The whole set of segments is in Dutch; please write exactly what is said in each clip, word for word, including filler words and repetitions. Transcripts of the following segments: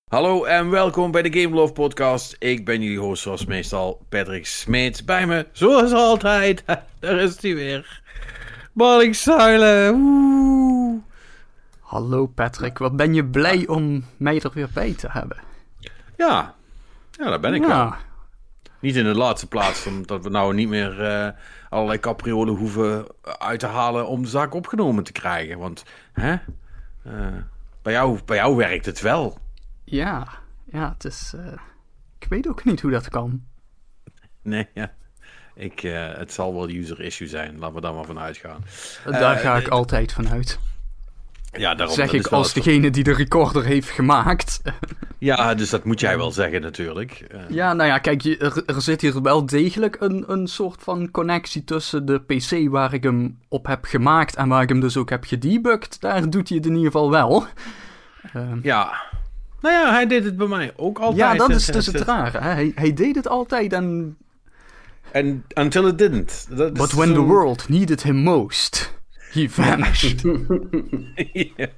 Hallo en welkom bij de Game Love Podcast. Ik ben jullie host zoals meestal, Patrick Smeets. Bij me, zoals altijd, daar is hij weer. Marnik Zuilen. Woe. Hallo Patrick, wat ben je blij om mij er weer bij te hebben. Ja, ja daar ben ik ja. wel. Niet in de laatste plaats, omdat we nou niet meer uh, allerlei capriolen hoeven uit te halen om de zaak opgenomen te krijgen. Want hè, uh, bij, jou, bij jou werkt het wel. Ja, ja, het is... Uh, ik weet ook niet hoe dat kan. Nee, ja. Ik, uh, het zal wel user issue zijn. Laten we daar maar van uitgaan. Daar uh, ga ik uh, altijd van uit. Ja, daarom, zeg ik als het... degene die de recorder heeft gemaakt. Ja, dus dat moet jij wel zeggen natuurlijk. Uh... Ja, nou ja, kijk, je, er, er zit hier wel degelijk een, een soort van connectie tussen de P C waar ik hem op heb gemaakt en waar ik hem dus ook heb gedebugged. Daar doet hij het in ieder geval wel. Uh... Ja... Nou ja, hij deed het bij mij ook altijd. Ja, dat is dus het rare. Hè? Hij, hij deed het altijd en... And until it didn't. That But when so... the world needed him most, he vanished. ja.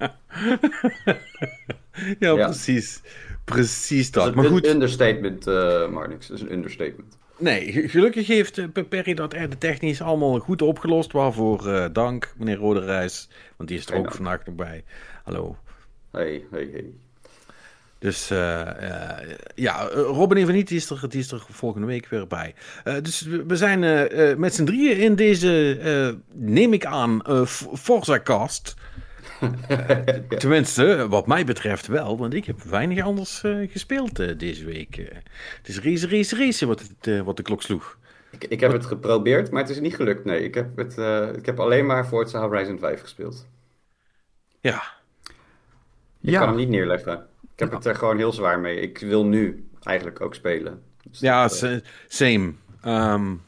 ja, ja, precies. Precies dat. dat maar een goed. understatement, uh, Marnix. Dat is een understatement. Nee, gelukkig heeft uh, Perry dat er technisch allemaal goed opgelost. Waarvoor uh, dank, meneer Roderijs. Want die is er Geen ook dank. vandaag nog bij. Hallo. Hey, hey, hey. Dus uh, uh, ja, Robin Evenet die is, er, die is er volgende week weer bij. Uh, dus we zijn uh, uh, met z'n drieën in deze, uh, neem ik aan, uh, Forza-cast. Uh, tenminste, wat mij betreft wel, want ik heb weinig anders uh, gespeeld uh, deze week. Uh, het is race, race, race wat, het, uh, wat de klok sloeg. Ik, ik heb wat... het geprobeerd, maar het is niet gelukt. Nee, ik heb, het, uh, ik heb alleen maar Forza Horizon vijf gespeeld. Ja. Ik ja. kan hem niet neerleggen. Ik heb het er gewoon heel zwaar mee. Ik wil nu eigenlijk ook spelen. Dus ja, dat, uh... same. Um,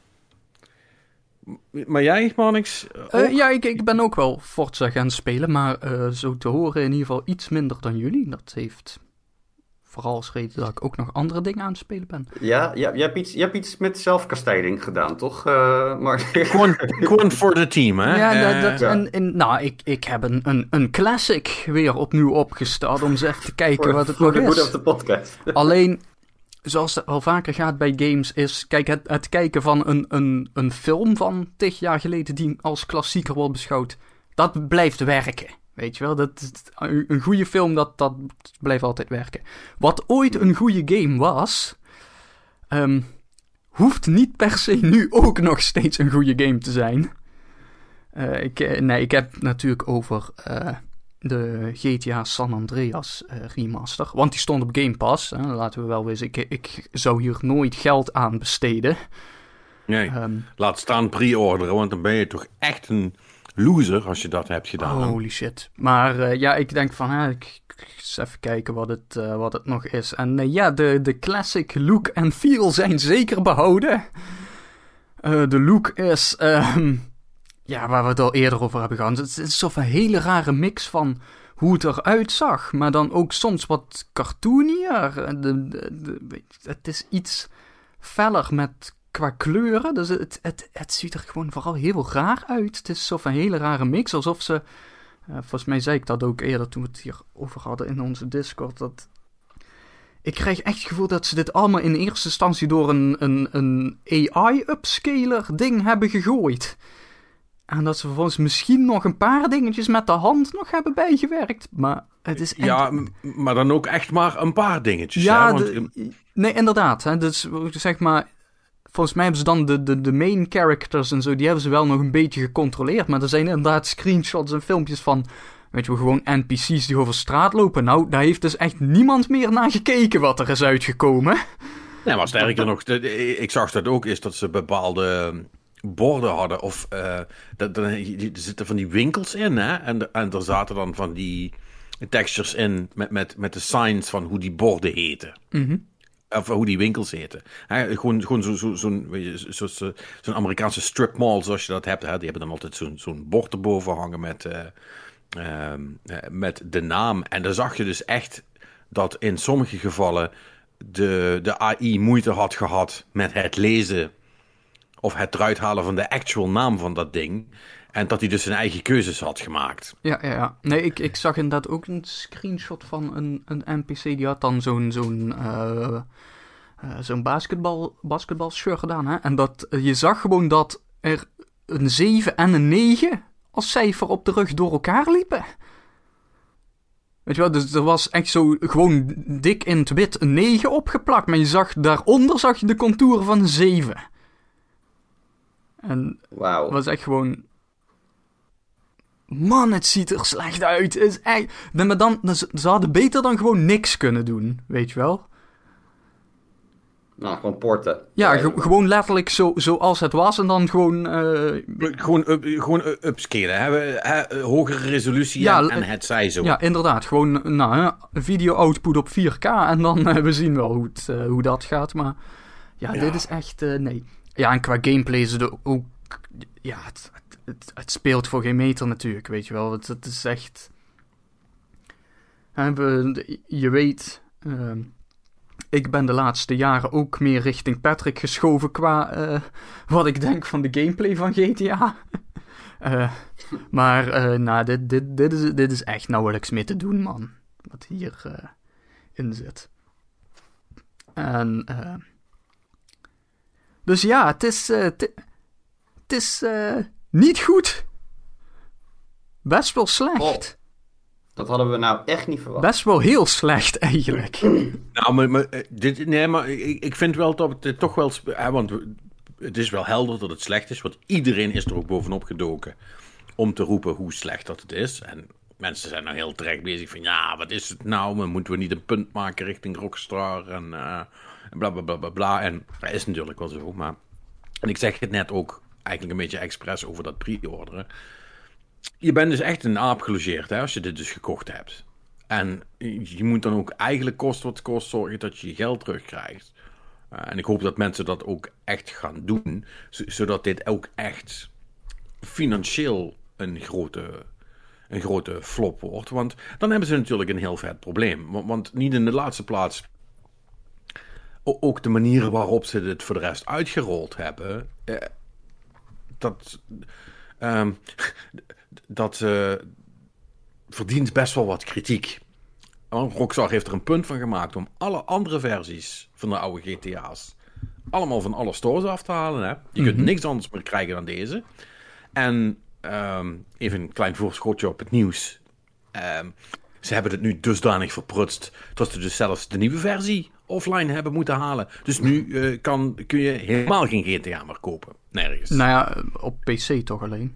maar jij, Marnix? Uh, ja, ik, ik ben ook wel Forza gaan spelen, maar uh, zo te horen in ieder geval iets minder dan jullie. Dat heeft vooral als reden dat ik ook nog andere dingen aan het spelen ben. Ja, ja je, hebt iets, je hebt iets met zelfkastijding gedaan, toch? Uh, maar... Gewoon voor de team, hè? Ja, dat, dat, ja. En, en, nou, ik, ik heb een, een, een classic weer opnieuw opgestart om eens even te kijken voor, wat het voor nog de is. Voor de podcast. Alleen, zoals het al vaker gaat bij games, is... Kijk, het, het kijken van een, een, een film van tig jaar geleden die als klassieker wordt beschouwd, dat blijft werken. Weet je wel, dat, een goede film, dat, dat blijft altijd werken. Wat ooit een goede game was, um, hoeft niet per se nu ook nog steeds een goede game te zijn. Uh, ik, nee, ik heb natuurlijk over uh, de G T A San Andreas uh, remaster. Want die stond op Game Pass. Hè, laten we wel wezen, ik, ik zou hier nooit geld aan besteden. Nee, um, laat staan pre-orderen, want dan ben je toch echt een... loser als je dat hebt gedaan. Holy dan. Shit. Maar uh, ja, ik denk van, hè, ik, ik eens even kijken wat het, uh, wat het nog is. En uh, ja, de, de classic look en feel zijn zeker behouden. Uh, de look is, uh, ja, waar we het al eerder over hebben gehad. Het is een hele rare mix van hoe het eruit zag, maar dan ook soms wat cartoonier. De, de, de, het is iets feller met... qua kleuren, dus het, het, het ziet er gewoon vooral heel raar uit. Het is zo van een hele rare mix, alsof ze... Uh, volgens mij zei ik dat ook eerder toen we het hier over hadden in onze Discord, dat... Ik krijg echt het gevoel dat ze dit allemaal in eerste instantie door een, een, een A I-upscaler ding hebben gegooid. En dat ze vervolgens misschien nog een paar dingetjes met de hand nog hebben bijgewerkt. Maar het is echt... Ja, maar dan ook echt maar een paar dingetjes. Ja, hè? Want... de, nee, inderdaad. Hè, dus zeg maar... Volgens mij hebben ze dan de, de, de main characters en zo, die hebben ze wel nog een beetje gecontroleerd. Maar er zijn inderdaad screenshots en filmpjes van, weet je wel, gewoon N P C's die over straat lopen. Nou, daar heeft dus echt niemand meer naar gekeken wat er is uitgekomen. Nee, maar sterker nog, ik zag dat ook, is dat ze bepaalde borden hadden. Of uh, dat, er zitten van die winkels in, hè. En, en er zaten dan van die textures in met, met, met de signs van hoe die borden heten. Mm-hmm. Of hoe die winkels heten. He, gewoon gewoon zo, zo, zo'n, zo, zo, zo'n Amerikaanse strip mall zoals je dat hebt. He. Die hebben dan altijd zo'n, zo'n bord erboven hangen met, uh, uh, met de naam. En dan zag je dus echt dat in sommige gevallen de, de A I moeite had gehad met het lezen of het eruit halen van de actual naam van dat ding. En dat hij dus zijn eigen keuzes had gemaakt. Ja, ja, ja. Nee, ik, ik zag inderdaad ook een screenshot van een, een N P C. Die had dan zo'n, zo'n, uh, uh, zo'n basketbal, basketbalshirt gedaan. Hè? En dat, uh, je zag gewoon dat er een zeven en een negen als cijfer op de rug door elkaar liepen. Weet je wel, dus er was echt zo gewoon dik in het wit een negen opgeplakt. Maar je zag, daaronder zag je de contouren van een zeven. En Wauw. het was echt gewoon... Man, het ziet er slecht uit. Het is echt... Maar dan, ze hadden beter dan gewoon niks kunnen doen, weet je wel? Nou, gewoon porten. Ja, ge- gewoon letterlijk zo, zoals het was en dan gewoon... Uh... Gewoon, up, gewoon upscalen, hè? He, hogere resolutie ja, en, en het zij zo. Ja, inderdaad. Gewoon nou, video output op vier K en dan uh, we zien wel hoe, het, uh, hoe dat gaat. Maar ja, ja. dit is echt... Uh, nee. Ja, en qua gameplay is het ook... Ja, het, het, het speelt voor geen meter natuurlijk, weet je wel. Het, het is echt... We, je weet... Uh, ik ben de laatste jaren ook meer richting Patrick geschoven qua uh, wat ik denk van de gameplay van G T A. uh, maar uh, nou, dit, dit, dit, is, dit is echt nauwelijks meer te doen, man. Wat hier uh, in zit. En... Uh, dus ja, het is... Uh, t- het is uh, niet goed. Best wel slecht. Oh. Dat hadden we nou echt niet verwacht. Best wel heel slecht, eigenlijk. Nou, maar, maar, dit, nee, maar ik, ik vind wel dat het toch wel... Hè, want het is wel helder dat het slecht is, want iedereen is er ook bovenop gedoken om te roepen hoe slecht dat het is. En mensen zijn nou heel terecht bezig van, ja, wat is het nou? Maar moeten we niet een punt maken richting Rockstar en uh, bla, bla, bla, bla, bla. En dat is natuurlijk wel zo, maar... En ik zeg het net ook eigenlijk een beetje expres over dat pre-orderen. Je bent dus echt een aap gelogeerd, hè, als je dit dus gekocht hebt. En je moet dan ook eigenlijk kost wat kost zorgen dat je je geld terugkrijgt. Uh, en ik hoop dat mensen dat ook echt gaan doen, z- zodat dit ook echt financieel een grote, een grote flop wordt. Want dan hebben ze natuurlijk een heel vet probleem. Want, want niet in de laatste plaats... Ook de manieren waarop ze dit voor de rest uitgerold hebben... Uh, dat... Um, dat uh, verdient best wel wat kritiek. Want Rockstar heeft er een punt van gemaakt om alle andere versies van de oude G T A's allemaal van alle stores af te halen. Hè? Je mm-hmm. kunt niks anders meer krijgen dan deze. En um, even een klein voorschotje op het nieuws. Um, ze hebben het nu dusdanig verprutst dat ze dus zelfs de nieuwe versie offline hebben moeten halen. Dus nu uh, kan, kun je helemaal geen G T A meer kopen. Nergens. Nou ja, op P C toch alleen.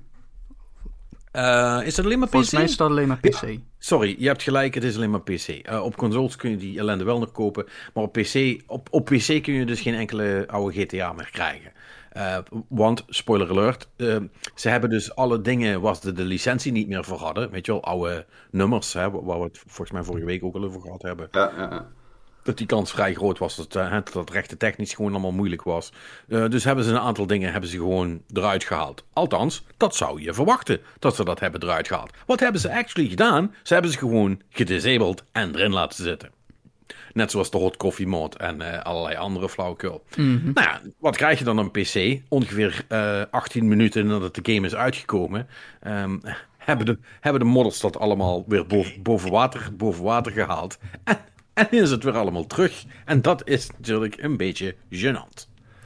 Uh, is dat alleen maar P C? Volgens mij is dat alleen maar P C. Ja, sorry, je hebt gelijk, het is alleen maar P C. Uh, op consoles kun je die ellende wel nog kopen, maar op P C, op, op P C kun je dus geen enkele oude G T A meer krijgen. Uh, want, spoiler alert, uh, ze hebben dus alle dingen waar ze de licentie niet meer voor hadden. Weet je wel, oude nummers, hè, waar we het volgens mij vorige week ook al over gehad hebben. Ja, ja, ja. Dat die kans vrij groot was, dat, uh, dat rechten technisch gewoon allemaal moeilijk was. Uh, dus hebben ze een aantal dingen hebben ze gewoon eruit gehaald. Althans, dat zou je verwachten, dat ze dat hebben eruit gehaald. Wat hebben ze actually gedaan? Ze hebben ze gewoon gedisabled en erin laten zitten. Net zoals de hot coffee mod en uh, allerlei andere flauwekul. Mm-hmm. Nou ja, wat krijg je dan op P C? Ongeveer uh, achttien minuten nadat de game is uitgekomen... Um, hebben, de, hebben de modders dat allemaal weer boven, boven, water, boven water gehaald... En, En is het weer allemaal terug. En dat is natuurlijk een beetje gênant.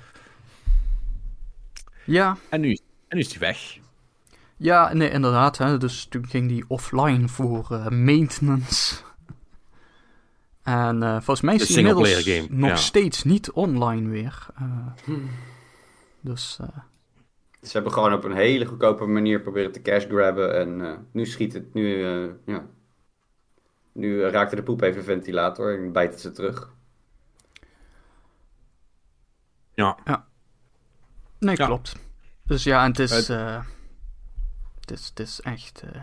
Ja. En nu, en nu is die weg. Ja, nee, inderdaad. Hè. Dus toen ging die offline voor uh, maintenance. En uh, volgens mij is die inmiddels game. nog ja. steeds niet online weer. Uh, hmm. Dus... Uh... Ze hebben gewoon op een hele goedkope manier proberen te cash grabben. En uh, nu schiet het... Nu, uh, ja... Nu raakte de poep even ventilator en bijt het ze terug. Ja. ja. Nee, ja. klopt. Dus ja, en het is... Uh, het, is het is echt... Uh,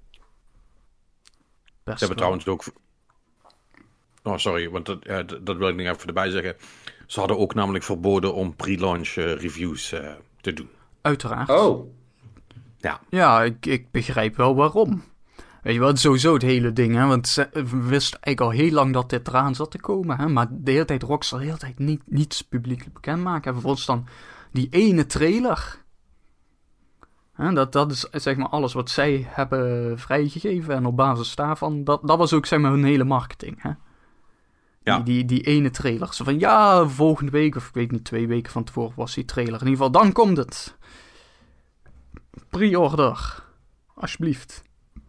best Ze hebben trouwens ook... Oh, sorry, want dat, uh, dat wil ik nog even erbij zeggen. Ze hadden ook namelijk verboden om pre-launch uh, reviews uh, te doen. Uiteraard. Oh. Ja. Ja, ik, ik begrijp wel waarom. Weet je wel, sowieso het hele ding, hè. Want ze wisten eigenlijk al heel lang dat dit eraan zat te komen, hè. Maar de hele tijd Rockstar de hele tijd niet, niets publiekelijk bekendmaken. En vervolgens dan die ene trailer. Hè, dat, dat is zeg maar alles wat zij hebben vrijgegeven. En op basis daarvan, dat, dat was ook zeg maar hun hele marketing. Hè? Ja. Die, die, die ene trailer. Zo van, ja, volgende week, of ik weet niet, twee weken van tevoren was die trailer. In ieder geval, dan komt het. Pre-order. Alsjeblieft.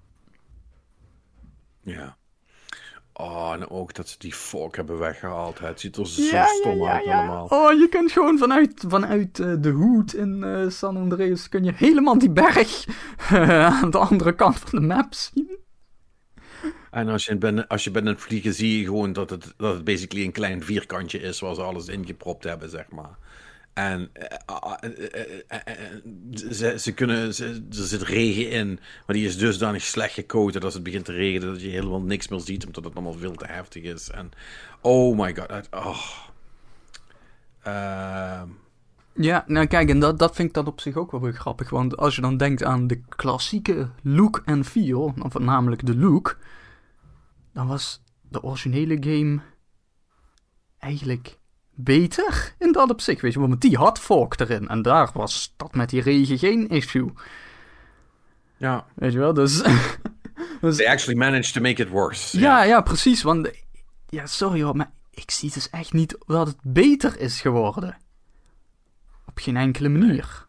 Ja. Oh, en ook dat ze die fork hebben weggehaald. Het ziet er zo Ja, stom ja, ja, uit ja. allemaal. Oh, je kunt gewoon vanuit, vanuit uh, de hoed in uh, San Andreas... kun je helemaal die berg uh, aan de andere kant van de map zien. En als je, bent, als je bent aan het vliegen, zie je gewoon dat het, dat het basically een klein vierkantje is waar ze alles ingepropt hebben, zeg maar. En uh, uh, uh, uh, uh, ze, ze kunnen, ze, er zit regen in, maar die is dusdanig slecht gecoated als het begint te regenen dat je helemaal niks meer ziet, omdat het allemaal veel te heftig is. En oh my god, oh. Uh, Ja, nou kijk, en dat, dat vind ik dan op zich ook wel weer grappig, want als je dan denkt aan de klassieke look en feel, of namelijk de look, dan was de originele game eigenlijk beter in dat opzicht, weet je, want die had fork erin en daar was dat met die regen geen issue. Ja. Weet je wel, dus... dus They actually managed to make it worse. ja, ja, ja, precies, want... Ja, sorry hoor, maar ik zie dus echt niet dat het beter is geworden. Op geen enkele manier.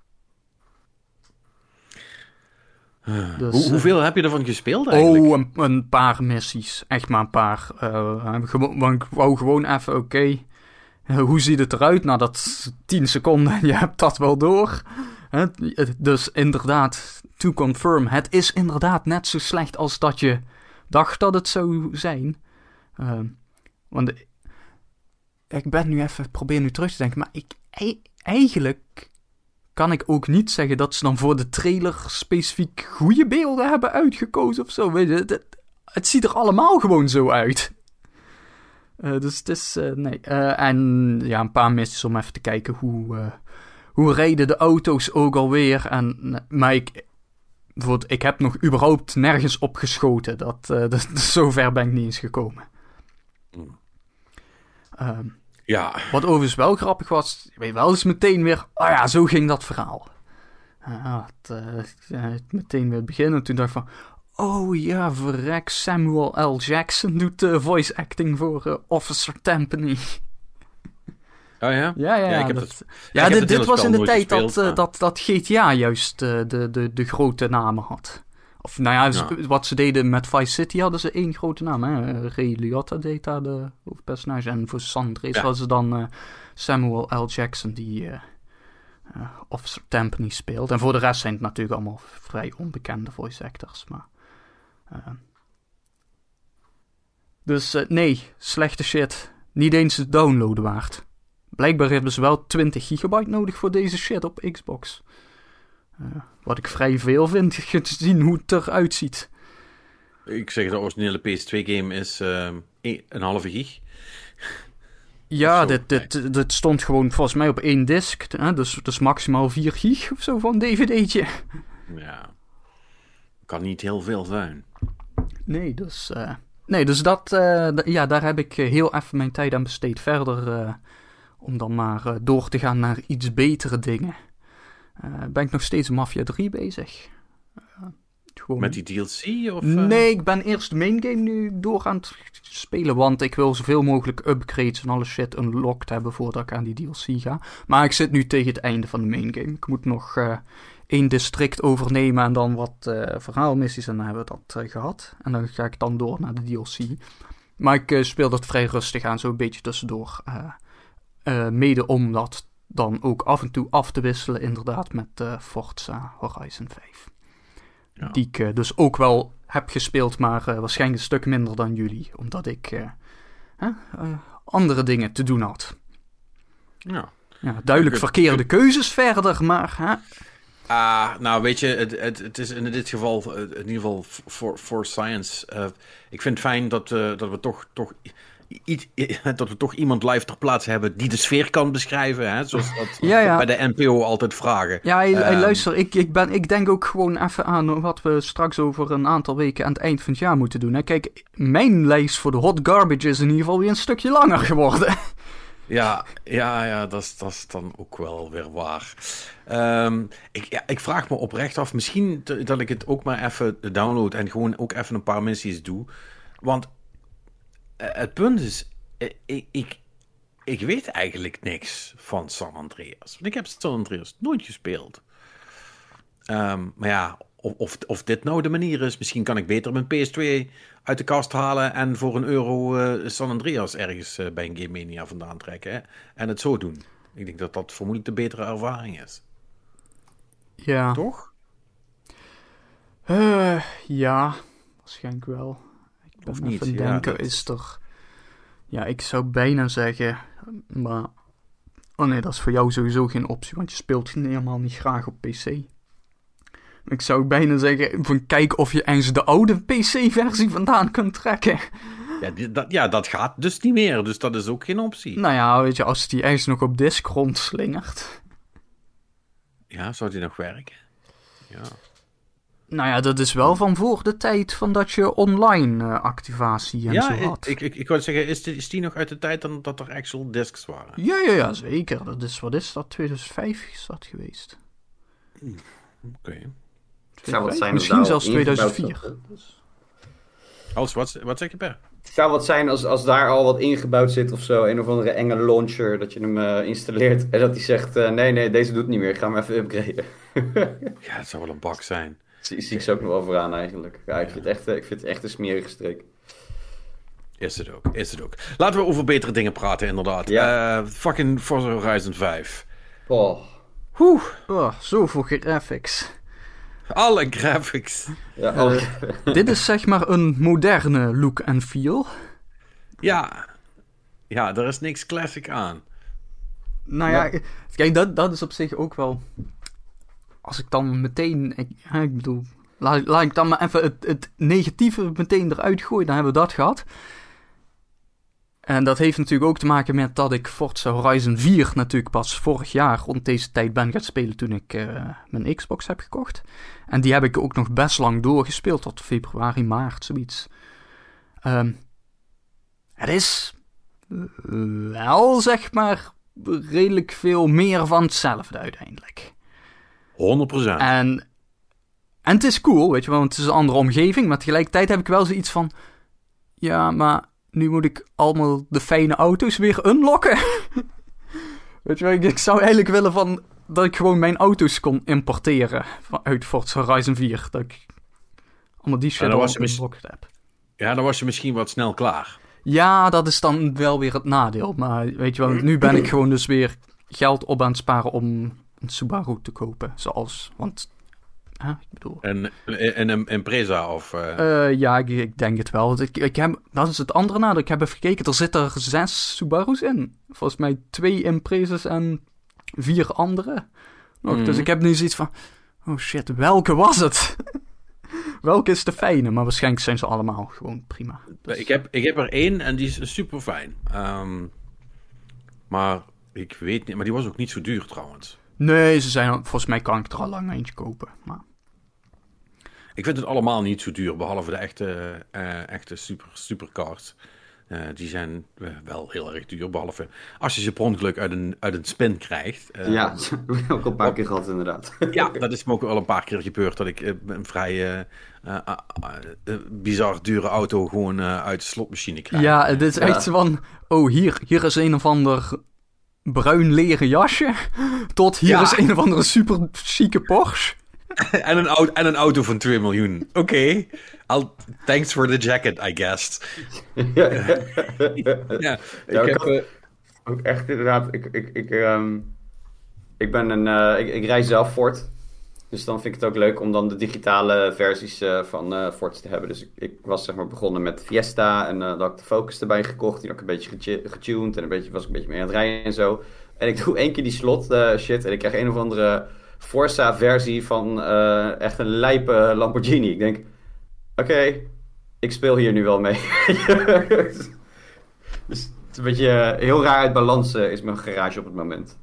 Uh, Dus, Hoe, hoeveel uh, heb je ervan gespeeld eigenlijk? Oh, een, een paar missies. Echt maar een paar. Uh, gewoon, want ik wou gewoon even, oké. Okay, uh, hoe ziet het eruit? Nou, dat is tien seconden en je hebt dat wel door. Uh, dus inderdaad, to confirm. Het is inderdaad net zo slecht als dat je dacht dat het zou zijn. Uh, want ik ben nu even, probeer nu terug te denken. Maar ik, eigenlijk kan ik ook niet zeggen dat ze dan voor de trailer specifiek goede beelden hebben uitgekozen of zo. Weet je, het, het, het ziet er allemaal gewoon zo uit. Uh, dus het is, uh, nee. Uh, en ja, een paar missies om even te kijken hoe, uh, hoe rijden de auto's ook alweer. En, maar ik, bijvoorbeeld, ik heb nog überhaupt nergens op geschoten. Dat, uh, dat, zover ben ik niet eens gekomen. Uh, Ja. Wat overigens wel grappig was, weet je wel, is meteen weer, oh ja, zo ging dat verhaal. Uh, het, uh, het meteen weer beginnen. Toen dacht ik van, oh ja, verrek, Samuel L. Jackson doet uh, voice acting voor uh, Officer Tampany. Oh ja? Ja, ja, ja. Ik heb dat, dat, ja ik dit, heb dit was in de tijd gespeeld, dat, uh, maar... dat, dat G T A juist uh, de, de, de grote namen had. Of nou ja, ja, wat ze deden met Vice City hadden ze één grote naam. Hè? Ray Liotta deed daar de hoofdpersonage. En voor San Andreas ja. was ze dan uh, Samuel L. Jackson die uh, uh, Officer Tampany speelt. En voor de rest zijn het natuurlijk allemaal vrij onbekende voice actors. Maar, uh... Dus uh, nee, slechte shit. Niet eens het downloaden waard. Blijkbaar hebben ze wel twintig gigabyte nodig voor deze shit op Xbox. Uh, wat ik vrij veel vind, gezien hoe het eruit ziet. Ik zeg, de originele P S twee game is uh, een halve gig. Ja, dit, dit, dit stond gewoon volgens mij op één disk. Hè? Dus, dus maximaal vier gig of zo van D V D'tje. Ja, kan niet heel veel zijn. Nee, dus, uh, nee, dus dat, uh, d- ja, daar heb ik heel even mijn tijd aan besteed. Verder, uh, om dan maar uh, door te gaan naar iets betere dingen. Uh, ben ik nog steeds Mafia drie bezig. Uh, gewoon... Met die D L C? Of, uh... Nee, ik ben eerst de main game nu door aan het spelen. Want ik wil zoveel mogelijk upgrades en alle shit unlocked hebben voordat ik aan die D L C ga. Maar ik zit nu tegen het einde van de main game. Ik moet nog uh, één district overnemen en dan wat uh, verhaalmissies. En dan hebben we dat uh, gehad. En dan ga ik dan door naar de D L C. Maar ik uh, speel dat vrij rustig aan, zo een beetje tussendoor. Uh, uh, mede omdat... dan ook af en toe af te wisselen inderdaad met uh, Forza Horizon vijf. Ja. Die ik uh, dus ook wel heb gespeeld, maar uh, waarschijnlijk een stuk minder dan jullie. Omdat ik uh, uh, uh, andere dingen te doen had. Ja. Ja, duidelijk verkeerde keuzes verder, maar... Uh, Ah, nou weet je, het, het, het is in dit geval, in ieder geval voor, voor Science. Uh, ik vind het fijn dat, uh, dat we toch... toch I- I- dat we toch iemand live ter plaatse hebben die de sfeer kan beschrijven, hè? Zoals dat ja, ja. bij de N P O altijd vragen. Ja, hey, hey, um, luister, ik, ik, ben, ik denk ook gewoon even aan wat we straks over een aantal weken aan het eind van het jaar moeten doen. Hè? Kijk, mijn lijst voor de hot garbage is in ieder geval weer een stukje langer geworden. Ja, ja, ja dat, is, dat is dan ook wel weer waar. Um, ik, ja, ik vraag me oprecht af, misschien t- dat ik het ook maar even download en gewoon ook even een paar missies doe. Want uh, het punt is, uh, ik, ik, ik weet eigenlijk niks van San Andreas. Want ik heb San Andreas nooit gespeeld. Um, maar ja, of, of, of dit nou de manier is, misschien kan ik beter mijn P S twee uit de kast halen en voor een euro uh, San Andreas ergens uh, bij een Game Mania vandaan trekken. Hè? En het zo doen. Ik denk dat dat vermoedelijk de betere ervaring is. Ja. Toch? Uh, ja, waarschijnlijk wel. Ik ben of even niet? aan het Ja, denken, dat... is er... Ja, ik zou bijna zeggen... Maar... Oh nee, dat is voor jou sowieso geen optie, want je speelt helemaal niet graag op P C. Ik zou bijna zeggen, van kijk of je eens de oude P C-versie vandaan kunt trekken. Ja, die, dat, ja, dat gaat dus niet meer, dus dat is ook geen optie. Nou ja, weet je, als die eens nog op disk rondslingert. Ja, zou die nog werken? Ja. Nou ja, dat is wel van voor de tijd van dat je online uh, activatie en ja, zo had. ik, ik, ik wou zeggen, is die, is die nog uit de tijd dan dat er actual discs waren? Ja, ja, ja, zeker. Dat is, wat is dat? tweeduizend vijf is dat geweest. Oké. Okay. Zou wat zijn Misschien zelfs tweeduizend vier. Als, wat, wat zeg je, Per? Het zou wat zijn als, als daar al wat ingebouwd zit of zo. Een of andere enge launcher, dat je hem uh, installeert. En dat hij zegt, uh, nee, nee, deze doet het niet meer. Ik ga hem even upgraden. Ja, het zou wel een bak zijn. Zie, zie ik ze ook nog wel vooraan eigenlijk. Ja, ik, ja. Vind het echt, ik vind het echt een smerige streek. Is het ook, is het ook. Laten we over betere dingen praten, inderdaad. Ja. Uh, fucking Forza Horizon vijf. Oh. Oeh. Oh, zoveel graphics. Alle graphics. Ja, alle... Uh, dit is zeg maar een moderne look en feel. Ja. Ja, er is niks classic aan. Nou ja, ja. Kijk, dat, dat is op zich ook wel... Als ik dan meteen... Ik, ik bedoel... Laat, laat ik dan maar even het, het negatieve meteen eruit gooien. Dan hebben we dat gehad. En dat heeft natuurlijk ook te maken met dat ik Forza Horizon vier natuurlijk pas vorig jaar rond deze tijd ben gaan spelen toen ik uh, mijn Xbox heb gekocht. En die heb ik ook nog best lang doorgespeeld, tot februari, maart, zoiets. Um, het is wel, zeg maar, redelijk veel meer van hetzelfde uiteindelijk. honderd procent. En, en het is cool, weet je wel, want het is een andere omgeving. Maar tegelijkertijd heb ik wel zoiets van... Ja, maar... Nu moet ik allemaal de fijne auto's weer unlocken. Weet je wel, ik, ik zou eigenlijk willen van... Dat ik gewoon mijn auto's kon importeren. Uit Forza Horizon vier. Dat ik allemaal die shit al unlocked heb. Ja, dan was je misschien wat snel klaar. Ja, dat is dan wel weer het nadeel. Maar weet je wel, nu ben ik gewoon dus weer geld op aan het sparen om een Subaru te kopen. Zoals, want... Huh, ik bedoel... En, en een Impreza of... Uh... Uh, ja, ik, ik denk het wel. Ik, ik heb, dat is het andere nadeel. Ik heb even gekeken. Er zitten zes Subarus in. Volgens mij twee Imprezas en vier andere. Nog. Mm. Dus ik heb nu zoiets van... Oh shit, welke was het? Welke is de fijne? Maar waarschijnlijk zijn ze allemaal gewoon prima. Dus... Ik, heb, ik heb er één en die is super fijn. Um, maar ik weet niet... Maar die was ook niet zo duur trouwens. Nee, ze zijn, volgens mij kan ik er al lang eentje kopen. Maar... Ik vind het allemaal niet zo duur, behalve de echte, uh, echte super, supercars. Uh, die zijn uh, wel heel erg duur, behalve als je ze per ongeluk uit een, uit een spin krijgt. Uh, ja, dat heb ik ook al een paar keer gehad inderdaad. Ja, dat is me ook wel een paar keer gebeurd, dat ik uh, een vrij uh, uh, uh, uh, bizar dure auto gewoon uh, uit de slotmachine krijg. Ja, het is echt ja. van, oh hier, hier is een of ander... bruin leren jasje, tot hier ja. is een of andere super chique Porsche. en, een auto, en een auto van twee miljoen. Oké, okay. Thanks for the jacket, I guess. ja, ja, ik ja, heb... Uh, ook echt inderdaad, ik, ik, ik, um, ik ben een, uh, ik, ik rij zelf Ford. Dus dan vind ik het ook leuk om dan de digitale versies uh, van uh, Fords te hebben. Dus ik, ik was zeg maar begonnen met Fiesta en uh, dan had ik de Focus erbij gekocht. Die had ik een beetje getuned en een beetje, was ik een beetje mee aan het rijden en zo. En ik doe één keer die slot uh, shit en ik krijg een of andere Forza versie van uh, echt een lijpe Lamborghini. Ik denk, oké, okay, ik speel hier nu wel mee. Dus het is een beetje uh, heel raar uit balans uh, is mijn garage op het moment.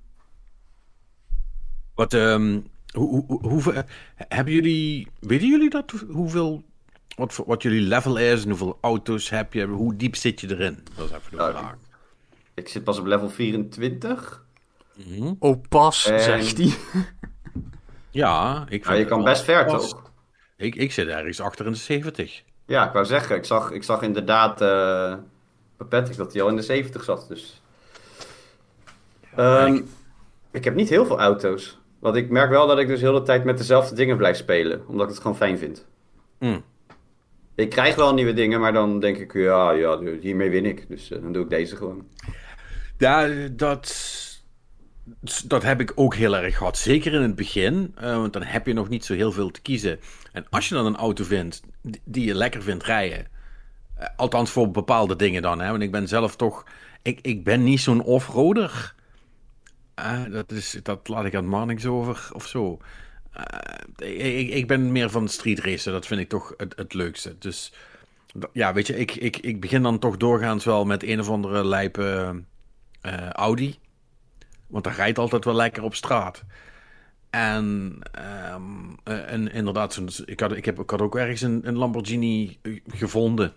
Wat... Um... Hoe, hoe, hoeveel, hebben jullie, weten jullie dat? Hoeveel, wat, wat jullie level is en hoeveel auto's heb je? Hoe diep zit je erin? Dat is even de vraag. ik zit pas op level vierentwintig. Mm-hmm. Oh, pas, en... zegt hij. Ja, ik vind nou, je kan best ver, pas. toch? Ik, ik zit ergens achter in de zeventig. Ja, ik wou zeggen, ik zag, ik zag inderdaad uh, bij Patrick dat hij al in de zeventig zat, dus... Ja, um, ik... ik heb niet heel veel auto's. Want ik merk wel dat ik dus heel de tijd met dezelfde dingen blijf spelen. Omdat ik het gewoon fijn vind. Mm. Ik krijg wel nieuwe dingen, maar dan denk ik... Ja, ja hiermee win ik. Dus uh, dan doe ik deze gewoon. Ja, dat... Dat heb ik ook heel erg gehad. Zeker in het begin. Uh, want dan heb je nog niet zo heel veel te kiezen. En als je dan een auto vindt die je lekker vindt rijden... Uh, althans voor bepaalde dingen dan. Hè, want ik ben zelf toch... Ik, ik ben niet zo'n offroader... Uh, dat, is, dat laat ik aan Marnix over, of zo. Uh, ik, ik ben meer van street racen, dat vind ik toch het, het leukste. Dus ja, weet je, ik, ik, ik begin dan toch doorgaans wel met een of andere lijpe uh, Audi. Want dat rijdt altijd wel lekker op straat. En, um, uh, en inderdaad, zo, ik, had, ik, heb, ik had ook ergens een, een Lamborghini gevonden.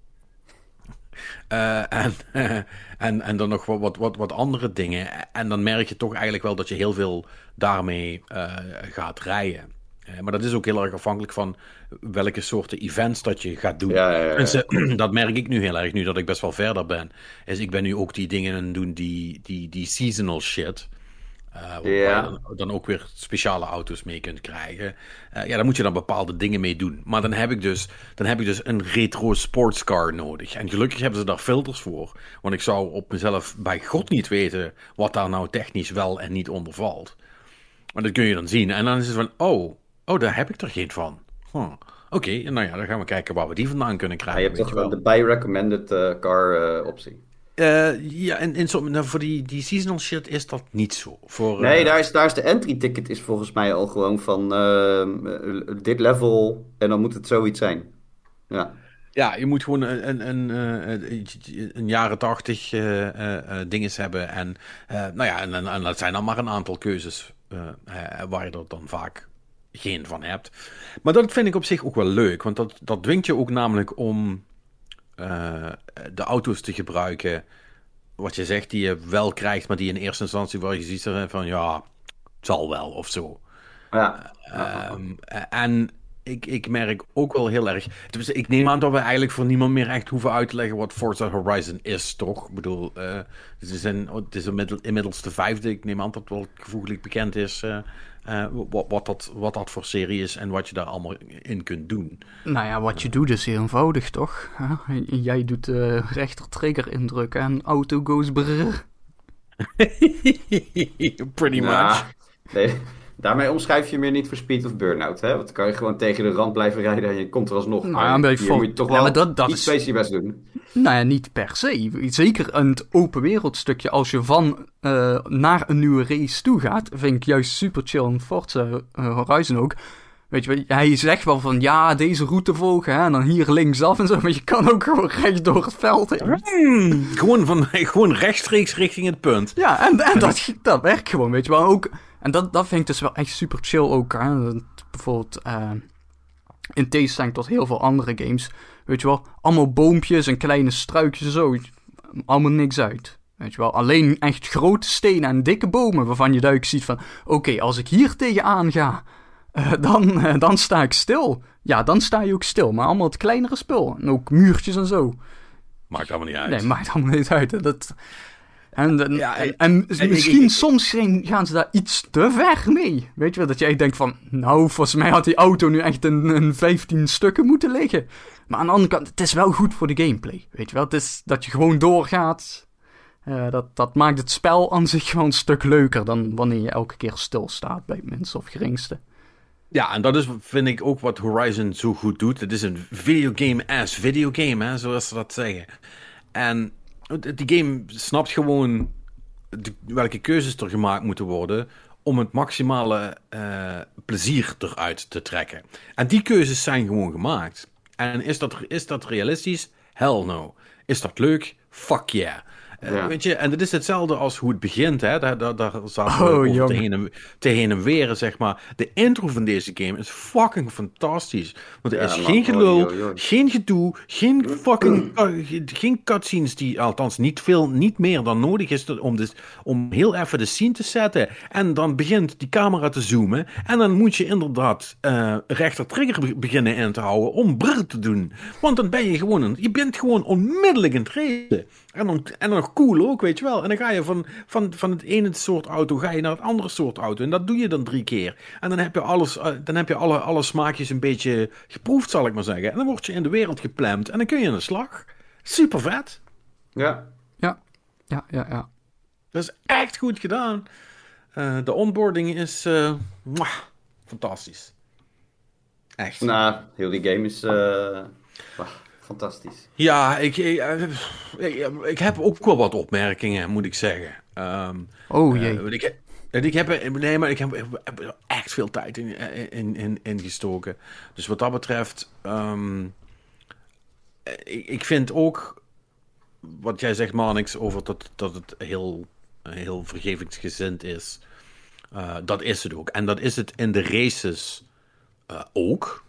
Uh, en, uh, en, en dan nog wat, wat, wat andere dingen. En dan merk je toch eigenlijk wel dat je heel veel daarmee uh, gaat rijden. Uh, maar dat is ook heel erg afhankelijk van welke soorten events dat je gaat doen. Ja, ja, ja. Dus, uh, dat merk ik nu heel erg, nu dat ik best wel verder ben. Dus ik ben nu ook die dingen aan het doen, die, die, die seasonal shit. Uh, waar ja. je dan, dan ook weer speciale auto's mee kunt krijgen. Uh, ja, daar moet je dan bepaalde dingen mee doen. Maar dan heb ik dus, dan heb ik dus een retro sportscar nodig. En gelukkig hebben ze daar filters voor. Want ik zou op mezelf bij God niet weten wat daar nou technisch wel en niet onder valt. Maar dat kun je dan zien. En dan is het van, oh, oh daar heb ik er geen van. Huh. Oké, okay, nou ja, dan gaan we kijken waar we die vandaan kunnen krijgen. Ja, je hebt toch wel de buy recommended uh, car uh, optie. Uh, ja, en, en zo, nou, voor die, die seasonal shit is dat niet zo. Voor, nee, uh... daar, is, daar is de entry ticket is volgens mij al gewoon van uh, dit level en dan moet het zoiets zijn. Ja, ja je moet gewoon een, een, een, een, een jaren tachtig uh, uh, dinges hebben. En, uh, nou ja, en, en dat zijn dan maar een aantal keuzes uh, uh, waar je er dan vaak geen van hebt. Maar dat vind ik op zich ook wel leuk, want dat, dat dwingt je ook namelijk om... Uh, de auto's te gebruiken, wat je zegt, die je wel krijgt, maar die in eerste instantie waar je ziet van ja, het zal wel of zo. Ja. Uh, um, en ik, ik merk ook wel heel erg, dus ik neem aan dat we eigenlijk voor niemand meer echt hoeven uit te leggen wat Forza Horizon is, toch? Ik bedoel, uh, het is, een, het is inmiddels, inmiddels de vijfde, ik neem aan dat het wel gevoeglijk bekend is. Uh, Uh, wat, wat, dat, wat dat voor serie is en wat je daar allemaal in kunt doen. Nou ja, wat je doet is heel eenvoudig, toch? Huh? Jij doet de uh, rechter trigger indrukken en auto goes brrr. Pretty much. Ja, nee, daarmee omschrijf je meer niet voor speed of burn-out, hè? Want dan kan je gewoon tegen de rand blijven rijden en je komt er alsnog. Nou ja, je vol... moet je toch wel ja, dat, dat iets is... je best doen. Nou ja, niet per se. Zeker een open wereld stukje, als je van uh, naar een nieuwe race toe gaat, vind ik juist super chill in Forza uh, Horizon ook. Weet je, hij zegt wel van, ja, deze route volgen, hè, en dan hier linksaf en zo, maar je kan ook gewoon recht door het veld heen. Mm, gewoon, van, gewoon rechtstreeks richting het punt. Ja, en, en dat, dat werkt gewoon, weet je wel. Ook, en dat, dat vind ik dus wel echt super chill ook, hè. Bijvoorbeeld, uh, in tegenstelling tot heel veel andere games, weet je wel, allemaal boompjes en kleine struikjes en zo, allemaal niks uit. Weet je wel, alleen echt grote stenen en dikke bomen, waarvan je duidelijk ziet van, oké, okay, als ik hier tegenaan ga, Uh, dan, uh, dan sta ik stil. Ja, dan sta je ook stil. Maar allemaal het kleinere spul. En ook muurtjes en zo. Maakt allemaal niet uit. Nee, maakt allemaal niet uit. Dat... En, en, ja, en, en, en misschien ik, ik, soms gaan ze daar iets te ver mee. Weet je wel, dat jij denkt van... Nou, volgens mij had die auto nu echt een, een vijftien stukken moeten liggen. Maar aan de andere kant, het is wel goed voor de gameplay. Weet je wel, het is dat je gewoon doorgaat. Uh, dat, dat maakt het spel aan zich gewoon een stuk leuker... dan wanneer je elke keer stilstaat bij het minste of geringste. Ja, en dat is, vind ik, ook wat Horizon zo goed doet. Het is een videogame-ass videogame, hè, zoals ze dat zeggen. En die game snapt gewoon de, welke keuzes er gemaakt moeten worden om het maximale uh, plezier eruit te trekken. En die keuzes zijn gewoon gemaakt. En is dat, is dat realistisch? Hell no. Is dat leuk? Fuck yeah. Ja. Weet je, en dat is hetzelfde als hoe het begint, hè. Daar, daar, daar zaten we oh, over te heen, en, te heen en weer, zeg maar. De intro van deze game is fucking fantastisch. Want er ja, is man, geen gelul, oh, oh, oh. geen gedoe, geen fucking... Uh, geen cutscenes die, althans niet veel, niet meer dan nodig is om, dus, om heel even de scene te zetten. En dan begint die camera te zoomen. En dan moet je inderdaad uh, rechter trigger beginnen in te houden om brr te doen. Want dan ben je gewoon, een, je bent gewoon onmiddellijk in het racen. En dan, en dan nog cool ook, weet je wel. En dan ga je van, van, van het ene soort auto ga je naar het andere soort auto. En dat doe je dan drie keer. En dan heb je, alles, dan heb je alle, alle smaakjes een beetje geproefd, zal ik maar zeggen. En dan word je in de wereld geplemd. En dan kun je aan de slag. Super vet. Ja. Ja, ja, ja, ja. Dat is echt goed gedaan. Uh, de onboarding is uh, mwah, fantastisch. Echt. Nou, heel die game is... Uh... Fantastisch. Ja, ik, ik, ik, ik heb ook wel wat opmerkingen, moet ik zeggen. Um, oh jee. Uh, ik, ik heb, nee, maar ik heb, ik heb er echt veel tijd in, in, in, in gestoken. Dus wat dat betreft... Um, ik, ik vind ook... Wat jij zegt, Marnix, over dat, dat het heel, heel vergevingsgezind is. Uh, dat is het ook. En dat is het in de races uh, ook.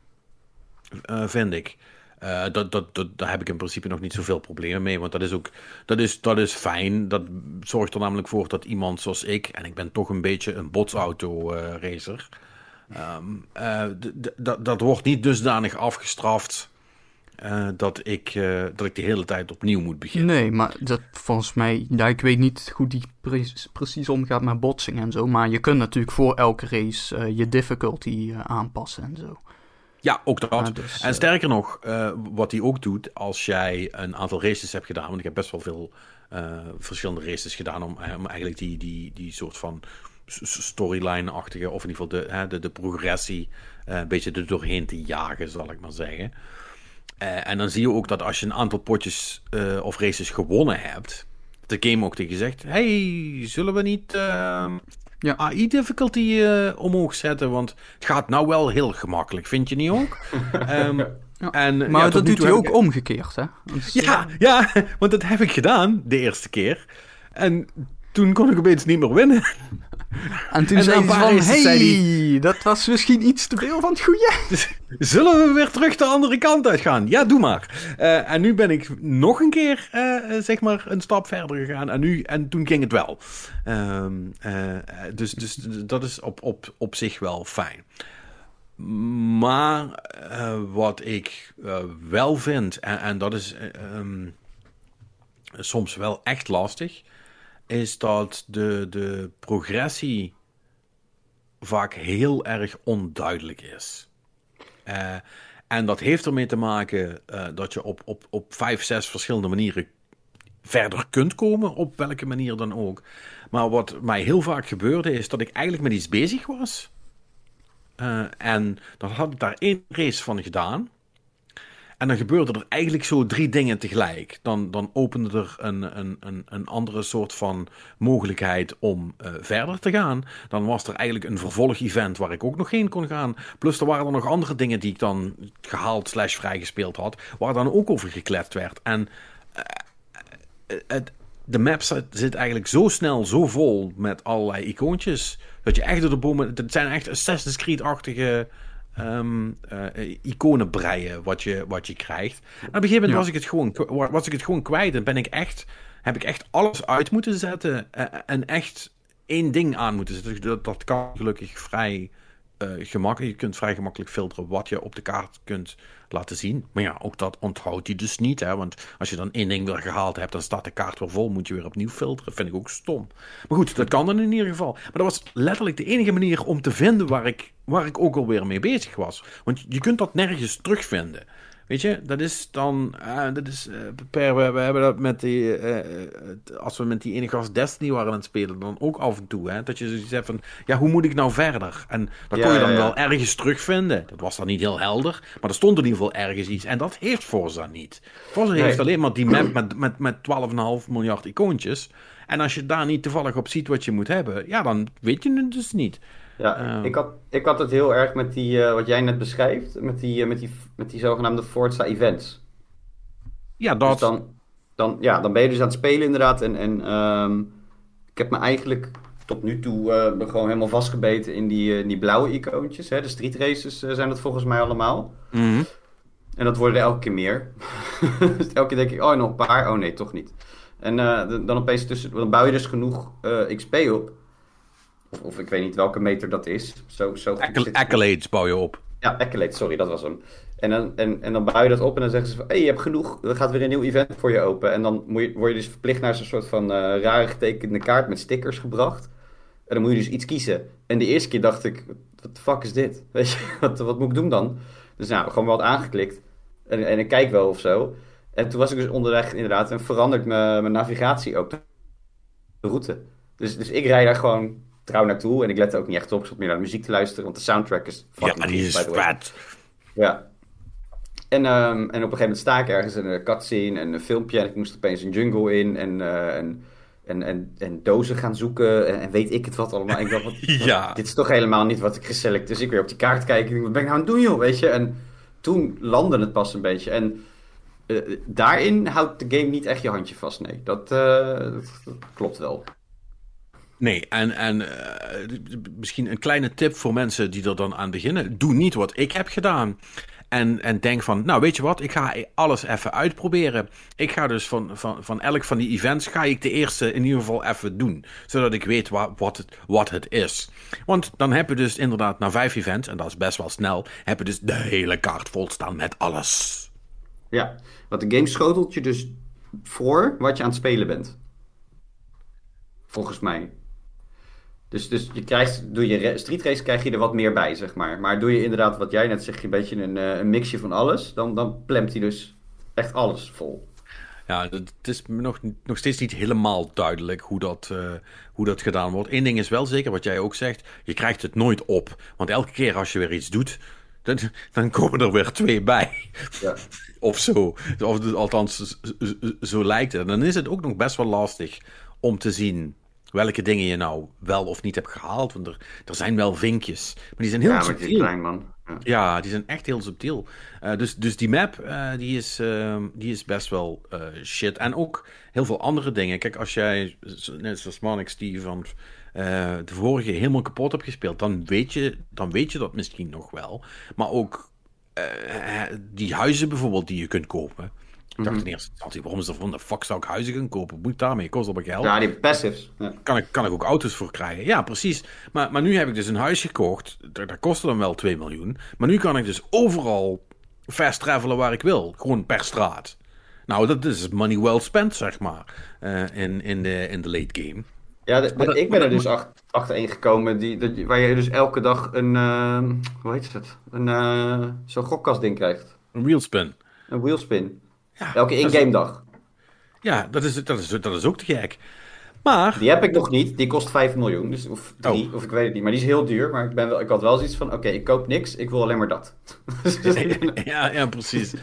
Uh, vind ik. Uh, dat, dat, dat, daar heb ik in principe nog niet zoveel problemen mee. Want dat is ook dat is, dat is fijn. Dat zorgt er namelijk voor dat iemand zoals ik... en ik ben toch een beetje een botsauto-racer... Uh, um, uh, d- d- dat, dat wordt niet dusdanig afgestraft... Uh, dat, ik, uh, dat ik de hele tijd opnieuw moet beginnen. Nee, maar dat volgens mij... Ja, ik weet niet hoe die pre- precies omgaat met botsing en zo... maar je kunt natuurlijk voor elke race uh, je difficulty uh, aanpassen en zo. Ja, ook dat. Ah, dus, en sterker uh, nog, uh, wat hij ook doet... als jij een aantal races hebt gedaan... want ik heb best wel veel uh, verschillende races gedaan... om, om eigenlijk die, die, die soort van storyline-achtige... of in ieder geval de, hè, de, de progressie... Uh, een beetje er doorheen te jagen, zal ik maar zeggen... Uh, en dan zie je ook dat als je een aantal potjes uh, of races gewonnen hebt... de game ook tegen je zegt... hey, zullen we niet uh, ja. A I-difficulty uh, omhoog zetten? Want het gaat nou wel heel gemakkelijk, vind je niet ook? um, ja. en, maar ja, dat doet hij ook ik... omgekeerd, hè? Dus, ja, uh... ja, want dat heb ik gedaan de eerste keer. En toen kon ik opeens niet meer winnen. En toen en zei hij van, hey, zei dat was misschien iets te veel van het goede. Dus, zullen we weer terug de andere kant uit gaan? Ja, doe maar. Uh, en nu ben ik nog een keer, uh, zeg maar, een stap verder gegaan. En, nu, en toen ging het wel. Uh, uh, dus, dus dat is op, op, op zich wel fijn. Maar uh, wat ik uh, wel vind, en, en dat is uh, um, soms wel echt lastig... is dat de, de progressie vaak heel erg onduidelijk is. Uh, en dat heeft ermee te maken uh, dat je op, op, op vijf, zes verschillende manieren verder kunt komen, op welke manier dan ook. Maar wat mij heel vaak gebeurde is dat ik eigenlijk met iets bezig was. Uh, en dan had ik daar één race van gedaan. En dan gebeurde er eigenlijk zo drie dingen tegelijk. Dan, dan opende er een, een, een, een andere soort van mogelijkheid om uh, verder te gaan. Dan was er eigenlijk een vervolg-event waar ik ook nog heen kon gaan. Plus er waren er nog andere dingen die ik dan gehaald slash vrijgespeeld had. Waar dan ook over gekletst werd. En uh, het, de map zit, zit eigenlijk zo snel, zo vol met allerlei icoontjes. Dat je echt door de bomen... Het zijn echt Assassin's Creed-achtige... Um, uh, iconen breien wat je, wat je krijgt. En op een gegeven moment ja. was, ik het gewoon, was ik het gewoon kwijt. En ben ik echt, heb ik echt alles uit moeten zetten. Uh, en echt één ding aan moeten zetten. Dat, dat kan gelukkig vrij uh, gemakkelijk. Je kunt vrij gemakkelijk filteren wat je op de kaart kunt laten zien. Maar ja, ook dat onthoudt hij dus niet. Hè? Want als je dan één ding weer gehaald hebt, dan staat de kaart weer vol. Moet je weer opnieuw filteren. Vind ik ook stom. Maar goed, dat kan dan in ieder geval. Maar dat was letterlijk de enige manier om te vinden waar ik, waar ik ook alweer mee bezig was. Want je kunt dat nergens terugvinden. Weet je, dat is dan... Uh, dat is, uh, per, we, we hebben dat met die... Uh, als we met die ene gast Destiny waren aan het spelen, dan ook af en toe. Hè, dat je zoiets hebt van, ja, hoe moet ik nou verder? En dat ja, kon je dan ja, ja. wel ergens terugvinden. Dat was dan niet heel helder, maar er stond in ieder geval ergens iets. En dat heeft Forza niet. Forza nee. heeft alleen maar die map met, met, met twaalf komma vijf miljard icoontjes. En als je daar niet toevallig op ziet wat je moet hebben, ja, dan weet je het dus niet. Ja, uh, ik, had, ik had het heel erg met die, uh, wat jij net beschrijft, met die, uh, met die, met die zogenaamde Forza events. Ja, dat... Dus dan, dan, ja, dan ben je dus aan het spelen inderdaad. En, en um, ik heb me eigenlijk tot nu toe uh, gewoon helemaal vastgebeten in die, uh, die blauwe icoontjes. Hè? De street races uh, zijn dat volgens mij allemaal. Mm-hmm. En dat worden er elke keer meer. Dus elke keer denk ik, oh, nog een paar. Oh nee, toch niet. En uh, dan opeens tussen, dan bouw je dus genoeg uh, X P op. Of, of ik weet niet welke meter dat is. Zo, zo Acc- accolades bouw je op. Ja, accolades, sorry, dat was hem. En dan, en, en dan bouw je dat op en dan zeggen ze van... hé, hey, je hebt genoeg, er gaat weer een nieuw event voor je open. En dan moet je, word je dus verplicht naar zo'n soort van uh, rare getekende kaart met stickers gebracht. En dan moet je dus iets kiezen. En de eerste keer dacht ik, wat de fuck is dit? Weet je, wat, wat moet ik doen dan? Dus nou, gewoon wat aangeklikt. En, en ik kijk wel of zo. En toen was ik dus onderweg inderdaad en verandert mijn, mijn navigatie ook. De route. Dus, dus ik rijd daar gewoon trouw naartoe. En ik let er ook niet echt op. Ik zat meer naar de muziek te luisteren. Want de soundtrack is fucking Ja, die is vet. Ja. En, um, en op een gegeven moment sta ik ergens in een cutscene en een filmpje. En ik moest opeens een jungle in. En, uh, en, en, en, en dozen gaan zoeken. En, en weet ik het wat allemaal. En ik dacht, wat, ja. wat, dit is toch helemaal niet wat ik geselect. Dus ik weer op die kaart kijken. Ik denk, wat ben ik nou aan het doen, joh? Weet je? En toen landde het pas een beetje. En uh, daarin houdt de game niet echt je handje vast. Nee, dat, uh, dat, dat klopt wel. Nee, en, en uh, misschien een kleine tip voor mensen die er dan aan beginnen. Doe niet wat ik heb gedaan. En, en denk van, nou weet je wat, ik ga alles even uitproberen. Ik ga dus van, van, van elk van die events, ga ik de eerste in ieder geval even doen. Zodat ik weet wa- wat, het, wat het is. Want dan heb je dus inderdaad na vijf events, en dat is best wel snel, heb je dus de hele kaart vol staan met alles. Ja, want de game schotelt je dus voor wat je aan het spelen bent. Volgens mij. Dus, dus je krijgt, doe je street race krijg je er wat meer bij, zeg maar. Maar doe je inderdaad, wat jij net zegt, een beetje een, een mixje van alles, dan, dan plemt hij dus echt alles vol. Ja, het is nog, nog steeds niet helemaal duidelijk hoe dat, uh, hoe dat gedaan wordt. Eén ding is wel zeker, wat jij ook zegt, je krijgt het nooit op. Want elke keer als je weer iets doet, dan, dan komen er weer twee bij. Ja. Of zo. Of, althans, zo, zo lijkt het. En dan is het ook nog best wel lastig om te zien welke dingen je nou wel of niet hebt gehaald. Want er, er zijn wel vinkjes. Maar die zijn heel ja, subtiel. Ja, maar die is klein, man. Ja. ja, die zijn echt heel subtiel. Uh, dus, dus die map, uh, die, is, uh, die is best wel uh, shit. En ook heel veel andere dingen. Kijk, als jij, net zoals Manix, die van uh, de vorige helemaal kapot hebt gespeeld, dan weet je, dan weet je dat misschien nog wel. Maar ook uh, die huizen bijvoorbeeld die je kunt kopen. Ik dacht in eerste instantie, waarom is er van de fuck zou ik huizen gaan kopen? Moet ik daarmee? Kost op mijn geld. Ja, die passives. Ja. Kan ik, kan ik ook auto's voor krijgen? Ja, precies. Maar, maar nu heb ik dus een huis gekocht. Dat, dat kostte dan wel twee miljoen. Maar nu kan ik dus overal fast travelen waar ik wil. Gewoon per straat. Nou, dat is money well spent, zeg maar. Uh, in, in, de, in de late game. Ja, de, de, dat, ik ben er dus ach, achtereen gekomen. Die, die, waar je dus elke dag een... Uh, hoe heet het? Een, uh, zo'n gokkastding krijgt. Een wheelspin. Een wheelspin. Ja, elke in-game dag. Ja, dat is, dat, is, dat is ook te gek. Maar... Die heb ik nog niet. Die kost vijf miljoen. Dus, of drie, oh. of ik weet het niet. Maar die is heel duur. Maar ik, ben wel, ik had wel zoiets van... Oké, okay, ik koop niks. Ik wil alleen maar dat. ja, ja, precies.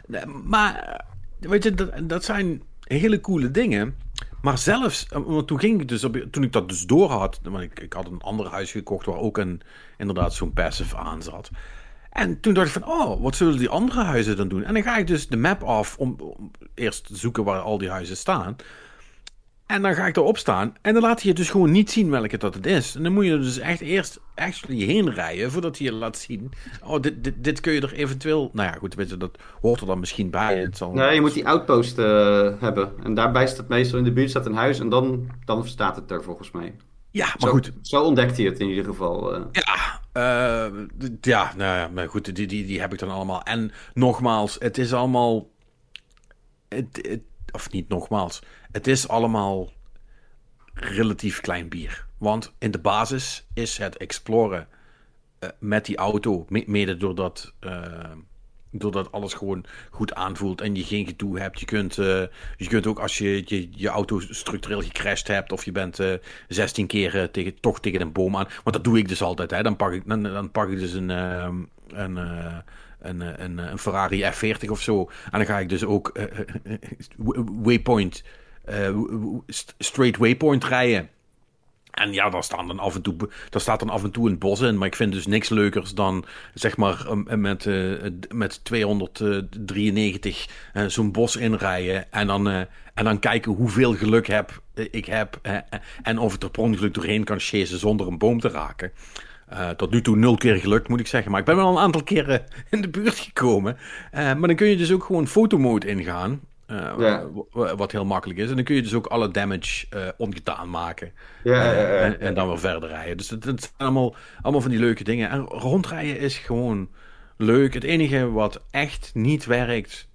Maar, weet je, dat, dat zijn hele coole dingen. Maar zelfs... Want toen, ging ik dus op, toen ik dat dus door had... Want ik, ik had een ander huis gekocht... waar ook een, inderdaad zo'n passive aan zat... En toen dacht ik van, oh, wat zullen die andere huizen dan doen? En dan ga ik dus de map af om, om eerst te zoeken waar al die huizen staan. En dan ga ik erop staan. En dan laat hij je dus gewoon niet zien welke dat het is. En dan moet je dus echt eerst actually heen rijden voordat hij je laat zien. Oh, dit, dit, dit kun je er eventueel... Nou ja, goed, weet je, dat hoort er dan misschien bij. Het zal... Nee, je moet die outpost uh, hebben. En daarbij staat meestal in de buurt staat een huis. En dan, dan staat het er volgens mij. Ja, maar zo, goed. Zo ontdekt hij het in ieder geval. Uh. Ja, uh, ja, nou ja, maar goed, die, die, die heb ik dan allemaal. En nogmaals, het is allemaal... Het, het, of niet nogmaals. Het is allemaal relatief klein bier. Want in de basis is het exploren uh, met die auto, mede doordat... Uh, Doordat alles gewoon goed aanvoelt en je geen gedoe hebt. Je kunt, uh, je kunt ook als je, je je auto structureel gecrashed hebt... of je bent uh, zestien keer uh, tegen, toch tegen een boom aan. Want dat doe ik dus altijd. Hè. Dan, pak ik, dan, dan pak ik dus een, uh, een, uh, een, een, een Ferrari F veertig of zo. En dan ga ik dus ook uh, waypoint, uh, straight waypoint rijden. En ja, daar, staan dan af en toe, daar staat dan af en toe een bos in. Maar ik vind dus niks leukers dan, zeg maar, met, uh, met tweehonderddrieënnegentig uh, zo'n bos inrijden. En dan, uh, en dan kijken hoeveel geluk heb, uh, ik heb. Uh, en of ik er per ongeluk doorheen kan chasen zonder een boom te raken. Uh, tot nu toe nul keer gelukt, moet ik zeggen. Maar ik ben wel een aantal keren in de buurt gekomen. Uh, maar dan kun je dus ook gewoon fotomode ingaan. Uh, ja. Wat heel makkelijk is. En dan kun je dus ook alle damage uh, ongedaan maken. Ja, ja, ja, ja. Uh, en, en dan weer verder rijden. Dus dat, dat zijn allemaal, allemaal van die leuke dingen. En rondrijden is gewoon leuk. Het enige wat echt niet werkt...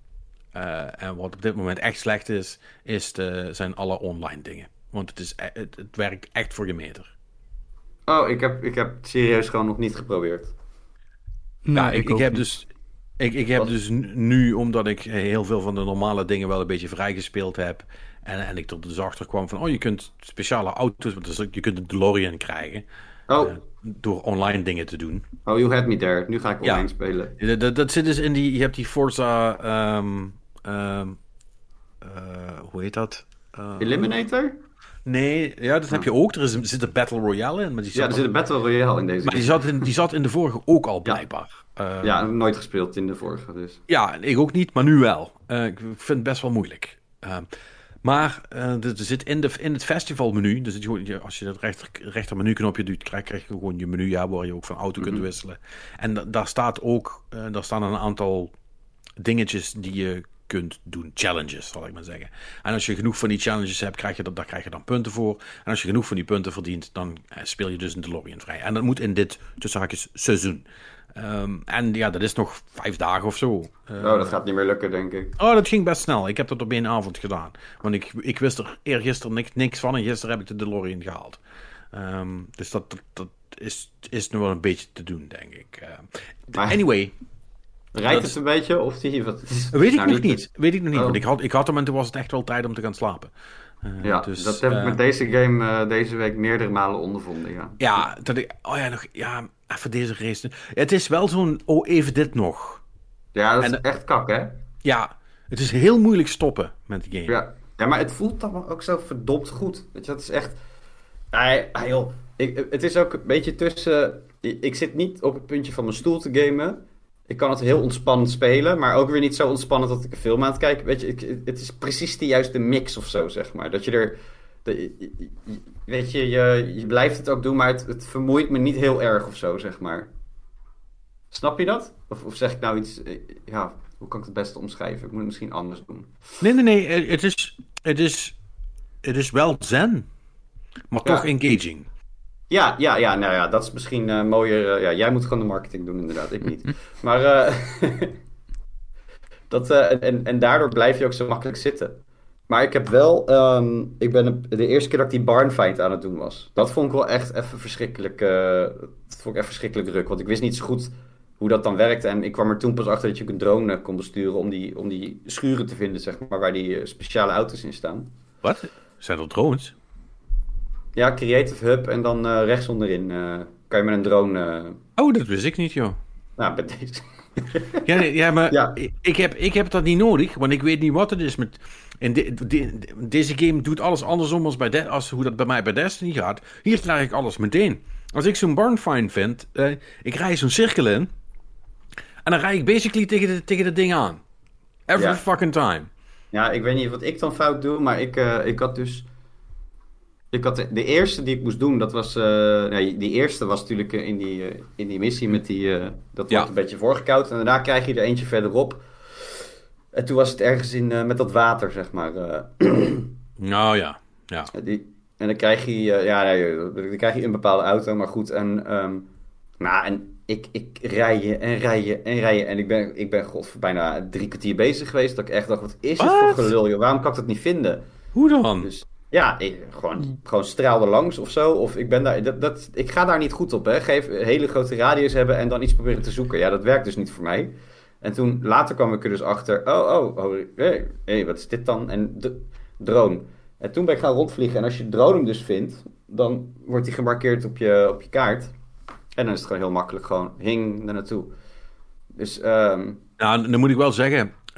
Uh, en wat op dit moment echt slecht is... is de, zijn alle online dingen. Want het, is, het, het werkt echt voor je meter. Oh, ik heb, ik heb het serieus gewoon nog niet geprobeerd. Nee, ja, ik, ik heb niet. dus... Ik, ik heb dus nu, omdat ik heel veel van de normale dingen wel een beetje vrijgespeeld heb. En, en ik er dus achter kwam van, oh, je kunt speciale auto's, dus je kunt een DeLorean krijgen. Oh. Uh, door online dingen te doen. Oh, you had me there. Nu ga ik online ja. spelen. Dat, dat, dat zit dus in die, je hebt die Forza, um, um, uh, hoe heet dat? Uh, Eliminator? Nee, ja, dat oh. heb je ook. Er, is, er zit een Battle Royale in. Maar die zat ja, er zit een Battle Royale in deze. Maar die zat in, die zat in de vorige ook al, blijkbaar. Ja, uh, ja nooit gespeeld in de vorige dus. Ja, ik ook niet, maar nu wel. Uh, ik vind het best wel moeilijk. Uh, maar uh, er zit in, de, in het festivalmenu, dus het, als je dat rechter, rechter menuknopje doet, krijg, krijg je gewoon je menu, ja, waar je ook van auto mm-hmm. kunt wisselen. En da, daar staat ook, uh, daar staan een aantal dingetjes die je kunt doen. Challenges, zal ik maar zeggen. En als je genoeg van die challenges hebt, krijg je dat, daar krijg je dan punten voor. En als je genoeg van die punten verdient, dan uh, speel je dus een DeLorean vrij. En dat moet in dit, tussen haakjes, seizoen. Um, en ja, dat is nog vijf dagen of zo. Uh, oh, dat gaat niet meer lukken, denk ik. Oh, dat ging best snel. Ik heb dat op één avond gedaan. Want ik, ik wist er eergisteren niks, niks van en gisteren heb ik de DeLorean gehaald. Um, dus dat, dat, dat is, is nu wel een beetje te doen, denk ik. Uh, anyway... Rijdt het een beetje? Of die, wat, weet ik nou nog niet. niet. Weet ik nog niet. Oh. Want ik had, ik had hem en toen was het echt wel tijd om te gaan slapen. Uh, ja, dus, dat heb uh, ik met deze game uh, deze week meerdere malen ondervonden. Ja, ja, dat ik, oh ja, nog, ja, even deze race. Het is wel zo'n, oh even dit nog. Ja, dat is en, echt kak, hè? Ja, het is heel moeilijk stoppen met de game. Ja, ja maar het voelt dan ook zo verdomd goed. Weet je, dat is echt... Ah, ah, joh. Ik, het is ook een beetje tussen... Ik zit niet op het puntje van mijn stoel te gamen... Ik kan het heel ontspannend spelen, maar ook weer niet zo ontspannend dat ik een film aan het kijken. Weet je, ik, het is precies de juiste mix of zo, zeg maar. Dat je er, de, weet je, je, je blijft het ook doen, maar het, het vermoeit me niet heel erg of zo, zeg maar. Snap je dat? Of, of zeg ik nou iets, ja, hoe kan ik het beste omschrijven? Ik moet het misschien anders doen. Nee, nee, nee, het is, het is, het is wel zen, maar ja. toch engaging. Ja, ja, ja, nou ja, dat is misschien uh, mooier. Uh, ja, jij moet gewoon de marketing doen, inderdaad. Ik niet. Maar uh, dat, uh, en, en daardoor blijf je ook zo makkelijk zitten. Maar ik heb wel, um, ik ben de eerste keer dat ik die barnfight aan het doen was. Dat vond ik wel echt even verschrikkelijk, uh, dat vond ik echt verschrikkelijk druk. Want ik wist niet zo goed hoe dat dan werkte. En ik kwam er toen pas achter dat je ook een drone kon besturen om die, om die schuren te vinden, zeg maar, waar die uh, speciale auto's in staan. Wat? Zijn er drones? Ja, Creative Hub en dan uh, rechts onderin uh, kan je met een drone... Uh... Oh, dat wist ik niet, joh. Nou, bij deze. ja, nee, ja, maar ja. Ik, heb, ik heb dat niet nodig, want ik weet niet wat het is met... En de, de, de, deze game doet alles andersom als, bij de, als hoe dat bij mij bij Destiny gaat. Hier krijg ik alles meteen. Als ik zo'n barnfind vind, uh, ik rij zo'n cirkel in... En dan rij ik basically tegen de, tegen de ding aan. Every ja. fucking time. Ja, ik weet niet wat ik dan fout doe, maar ik, uh, ik had dus... Ik had de, de eerste die ik moest doen, dat was... Uh, nee, die eerste was natuurlijk uh, in, die, uh, in die missie met die... Uh, dat ja. wordt een beetje voorgekoud. En daarna krijg je er eentje verderop. En toen was het ergens in, uh, met dat water, zeg maar. Uh. Nou ja, ja. Die, en dan krijg je... Uh, ja, nee, dan krijg je een bepaalde auto, maar goed. En, um, nou, en ik, ik rij je en rij je en rij je. En ik ben, ik ben god, voor bijna drie kwartier bezig geweest. Dat ik echt dacht, wat is het voor gelul, joh? Waarom kan ik dat niet vinden? Hoe dan? Dus... Ja, ik, gewoon, gewoon straal er langs of zo. Of ik ben daar, dat, dat, ik ga daar niet goed op, hè. Geef een hele grote radius hebben en dan iets proberen te zoeken. Ja, dat werkt dus niet voor mij. En toen, later kwam ik er dus achter. Oh, oh, oh, hey, hey, wat is dit dan? En de drone. En toen ben ik gaan rondvliegen. En als je de drone hem dus vindt, dan wordt die gemarkeerd op je, op je kaart. En dan is het gewoon heel makkelijk, gewoon hing er naartoe. Dus, um... Nou, dan moet ik wel zeggen...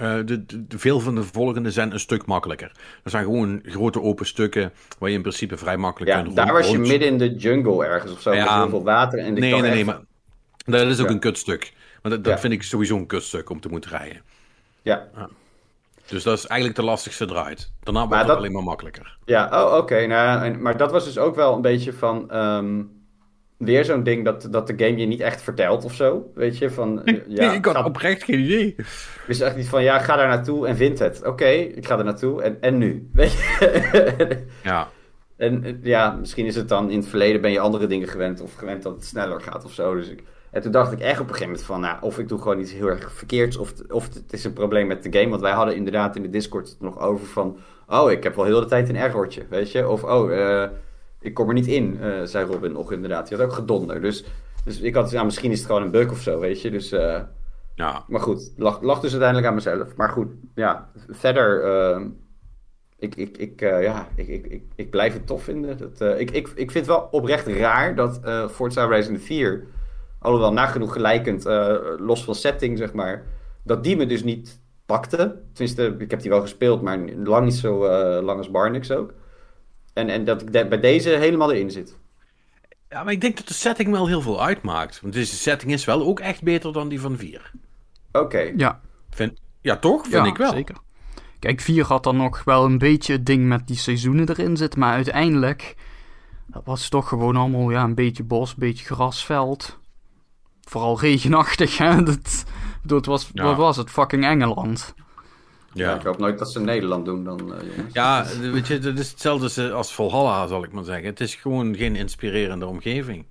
Uh, de, de, de veel van de volgende zijn een stuk makkelijker. Er zijn gewoon grote open stukken waar je in principe vrij makkelijk ja, kunt daar rond, was je rond... midden in de jungle ergens of zo, ja, met heel veel water. En nee, nee, nee, echt... maar dat is ook ja. een kutstuk. Maar dat, dat ja. vind ik sowieso een kutstuk om te moeten rijden. Ja. ja. Dus dat is eigenlijk de lastigste draait. Daarna wordt het dat... alleen maar makkelijker. Ja, oh, oké. Okay. Nou, maar dat was dus ook wel een beetje van... Um... Weer zo'n ding dat, dat de game je niet echt vertelt of zo. Weet je, van... Nee, ja, nee, ik had ga... oprecht geen idee. Ik wist echt niet van, ja, ga daar naartoe en vind het. Oké, okay, ik ga er naartoe en, en nu? Weet je? Ja. En ja, misschien is het dan... In het verleden ben je andere dingen gewend... Of gewend dat het sneller gaat of zo. Dus ik... En toen dacht ik echt op een gegeven moment van... Nou, of ik doe gewoon iets heel erg verkeerds... Of, of het is een probleem met de game. Want wij hadden inderdaad in de Discord het nog over van... Oh, ik heb wel heel de tijd een errortje, weet je? Of, oh... Uh, ik kom er niet in, uh, zei Robin nog inderdaad. Die had ook gedonder. Dus, dus ik had, ja, misschien is het gewoon een bug of zo, weet je. Dus, uh, ja. Maar goed, lag, lag dus uiteindelijk aan mezelf. Maar goed, ja, verder, uh, ik, ik, ik, uh, ja, ik, ik, ik, ik blijf het tof vinden. Dat, uh, ik, ik, ik vind het wel oprecht raar dat uh, Forza Horizon vier, alhoewel nagenoeg gelijkend, uh, los van setting, zeg maar, dat die me dus niet pakte. Tenminste, ik heb die wel gespeeld, maar lang niet zo uh, lang als Barnix ook. En, en dat ik de, bij deze helemaal erin zit. Ja, maar ik denk dat de setting wel heel veel uitmaakt. Want deze setting is wel ook echt beter dan die van vier. Oké. Okay. Ja. Vind, ja, toch? Vind ja, ik wel. Zeker. Kijk, vier had dan nog wel een beetje het ding met die seizoenen erin zitten. Maar uiteindelijk... Dat was toch gewoon allemaal ja, een beetje bos, een beetje grasveld. Vooral regenachtig, hè. Dat, dat was, ja. Wat was het? Fucking Engeland. Ja. Ja, ik hoop nooit dat ze Nederland doen dan, uh, jongens. Ja, weet je, dat is hetzelfde als Valhalla, zal ik maar zeggen. Het is gewoon geen inspirerende omgeving.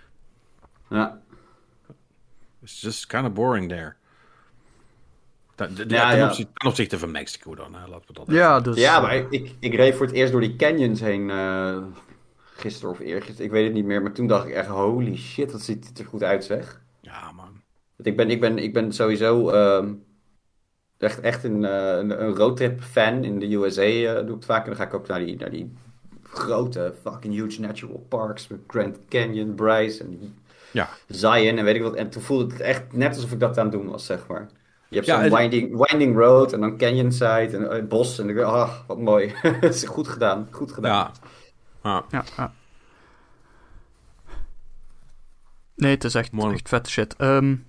Ja. It's just kind of boring there. Dat, dat, ja, ten, ja. Opzichte, ten opzichte van Mexico dan, hè. Laten we dat ja, dus, ja, maar ik, ik reed voor het eerst door die canyons heen uh, gisteren of eergisteren. Ik weet het niet meer, maar toen dacht ik echt, holy shit, wat ziet het er goed uit, zeg. Ja, man. Ik ben, ik ben, ik ben sowieso... Uh, Echt, echt een, een, een roadtrip fan in de U S A uh, doe ik het vaak. En dan ga ik ook naar die, naar die grote fucking huge natural parks. Met Grand Canyon, Bryce en ja. Zion en weet ik wat. En toen voelde het echt net alsof ik dat aan het doen was, zeg maar. Je hebt ja, zo'n het... winding, winding road en dan canyon side en het bos. En ik ah, wat mooi. Het is goed gedaan, goed gedaan. Ja. Ah. Ja, ja. Nee, het is echt, echt vette shit. Um,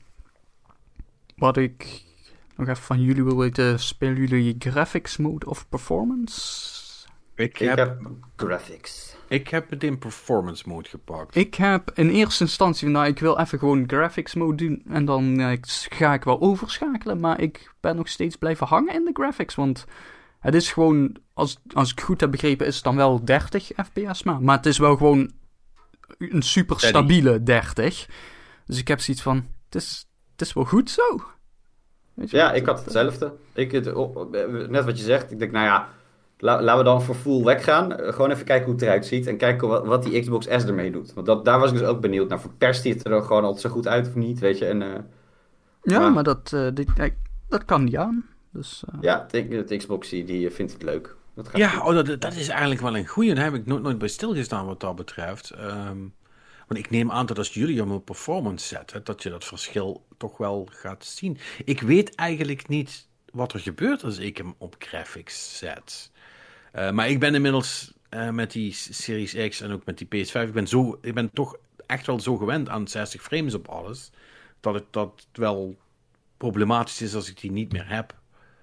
wat ik... nog even van jullie wil weten, spelen jullie graphics mode of performance? Ik heb, ik heb graphics. Ik heb het in performance mode gepakt. Ik heb in eerste instantie, nou ik wil even gewoon graphics mode doen en dan ja, ga ik wel overschakelen, maar ik ben nog steeds blijven hangen in de graphics, want het is gewoon, als, als ik goed heb begrepen, is het dan wel dertig F P S maar, maar het is wel gewoon een super stabiele dertig. Dus ik heb zoiets van, het is, het is wel goed zo. Ja, ik had hetzelfde. Ik, het, net wat je zegt, ik denk, nou ja, la, laten we dan voor full weggaan. Gewoon even kijken hoe het eruit ziet en kijken wat, wat die Xbox S ermee doet. Want dat, daar was ik dus ook benieuwd naar. Verperst hij het er gewoon altijd zo goed uit of niet, weet je? En, uh, ja, maar, maar dat, uh, dit, dat kan niet aan. Dus, uh... Ja, de, de Xbox die, die vindt het leuk. Dat gaat ja, oh, dat, dat is eigenlijk wel een goeie. Daar heb ik nooit, nooit bij stilgestaan wat dat betreft. Um... Want ik neem aan dat als jullie hem op performance zetten, dat je dat verschil toch wel gaat zien. Ik weet eigenlijk niet wat er gebeurt als ik hem op graphics zet. Uh, maar ik ben inmiddels uh, met die Series X en ook met die P S vijf, ik ben, zo, ik ben toch echt wel zo gewend aan zestig frames op alles, dat het dat wel problematisch is als ik die niet meer heb.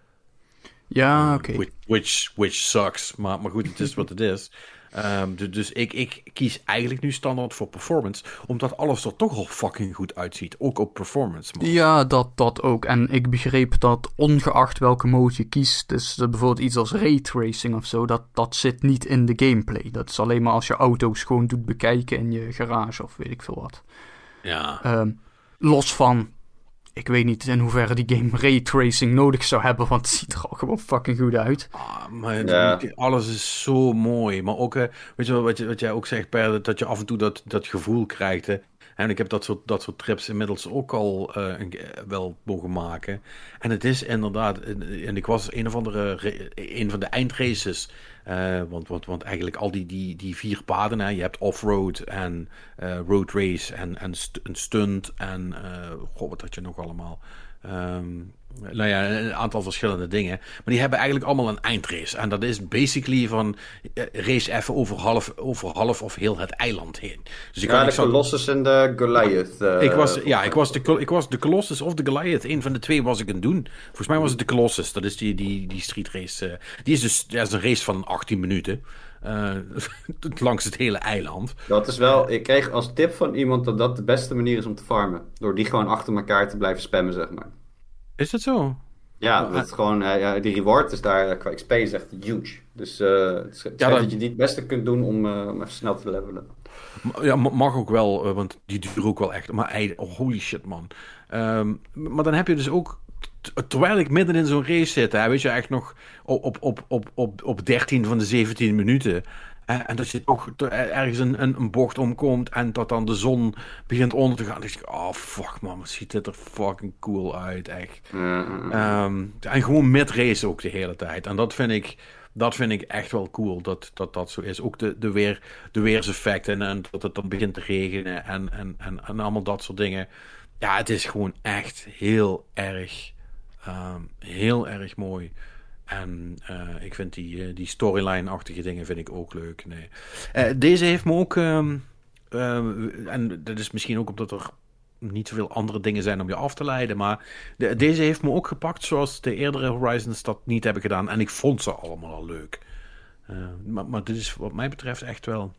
Ja, oké. Okay. Which, which sucks, maar, maar goed, het is wat het is. Um, dus dus ik, ik kies eigenlijk nu standaard voor performance, omdat alles er toch al fucking goed uitziet, ook op performance mode. Ja, dat, dat ook. En ik begreep dat ongeacht welke mode je kiest, dus bijvoorbeeld iets als raytracing of zo, dat, dat zit niet in de gameplay. Dat is alleen maar als je auto's gewoon doet bekijken in je garage of weet ik veel wat. Ja. Um, los van, ik weet niet in hoeverre die game raytracing nodig zou hebben, want het ziet er al gewoon fucking goed uit. Ah, maar ja. Alles is zo mooi. Maar ook, uh, weet je wel, wat, je, wat jij ook zegt, Per, dat je af en toe dat, dat gevoel krijgt. Hè? En ik heb dat soort, dat soort trips inmiddels ook al uh, wel mogen maken. En het is inderdaad, en ik was een of andere, een van de eindraces. Uh, want, want, want eigenlijk al die, die, die vier paden, hè, je hebt off-road en uh, road race en, en st- een stunt en uh, goh, wat had je nog allemaal? Um, nou ja, een aantal verschillende dingen. Maar die hebben eigenlijk allemaal een eindrace. En dat is basically van uh, race even over half, over half of heel het eiland heen. Dus ik ja, kan, de ik zat, Colossus en de Goliath. Uh, ik was, ja, ik was, de, ik was de Colossus of de Goliath. Een van de twee was ik aan het doen. Volgens mij was het de Colossus. Dat is die, die, die street race. Uh, die is dus ja, is een race van achttien minuten. Uh, langs het hele eiland. Dat is wel... Ik kreeg als tip van iemand dat dat de beste manier is om te farmen. Door die gewoon achter elkaar te blijven spammen, zeg maar. Is dat zo? Ja, oh, dat is gewoon, uh, die reward is daar qua X P is echt huge. Dus uh, het is ja, dat... dat je die het beste kunt doen om, uh, om even snel te levelen. Ja, mag ook wel, uh, want die duurt ook wel echt. Maar oh, holy shit, man. Um, maar dan heb je dus ook... Terwijl ik midden in zo'n race zit, hè, weet je, echt nog op, op, op, op, op dertien van de zeventien minuten. Hè, en dat je toch ergens een, een, een bocht omkomt en dat dan de zon begint onder te gaan. Dan denk ik, oh fuck man, wat ziet dit er fucking cool uit, echt. Mm-hmm. Um, en gewoon mid-race ook de hele tijd. En dat vind ik, dat vind ik echt wel cool, dat dat, dat zo is. Ook de, de, weer, de weerseffecten en dat het dan begint te regenen en, en, en, en allemaal dat soort dingen. Ja, het is gewoon echt heel erg... Um, heel erg mooi. En uh, ik vind die, uh, die storyline-achtige dingen vind ik ook leuk. Nee. Uh, deze heeft me ook... Um, uh, en dat is misschien ook omdat er niet zoveel andere dingen zijn om je af te leiden. Maar de, deze heeft me ook gepakt zoals de eerdere Horizons dat niet hebben gedaan. En ik vond ze allemaal al leuk. Uh, maar, maar dit is wat mij betreft echt wel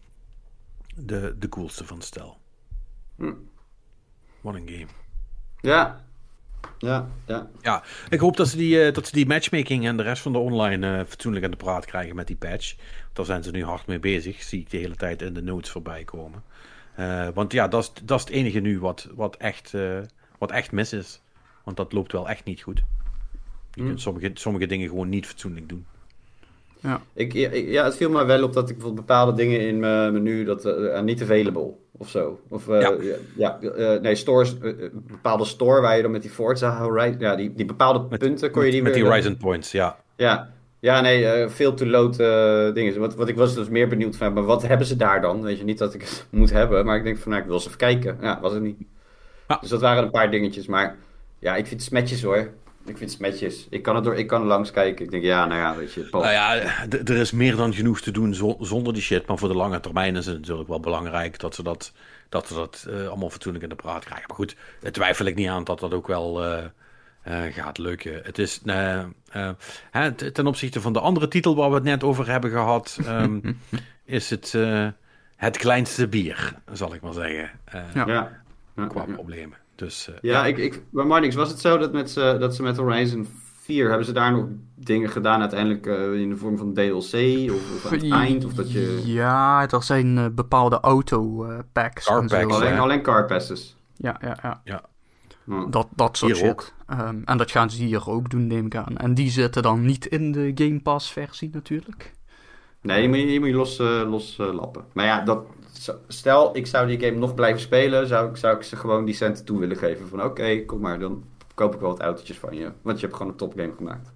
de, de coolste van het stel. Hm. What a game. Ja. Ja, ja. Ja, ik hoop dat ze, die, uh, dat ze die matchmaking en de rest van de online uh, fatsoenlijk aan de praat krijgen met die patch. Daar zijn ze nu hard mee bezig. Zie ik de hele tijd in de notes voorbij komen. Uh, want ja, dat is, dat is het enige nu wat, wat, echt, uh, wat echt mis is. Want dat loopt wel echt niet goed. Je mm. kunt sommige, sommige dingen gewoon niet fatsoenlijk doen. Ja. Ik, ja, het viel me wel op dat ik bijvoorbeeld bepaalde dingen in mijn menu dat uh, niet available of zo. Of uh, ja, ja uh, nee, stores, uh, een bepaalde store waar je dan met die Forza Horizon, ja, die, die bepaalde met, punten kon je die met weer... Met die Horizon Points, ja. Ja, ja nee, uh, veel to load uh, dingen. Wat, wat ik was dus meer benieuwd van, maar wat hebben ze daar dan? Weet je, niet dat ik het moet hebben, maar ik denk van, nou, ik wil eens even kijken. Ja, was het niet. Ja. Dus dat waren een paar dingetjes, maar ja, ik vind het smetjes hoor. Ik vind het smetjes. Ik kan, het door, ik kan er langs kijken. Ik denk, ja, nou ja, weet je. Nou ja, d- er is meer dan genoeg te doen zo- zonder die shit. Maar voor de lange termijn is het natuurlijk wel belangrijk dat ze dat, dat, ze dat uh, allemaal fatsoenlijk in de praat krijgen. Maar goed, daar twijfel ik niet aan dat dat ook wel uh, uh, gaat lukken. Het is, uh, uh, hè, t- ten opzichte van de andere titel waar we het net over hebben gehad, um, is het uh, het kleinste bier, zal ik maar zeggen. Uh, ja. Ja. Qua problemen. Dus, uh, ja, ja, ik, ik, bij Marnix was het zo dat, met, uh, dat ze met Horizon vier... hebben ze daar nog dingen gedaan uiteindelijk uh, in de vorm van D L C of, of aan het eind? Of dat je... Ja, er zijn uh, bepaalde auto-packs. Uh, alleen, alleen car passes. Ja, ja, ja. ja. Oh. Dat, dat soort hier shit. Ook. Um, en dat gaan ze hier ook doen, neem ik aan. En die zitten dan niet in de Game Pass versie natuurlijk. Nee, die moet je, die moet je los, uh, los uh, lappen. Maar ja, dat... Stel, ik zou die game nog blijven spelen, zou ik, zou ik ze gewoon die centen toe willen geven. Van oké, okay, kom maar, dan koop ik wel wat autootjes van je. Want je hebt gewoon een topgame gemaakt.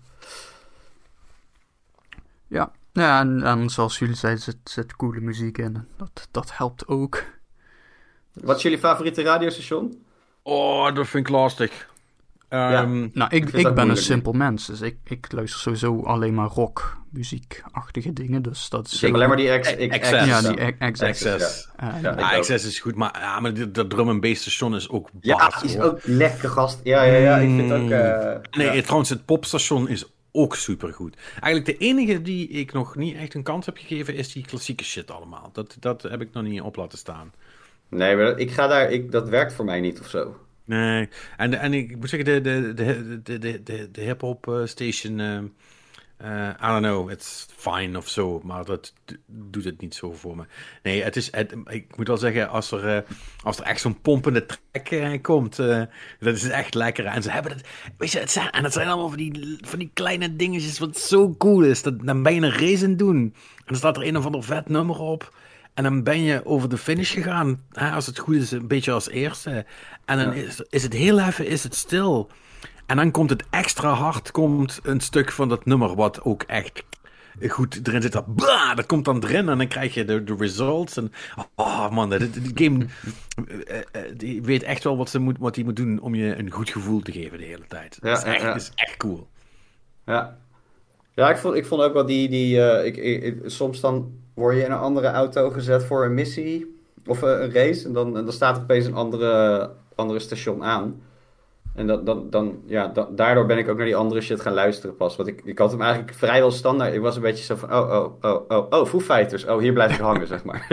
Ja, ja en, en zoals jullie zeiden, zit, zit coole muziek in. Dat, dat helpt ook. Wat is jullie favoriete radiostation? Oh, dat vind ik lastig. Um, ja, nou, ik, ik, ik ben een simpel mens, dus ik, ik luister sowieso alleen maar rock, muziekachtige dingen, dus dat is... Ik heb alleen maar die X, X, X S. Ja, die X S. X S. Ja, ja, ja, X S is goed, maar, ja, maar dat drum and bass station is ook ja, baas, is hoor. ook lekker, gast. Ja, ja, ja, ik vind het ook... Uh, nee, ja. trouwens, het popstation is ook supergoed. Eigenlijk de enige die ik nog niet echt een kans heb gegeven, is die klassieke shit allemaal. Dat, dat heb ik nog niet op laten staan. Nee, maar ik ga daar... Ik, dat werkt voor mij niet of zo. Nee, en, en ik moet zeggen, de, de, de, de, de, de, de hip-hop uh, station, uh, uh, I don't know, it's fine of zo, maar dat d- doet het niet zo voor me. Nee, het is, het, ik moet wel zeggen, als er, uh, als er echt zo'n pompende track uh, komt, uh, dat is echt lekker. En ze hebben het, weet je, het zijn, en het zijn allemaal van die, van die kleine dingetjes wat zo cool is. Dat, dan ben je een race aan het doen en dan staat er een of ander vet nummer op. En dan ben je over de finish gegaan, hè, als het goed is, een beetje als eerste. En dan ja. is, is het heel even is het stil. En dan komt het extra hard, komt een stuk van dat nummer wat ook echt goed erin zit. Dat, blah, dat komt dan erin en dan krijg je de, de results. En, oh man, die, die game uh, uh, die weet echt wel wat hij moet, wat moet doen om je een goed gevoel te geven de hele tijd. Ja, dat is echt, ja, ja. is echt cool. Ja, ja ik, vond, ik vond ook wel die... die uh, ik, ik, ik, soms dan word je in een andere auto gezet voor een missie of uh, een race. En dan, en dan staat er opeens een andere, andere station aan. En dat, dan, dan, ja, da, daardoor ben ik ook naar die andere shit gaan luisteren pas. Want ik, ik had hem eigenlijk vrijwel standaard. Ik was een beetje zo van, oh, oh, oh, oh, oh, Foo Fighters. Oh, hier blijf ik hangen, zeg maar.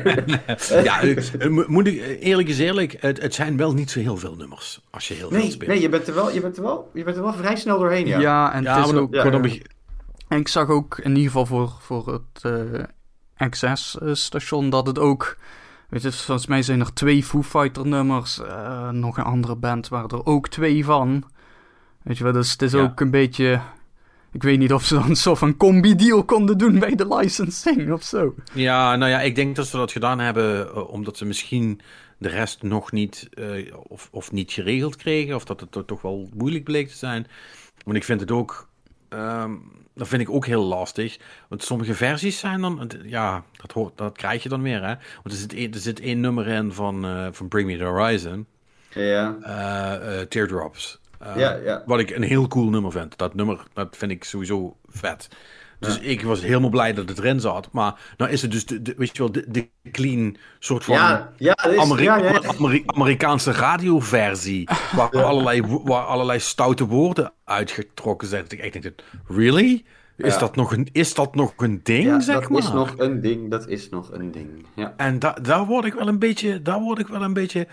Ja, uh, moet ik, eerlijk is eerlijk, het, het zijn wel niet zo heel veel nummers. Als je heel nee, veel speelt. Nee, je bent, er wel, je, bent er wel, je bent er wel vrij snel doorheen, ja. Ja, en ja, het is maar ook... dan, Ja, dan ja. begin... En ik zag ook in ieder geval voor, voor het uh, Access-station dat het ook... Weet je, volgens mij zijn er twee Foo Fighter nummers. Uh, nog een andere band waren er ook twee van. Weet je wel, dus het is ja. ook een beetje... Ik weet niet of ze dan een soort van combi-deal konden doen bij de licensing of zo. Ja, nou ja, ik denk dat ze dat gedaan hebben uh, omdat ze misschien de rest nog niet uh, of, of niet geregeld kregen. Of dat het toch wel moeilijk bleek te zijn. Want ik vind het ook... Um, dat vind ik ook heel lastig. Want sommige versies zijn dan... Ja, dat, hoort, dat krijg je dan weer, hè. Want er zit, een, er zit één nummer in van, uh, van Bring Me The Horizon. Ja. Uh, uh, Teardrops. Uh, ja, ja. Wat ik een heel cool nummer vind. Dat nummer, dat vind ik sowieso vet. Dus ja. ik was helemaal blij dat het erin zat. Maar nou is het dus, de, de, weet je wel, de, de clean soort van ja, ja, is, Ameri- ja, ja. Ameri- Amerikaanse radioversie. Waar, ja. allerlei, waar allerlei stoute woorden uitgetrokken zijn. Dat ik echt denk, really? Is, ja. dat nog een, is dat nog een ding, ja, zeg dat maar? Dat is nog een ding, dat is nog een ding. Ja. En da- daar word ik wel een beetje... Daar word ik wel een beetje...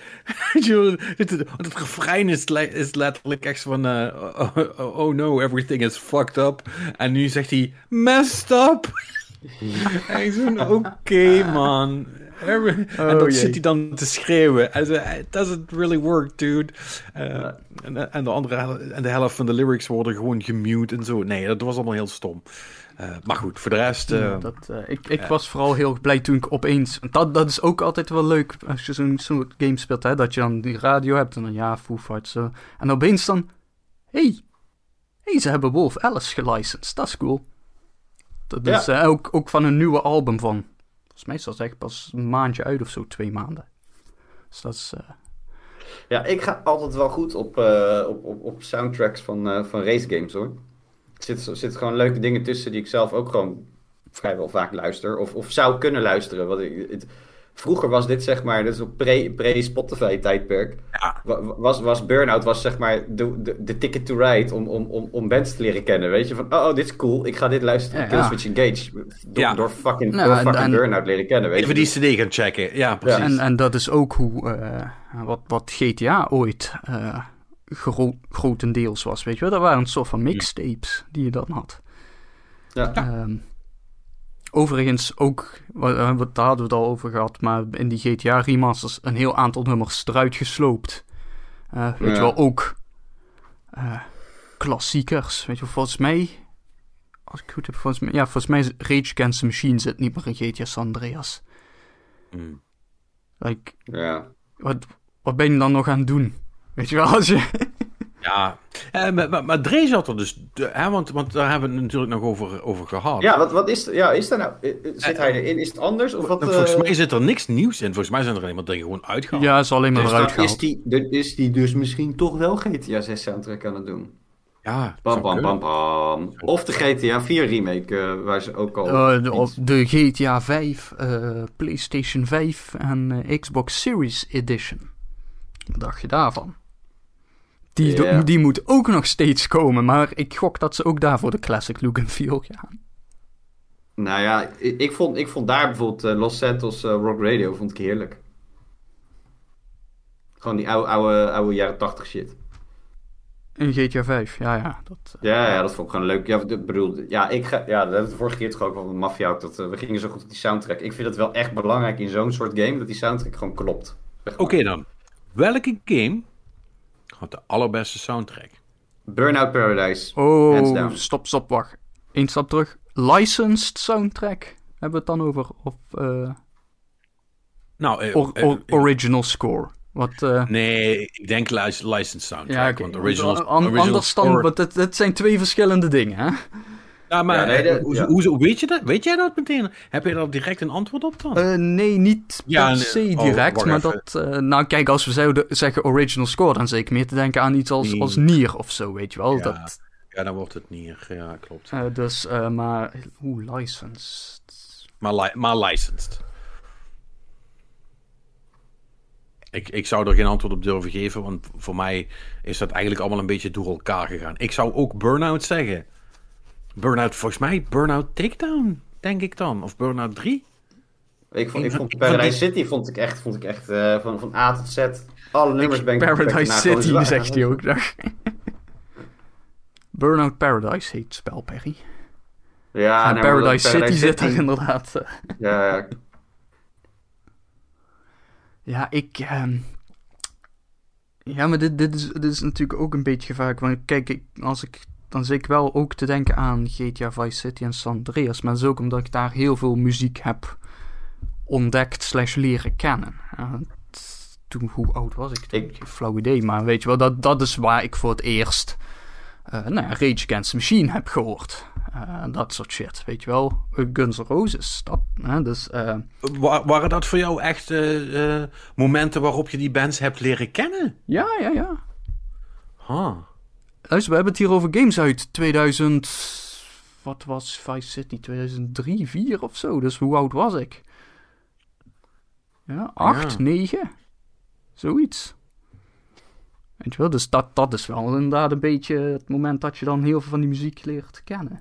het, het refrein is, is letterlijk echt van... Uh, oh, oh, oh no, everything is fucked up. En nu zegt hij... Messed up! En ik zo, oké okay, man... Every... Oh, en dan jee. zit hij dan te schreeuwen. En zo, it doesn't really work, dude. Uh, en, en, de andere, en de helft van de lyrics worden gewoon gemute en zo. Nee, dat was allemaal heel stom. Uh, maar goed, voor de rest... Uh, ja, dat, uh, ik ik uh, was vooral heel blij toen ik opeens... Dat, dat is ook altijd wel leuk als je zo'n soort game speelt, hè. Dat je dan die radio hebt en dan ja, Foo Fighters. Uh, en opeens dan... Hey, hey, ze hebben Wolf Alice gelicensed. Dat is cool. Dat is ja. uh, ook, ook van een nieuwe album van... Volgens mij is dat echt pas een maandje uit of zo, twee maanden. Dus dat is... Uh... Ja, ik ga altijd wel goed op, uh, op, op, op soundtracks van, uh, van racegames, hoor. Er zitten zit gewoon leuke dingen tussen die ik zelf ook gewoon vrijwel vaak luister. Of, of zou kunnen luisteren. Want ik, het, vroeger was dit, zeg maar, dit is op pre, pre-Spotify-tijdperk. Ja. Was, was Burnout was, zeg maar, de, de, de ticket to ride om, om, om, om bands te leren kennen. Weet je, van, oh, oh dit is cool. Ik ga dit luisteren. Ja, Killswitch ja. Engage. Door, ja. door fucking, nou, door fucking en, Burnout leren kennen. Weet even je. die cd gaan checken. Ja, precies. Ja. En, en dat is ook hoe, uh, wat, wat G T A ooit uh, gro- grotendeels was, weet je wel. Dat waren een soort van mixtapes die je dan had. Ja. Um, Overigens ook, daar hadden we het al over gehad, maar in die G T A remasters een heel aantal nummers eruit gesloopt. Uh, weet ja. je wel, ook uh, klassiekers. Weet je wel, volgens mij, als ik goed heb, volgens mij, ja, volgens mij is Rage Against the Machine zit niet meer in G T A San Andreas. Mm. Like, ja. wat, wat ben je dan nog aan het doen? Weet je wel, als je... Ja, eh, maar, maar, maar Dre zat er dus, hè, want, want daar hebben we het natuurlijk nog over, over gehad. Ja, wat, wat is, ja, is daar nou, zit hij erin? Is het anders? Of wat, volgens uh... mij zit er niks nieuws in. Volgens mij zijn er alleen maar dingen gewoon uitgehaald. Ja, is alleen maar dus eruit gehaald. Is die, is die dus misschien toch wel G T A zes soundtrack aan het doen? Ja, bam, bam, bam, bam. Of de G T A vier remake, uh, waar ze ook al... Uh, de, of de G T A vijf, uh, PlayStation vijf en uh, Xbox Series Edition. Wat dacht je daarvan? Die, yeah. die moet ook nog steeds komen, maar ik gok dat ze ook daar voor de classic look en feel gaan. Nou ja, ik, ik, vond, ik vond daar bijvoorbeeld uh, Los Santos uh, Rock Radio vond ik heerlijk. Gewoon die oude, oude, oude jaren tachtig shit. In G T A vijf, ja, ja. Dat, uh... ja, ja, dat vond ik gewoon leuk. Ja, ik bedoel, ja, ik ga, ja, dat hebben we de vorige keer toch ook wel met Mafia ook, dat uh, we gingen zo goed op die soundtrack. Ik vind het wel echt belangrijk in zo'n soort game, dat die soundtrack gewoon klopt. Oké okay, dan. Welke game had de allerbeste soundtrack? Burnout Paradise. Oh, stop, stop, wacht. Eén stap terug. Licensed soundtrack. Hebben we het dan over? Of, uh... nou, uh, or, or, original score. Wat, uh... Nee, ik denk licensed soundtrack. Ja, okay. Want original, An- original anders score... dan, want het, het zijn twee verschillende dingen, hè? Ja, maar Ja, nee, de- hoe, ja. hoe, hoe weet je dat? Weet jij dat meteen? Heb je daar direct een antwoord op dan? Uh, nee, niet Ja, per nee. se Oh, direct, wacht maar even. dat... Uh, nou, kijk, als we zouden zeggen original score, dan zeker meer te denken aan iets als, Nee. als Nier of zo, weet je wel. Ja. Dat, Ja, dan wordt het Nier. Ja, klopt. uh, dus, uh, maar... Oeh, licensed... Maar, li- maar licensed. Ik, ik zou er geen antwoord op durven geven, want voor mij is dat eigenlijk allemaal een beetje door elkaar gegaan. Ik zou ook Burnout zeggen. Burnout, volgens mij Burnout Takedown, denk ik dan. Of Burnout drie. Ik vond, ik Een vond van- Paradise van die- City vond ik echt, vond ik echt uh, van, van A tot Z. Alle nummers ben ik... ben ik Paradise daarna gewoon City, zwaar- zegt hij ook nog. Burnout Paradise heet het spel, Perry. Ja, en nee, maar dat Paradise City zit er inderdaad. uh, Ja, ja. Ja, ik... ehm, Ja, maar dit, dit, is, dit is natuurlijk ook een beetje gevaarlijk. Want kijk, ik, als ik, dan zit ik wel ook te denken aan G T A Vice City en San Andreas. Maar dat is ook omdat ik daar heel veel muziek heb ontdekt slash leren kennen. Uh, t- toen, hoe oud was ik toen? Ik- Geen flauw idee, maar weet je wel, dat, dat is waar ik voor het eerst uh, nou ja, Rage Against the Machine heb gehoord. Uh, dat soort shit, weet je wel. Uh, Guns N' Roses, dat, hè, dus... Uh, Wa- waren dat voor jou echt eh, eh, momenten waarop je die bands hebt leren kennen? ja, ja, ja. Huh. Luister, we hebben het hier over games uit tweeduizend... Wat was Vice City? tweeduizend drie, vier of zo. Dus hoe oud was ik? Ja, acht, Ja. negen. Zoiets. Weet je wel, dus dat, dat is wel inderdaad een beetje het moment dat je dan heel veel van die muziek leert kennen.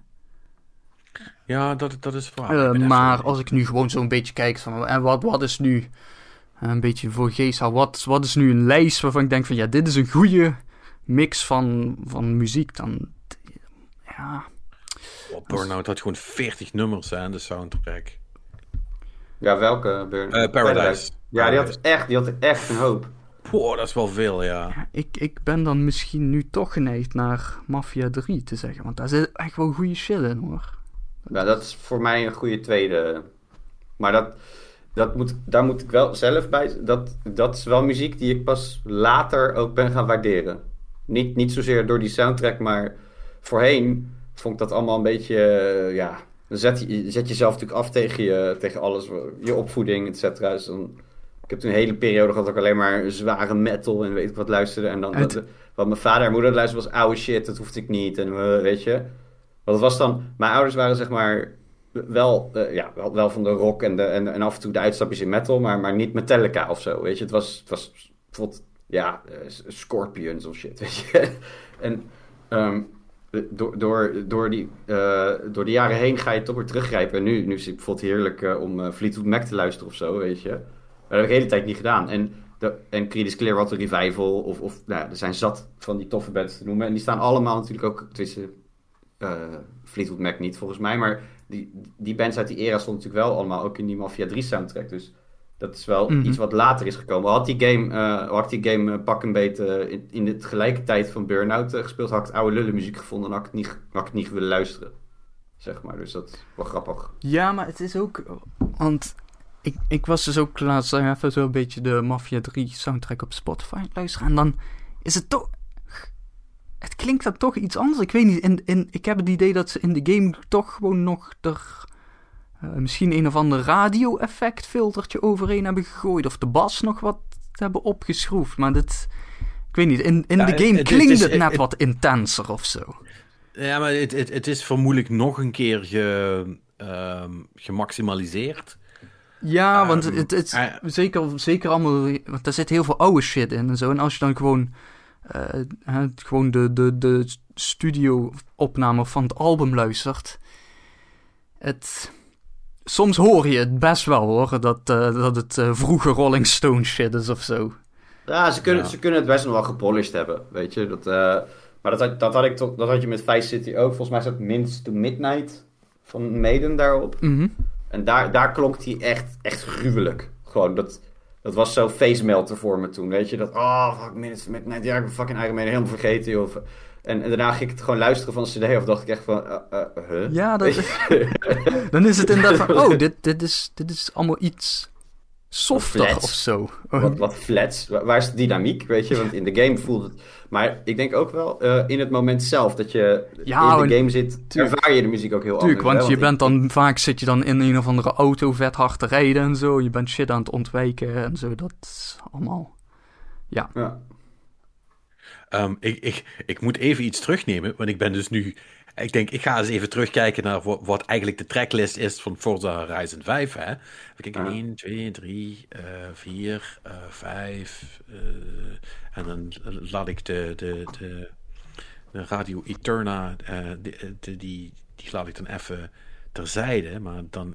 Ja, dat, dat is waar. Uh, Ik ben even- maar als ik nu gewoon zo'n beetje kijk van... En wat, wat is nu... Een beetje voor geest hou. Wat, wat is nu een lijst waarvan ik denk van... Ja, dit is een goede mix van, van muziek. Dan... Ja... Oh, Burnout had gewoon veertig nummers hè, in de soundtrack. Ja, welke? Burn? Eh, Paradise. Ja, die had, echt, die had echt een hoop. Poh, dat is wel veel, ja. Ja, ik, ik ben dan misschien nu toch geneigd naar Mafia drie te zeggen. Want daar zit echt wel goede shit in, hoor. Ja, dat is voor mij een goede tweede. Maar dat, dat moet, daar moet ik wel zelf bij... Dat, dat is wel muziek die ik pas later ook ben gaan waarderen. Niet, niet zozeer door die soundtrack, maar voorheen vond ik dat allemaal een beetje... uh, ja, dan zet je, je zet jezelf natuurlijk af tegen, je, tegen alles. Je opvoeding, et cetera. Dus dan, ik heb toen een hele periode gehad dat ik alleen maar zware metal en weet ik wat luisterde. En dan... Het- Dat, wat mijn vader en moeder luisterden was oude shit, dat hoefde ik niet. En uh, weet je... Want het was dan... Mijn ouders waren zeg maar wel, uh, ja, wel, wel van de rock en, de, en, en af en toe de uitstapjes in metal, maar, maar niet Metallica of zo, weet je. Het was, het was bijvoorbeeld, ja, uh, Scorpions of shit, weet je. En um, door, door, door, die, uh, door de jaren heen ga je toch weer teruggrijpen. En nu, nu is het bijvoorbeeld heerlijk uh, om uh, Fleetwood Mac te luisteren of zo, weet je. Maar dat heb ik de hele tijd niet gedaan. En, de, en Creedence Clearwater Revival of, of nou ja, er zijn zat van die toffe bands te noemen. En die staan allemaal natuurlijk ook tussen... Uh, Fleetwood Mac niet volgens mij, maar die, die bands uit die era stonden natuurlijk wel allemaal ook in die Mafia drie soundtrack, dus dat is wel Mhm. iets wat later is gekomen. Had die game, uh, had die game uh, pak een beet uh, in, in de tegelijkertijd van Burnout uh, gespeeld, had ik het oude lullenmuziek gevonden en had ik het niet, had ik het niet willen luisteren, zeg maar, dus dat is wel grappig. Ja, maar het is ook... Want ik, ik was dus ook laatst uh, even zo een beetje de Mafia drie soundtrack op Spotify aan het luisteren. En dan is het toch... Het klinkt dan toch iets anders. Ik weet niet. In, in, ik heb het idee dat ze in de game toch gewoon nog er... Uh, misschien een of ander radio-effect filtertje overheen hebben gegooid. Of de bas nog wat hebben opgeschroefd. Maar dit... Ik weet niet. In, in Ja, de het- game het- klinkt het het, is- net het- wat intenser of zo. Ja, maar het, het, het is vermoedelijk nog een keer ge, uh, gemaximaliseerd. Ja, Um, want het, het uh, zeker, zeker allemaal... Want daar zit heel veel oude shit in en zo. En als je dan gewoon... Uh, uh, gewoon de, de, de studio-opname van het album luistert... Het... Soms hoor je het best wel, hoor. Dat, uh, dat het uh, vroege Rolling Stone shit is of zo. Ja, ze kunnen, Ja. ze kunnen het best nog wel gepolished hebben, weet je. Dat, uh, maar dat, had- dat, had ik toch, dat had je met Vice City ook. Volgens mij staat Mints to Midnight van Maiden daarop. Mhm. En daar, daar klonk hij echt, echt gruwelijk. Gewoon, dat, dat was zo face melter voor me toen, weet je. Dat, oh, fuck, Minutes to Midnight. Ja, ik ben fucking Iron Maiden helemaal vergeten, joh. En, en daarna ging ik het gewoon luisteren van de cd of dacht ik echt van, uh, uh, huh? Ja, dat, dan is het inderdaad van... Oh, dit, dit, is, dit is allemaal iets softer flats. of zo. Wat, wat flats. Waar, waar is de dynamiek, weet je? Want in de game voelt het... Maar ik denk ook wel uh, in het moment zelf dat je ja, in de game zit, tuurlijk, ervaar je de muziek ook heel tuurlijk, anders. Want hè? je Want bent ik, dan, vaak zit je dan in een of andere auto vet hard te rijden en zo. Je bent shit aan het ontwijken en zo. Dat is allemaal... Ja. ja. Um, ik, ik, ik moet even iets terugnemen, want ik ben dus nu... Ik denk, ik ga eens even terugkijken naar wat, wat eigenlijk de tracklist is van Forza Horizon vijf. Hè. Even kijken, Ja. één, twee, drie, vier, vijf. Uh, en dan laat ik de, de, de, de Radio Eterna, uh, de, de, die, die laat ik dan even terzijde. Maar dan...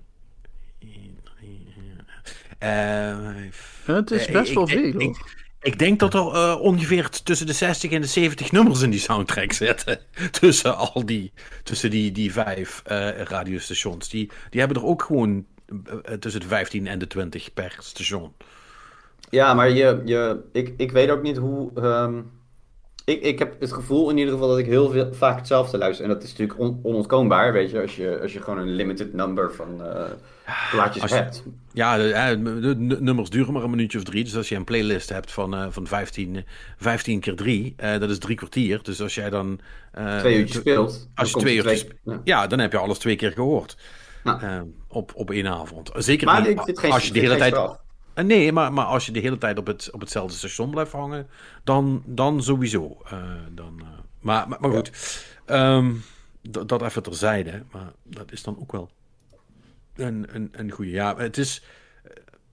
Uh, Het is best uh, wel ik, veel, ik, hoor. Ik, Ik denk dat er uh, ongeveer tussen de zestig en de zeventig nummers in die soundtrack zitten. Tussen al die, tussen die, die vijf uh, radiostations. Die, die hebben er ook gewoon uh, tussen de vijftien en de twintig per station. Ja, maar je, je, ik, ik weet ook niet hoe... Um, ik, ik heb het gevoel in ieder geval dat ik heel veel, vaak hetzelfde luister. En dat is natuurlijk on, onontkoombaar, weet je. Als je, als je gewoon een limited number van uh, plaatjes je, hebt. Ja, de, de, de nummers duren maar een minuutje of drie. Dus als je een playlist hebt van, uh, van vijftien, vijftien keer drie, uh, dat is drie kwartier. Dus als jij dan... Uh, twee uurtjes speelt. Als je twee uurtjes... Twee, ja. ja, dan heb je alles twee keer gehoord. Nou. Uh, op, op één avond. Zeker maar niet, ik vind geen, als je de hele tijd... Straf. Nee, maar, maar als je de hele tijd op, het, op hetzelfde station blijft hangen, dan, dan sowieso. Uh, dan, uh, maar, maar, maar goed, ja. um, d- dat even terzijde. Maar dat is dan ook wel een, een, een goede. Ja, het is uh,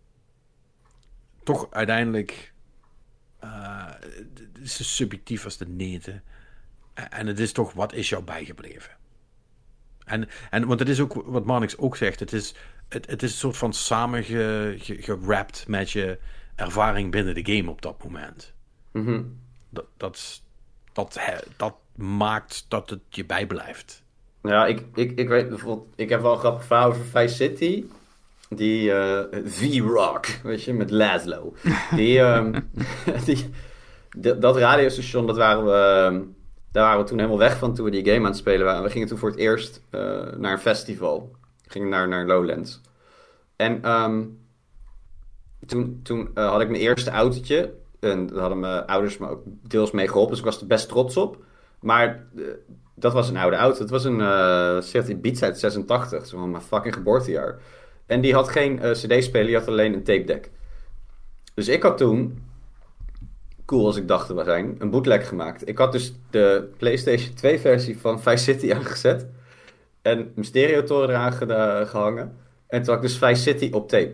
toch uiteindelijk uh, het is zo subjectief als de neten. En het is toch, wat is jou bijgebleven? En, en want het is ook wat Marnix ook zegt, het is... Het, het is een soort van samengerapt ge, met je ervaring binnen de game op dat moment. Mm-hmm. Dat, dat, dat, dat maakt dat het je bijblijft. Ja, ik, ik, ik weet bijvoorbeeld... Ik heb wel een grappig verhaal over Vice City. Die uh, V-Rock, weet je, met Laszlo. Die, um, die, d- dat radiostation, dat waren we... Um, daar waren we toen helemaal weg van toen we die game aan het spelen waren. We gingen toen voor het eerst uh, naar een festival. Ging naar, naar Lowlands. En um, toen, toen uh, had ik mijn eerste autootje. En daar hadden mijn ouders me ook deels mee geholpen. Dus ik was er best trots op. Maar uh, dat was een oude auto. Het was een uh, Seat Ibiza uit zesentachtig. Zo van mijn fucking geboortejaar. En die had geen uh, cd-speler. Die had alleen een tape deck. Dus ik had toen... Cool als ik dacht te zijn. Een bootleg gemaakt. Ik had dus de PlayStation twee versie van Vice City aangezet. En mijn stereotoren eraan ge- gehangen. En toen had ik dus Vice City op tape.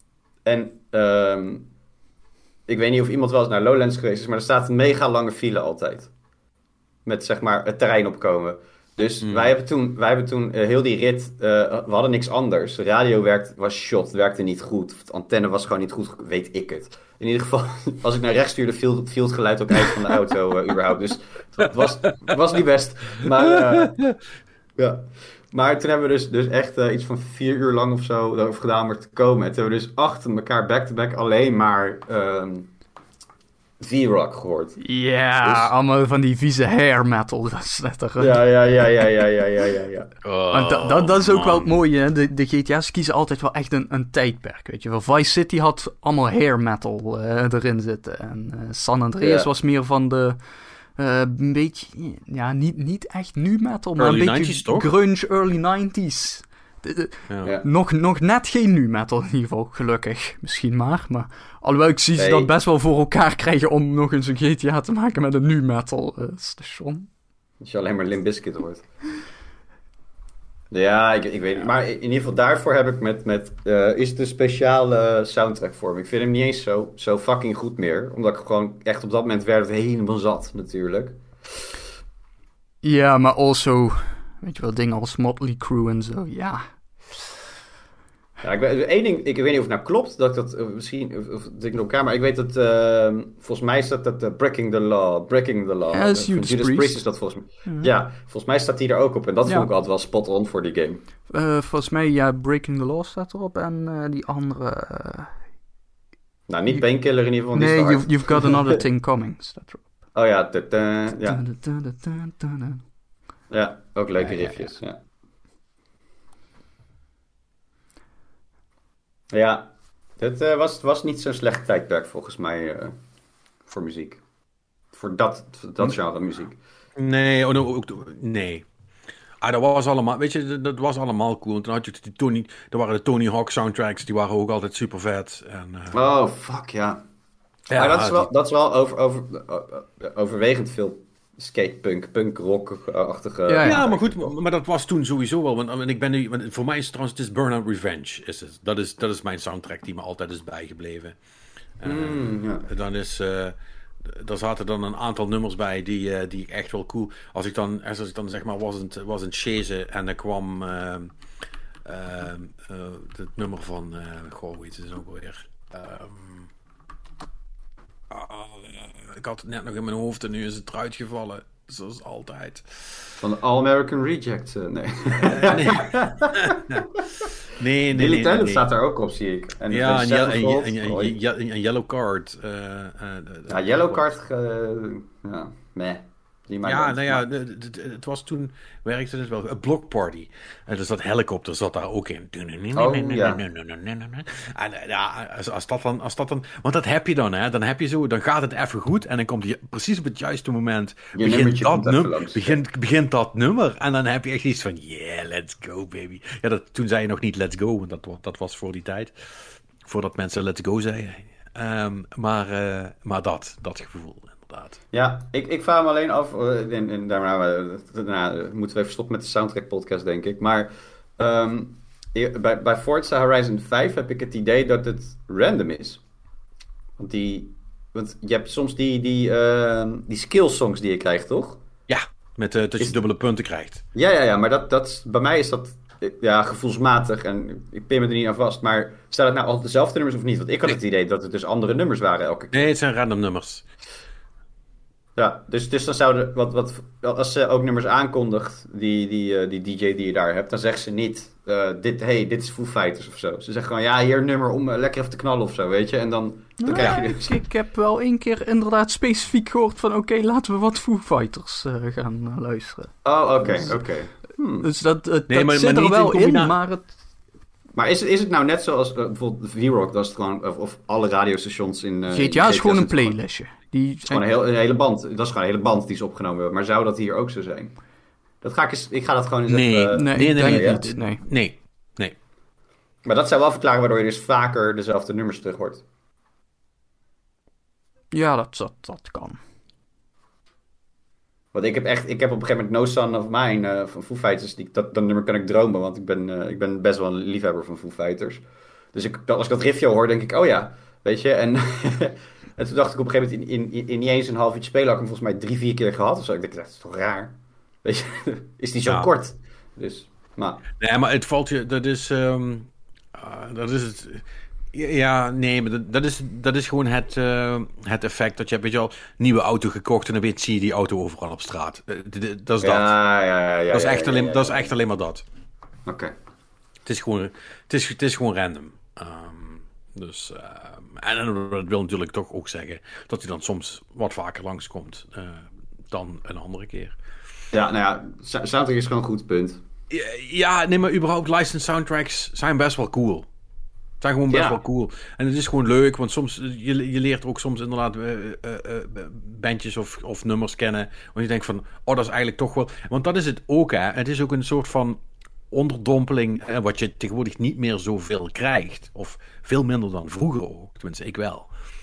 En um, ik weet niet of iemand wel eens naar Lowlands geweest is, maar er staat een mega lange file altijd. Met zeg maar het terrein opkomen. Dus mm. wij hebben toen, wij hebben toen uh, heel die rit, uh, we hadden niks anders. De radio werkte, was shot, werkte niet goed. De antenne was gewoon niet goed, weet ik het. In ieder geval, als ik naar rechts stuurde, viel, viel het geluid ook uit van de auto uh, überhaupt. Dus het was, het was niet best. Maar uh, ja... Maar toen hebben we dus, dus echt uh, iets van vier uur lang of zo erover gedaan om er te komen. En toen hebben we dus achter elkaar back-to-back alleen maar um, V-Rock gehoord. Ja, yeah, dus... allemaal van die vieze hair metal. Dat is net toch... Ja, ja, ja, ja, ja, ja, ja, ja, ja. Oh, dat, dat, dat is ook man. Wel het mooie, hè. De, de G T A's kiezen altijd wel echt een, een tijdperk, weet je wel. Vice City had allemaal hair metal uh, erin zitten. En uh, San Andreas yeah. was meer van de... Uh, een beetje, ja, niet, niet echt nu metal, maar early een beetje nineties, toch? Grunge, early nineties. De, de, ja. Ja. Nog, nog net geen nu metal in ieder geval, gelukkig. Misschien maar, maar alhoewel ik zie nee. ze dat best wel voor elkaar krijgen om nog eens een G T A te maken met een nu metal uh, station. Als je alleen maar Limp Bizkit hoort. Ja, ik, ik weet niet. Maar in ieder geval daarvoor heb ik met... met uh, is het een speciale soundtrack voor me. Ik vind hem niet eens zo, zo fucking goed meer. Omdat ik gewoon echt op dat moment werd het helemaal zat, natuurlijk. Ja, maar also... Weet je wel, dingen als Motley Crue en zo, ja. Ja, ik weet, één ding, ik weet niet of het nou klopt, dat ik dat uh, misschien, of, of dat ik nog elkaar, maar ik weet dat, uh, volgens mij staat dat uh, Breaking the Law, Breaking the Law. Ja, dat is uh, Judas, Judas Priest. Priest is dat volgens mij. Mm-hmm. Ja, volgens mij staat die er ook op en dat ja. vond ik altijd wel spot on voor die game. Uh, volgens mij, ja, Breaking the Law staat erop en uh, die andere... Uh... Nou, niet Painkiller in ieder geval. Nee, you've, you've Got Another Thing Coming staat erop. Oh ja, t- t- ja. Ja, ook leuke ja, riffjes, ja. ja. Ja, Het uh, was, was niet zo'n slecht tijdperk volgens mij uh, voor muziek. Voor dat, dat genre muziek. Nee, oh, no, nee. Ah, dat was allemaal, weet je, dat was allemaal cool. En toen had je die Tony, er waren de Tony Hawk soundtracks, die waren ook altijd super vet. En, uh... Oh, fuck, ja. ja maar dat is wel, die... dat is wel over, over, overwegend veel skatepunk, punk-rock-achtige... Ja, ja. ja, maar goed, maar dat was toen sowieso wel. Want, want ik ben nu, want voor mij is het trouwens, het is Burnout Revenge. Is het. Dat, is, dat is mijn soundtrack die me altijd is bijgebleven. Mm, uh, ja. Dan is... Uh, Daar zaten dan een aantal nummers bij die, uh, die echt wel cool. Als ik dan, als ik dan zeg maar was een, was een chaise en er kwam uh, uh, uh, het nummer van, uh, goh, hoe heet het ook alweer? Um, uh, uh, ik had het net nog in mijn hoofd en nu is het eruit gevallen. Zoals altijd. Van de All American Reject, uh, nee. Uh, nee. Nee, nee, Billy nee, Talent nee. staat daar ook op, zie ik. En ja, een, je- een, een, een, een yellow card. Uh, uh, ja, yellow card, uh, ja, meh. Die ja, nou ja, de, de, de, het was toen, werkte het wel, een Block Party. En dus dat helikopter zat daar ook in. Oh, ja. En ja, als, als, dat dan, als dat dan, want dat heb je dan, hè. Dan heb je zo, dan gaat het even goed en dan komt je precies op het juiste moment begint dat, num- langs, begint, begint dat nummer. En dan heb je echt iets van, yeah, let's go, baby. Ja, dat, toen zei je nog niet let's go, want dat, dat was voor die tijd. Voordat mensen let's go zeiden. Um, maar, uh, maar dat, dat gevoel. Ja, ik, ik vraag me alleen af, en, en daarna, daarna moeten we even stoppen met de soundtrack podcast, denk ik. Maar um, bij, bij Forza Horizon vijf heb ik het idee dat het random is. Want, die, want je hebt soms die, die, uh, die skill songs die je krijgt, toch? Ja, met, uh, dat je is, dubbele punten krijgt. Ja, ja, ja, maar dat, dat, bij mij is dat ja, gevoelsmatig en ik pin me er niet aan vast. Maar staan het nou altijd dezelfde nummers of niet? Want ik had het idee dat het dus andere nummers waren elke keer. Nee, het zijn random nummers. Ja, dus, dus dan zouden, wat, wat, als ze ook nummers aankondigt, die, die, uh, die D J die je daar hebt, dan zegt ze niet, uh, dit, hey, dit is Foo Fighters of zo. Ze zeggen gewoon, ja, hier een nummer om uh, lekker even te knallen of zo, weet je. En dan, dan nou, krijg je dus... Ik, ik heb wel één keer inderdaad specifiek gehoord van, oké, okay, laten we wat Foo Fighters uh, gaan uh, luisteren. Oh, oké, okay, dus, oké. Okay. Hmm. Dus dat, uh, nee, dat maar, zit maar er wel in, in maar het... Maar is het, is het nou net zoals uh, bijvoorbeeld V-Rock, dat is het gewoon, of, of alle radiostations in... Uh, G T A is gewoon een playlistje. Die is gewoon een, heel, een hele band. Dat is gewoon een hele band die is opgenomen wordt. Maar zou dat hier ook zo zijn? Dat ga ik, eens, ik ga dat gewoon eens nee, even... Nee, nee, nee, nee, nee, niet. Nee. nee, nee. Maar dat zou wel verklaren waardoor je dus vaker dezelfde nummers terug hoort. Ja, dat, dat, dat kan. Want ik heb echt, ik heb op een gegeven moment No Son of Mine uh, van Foo Fighters. Die, dat, dat nummer kan ik dromen, want ik ben, uh, ik ben best wel een liefhebber van Foo Fighters. Dus ik, als ik dat riffje hoor, denk ik, oh ja, weet je. En, en toen dacht ik op een gegeven moment, in, in, in, in niet eens een half uurtje spelen, had ik hem volgens mij drie, vier keer gehad of zo. Ik dacht, dat is toch raar? Weet je, is die zo ja. kort? Dus, maar... Nee, maar het valt je, dat is, um, uh, dat is het... Ja, nee, maar dat, dat, is, dat is gewoon het, uh, het effect dat je hebt, weet je al, nieuwe auto gekocht en dan weet, zie je die auto overal op straat. Uh, d- d- dat is dat. Ja, ja, ja, ja, dat is echt, ja, ja, alleen, ja, ja. dat is echt alleen maar dat. Oké. Okay. Het is gewoon, het is, het is gewoon random. Um, dus, uh, en dat wil natuurlijk toch ook zeggen dat hij dan soms wat vaker langskomt uh, dan een andere keer. Ja, nou ja, soundtrack is gewoon een goed punt. Ja, ja, nee, maar überhaupt licensed soundtracks zijn best wel cool. Het zijn gewoon best ja. wel cool. En het is gewoon leuk, want soms, je, je leert ook soms inderdaad uh, uh, uh, bandjes of, of nummers kennen. Want je denkt van, oh, dat is eigenlijk toch wel... Want dat is het ook, hè. Het is ook een soort van onderdompeling, hè, wat je tegenwoordig niet meer zoveel krijgt. Of veel minder dan vroeger ook. Tenminste, ik wel.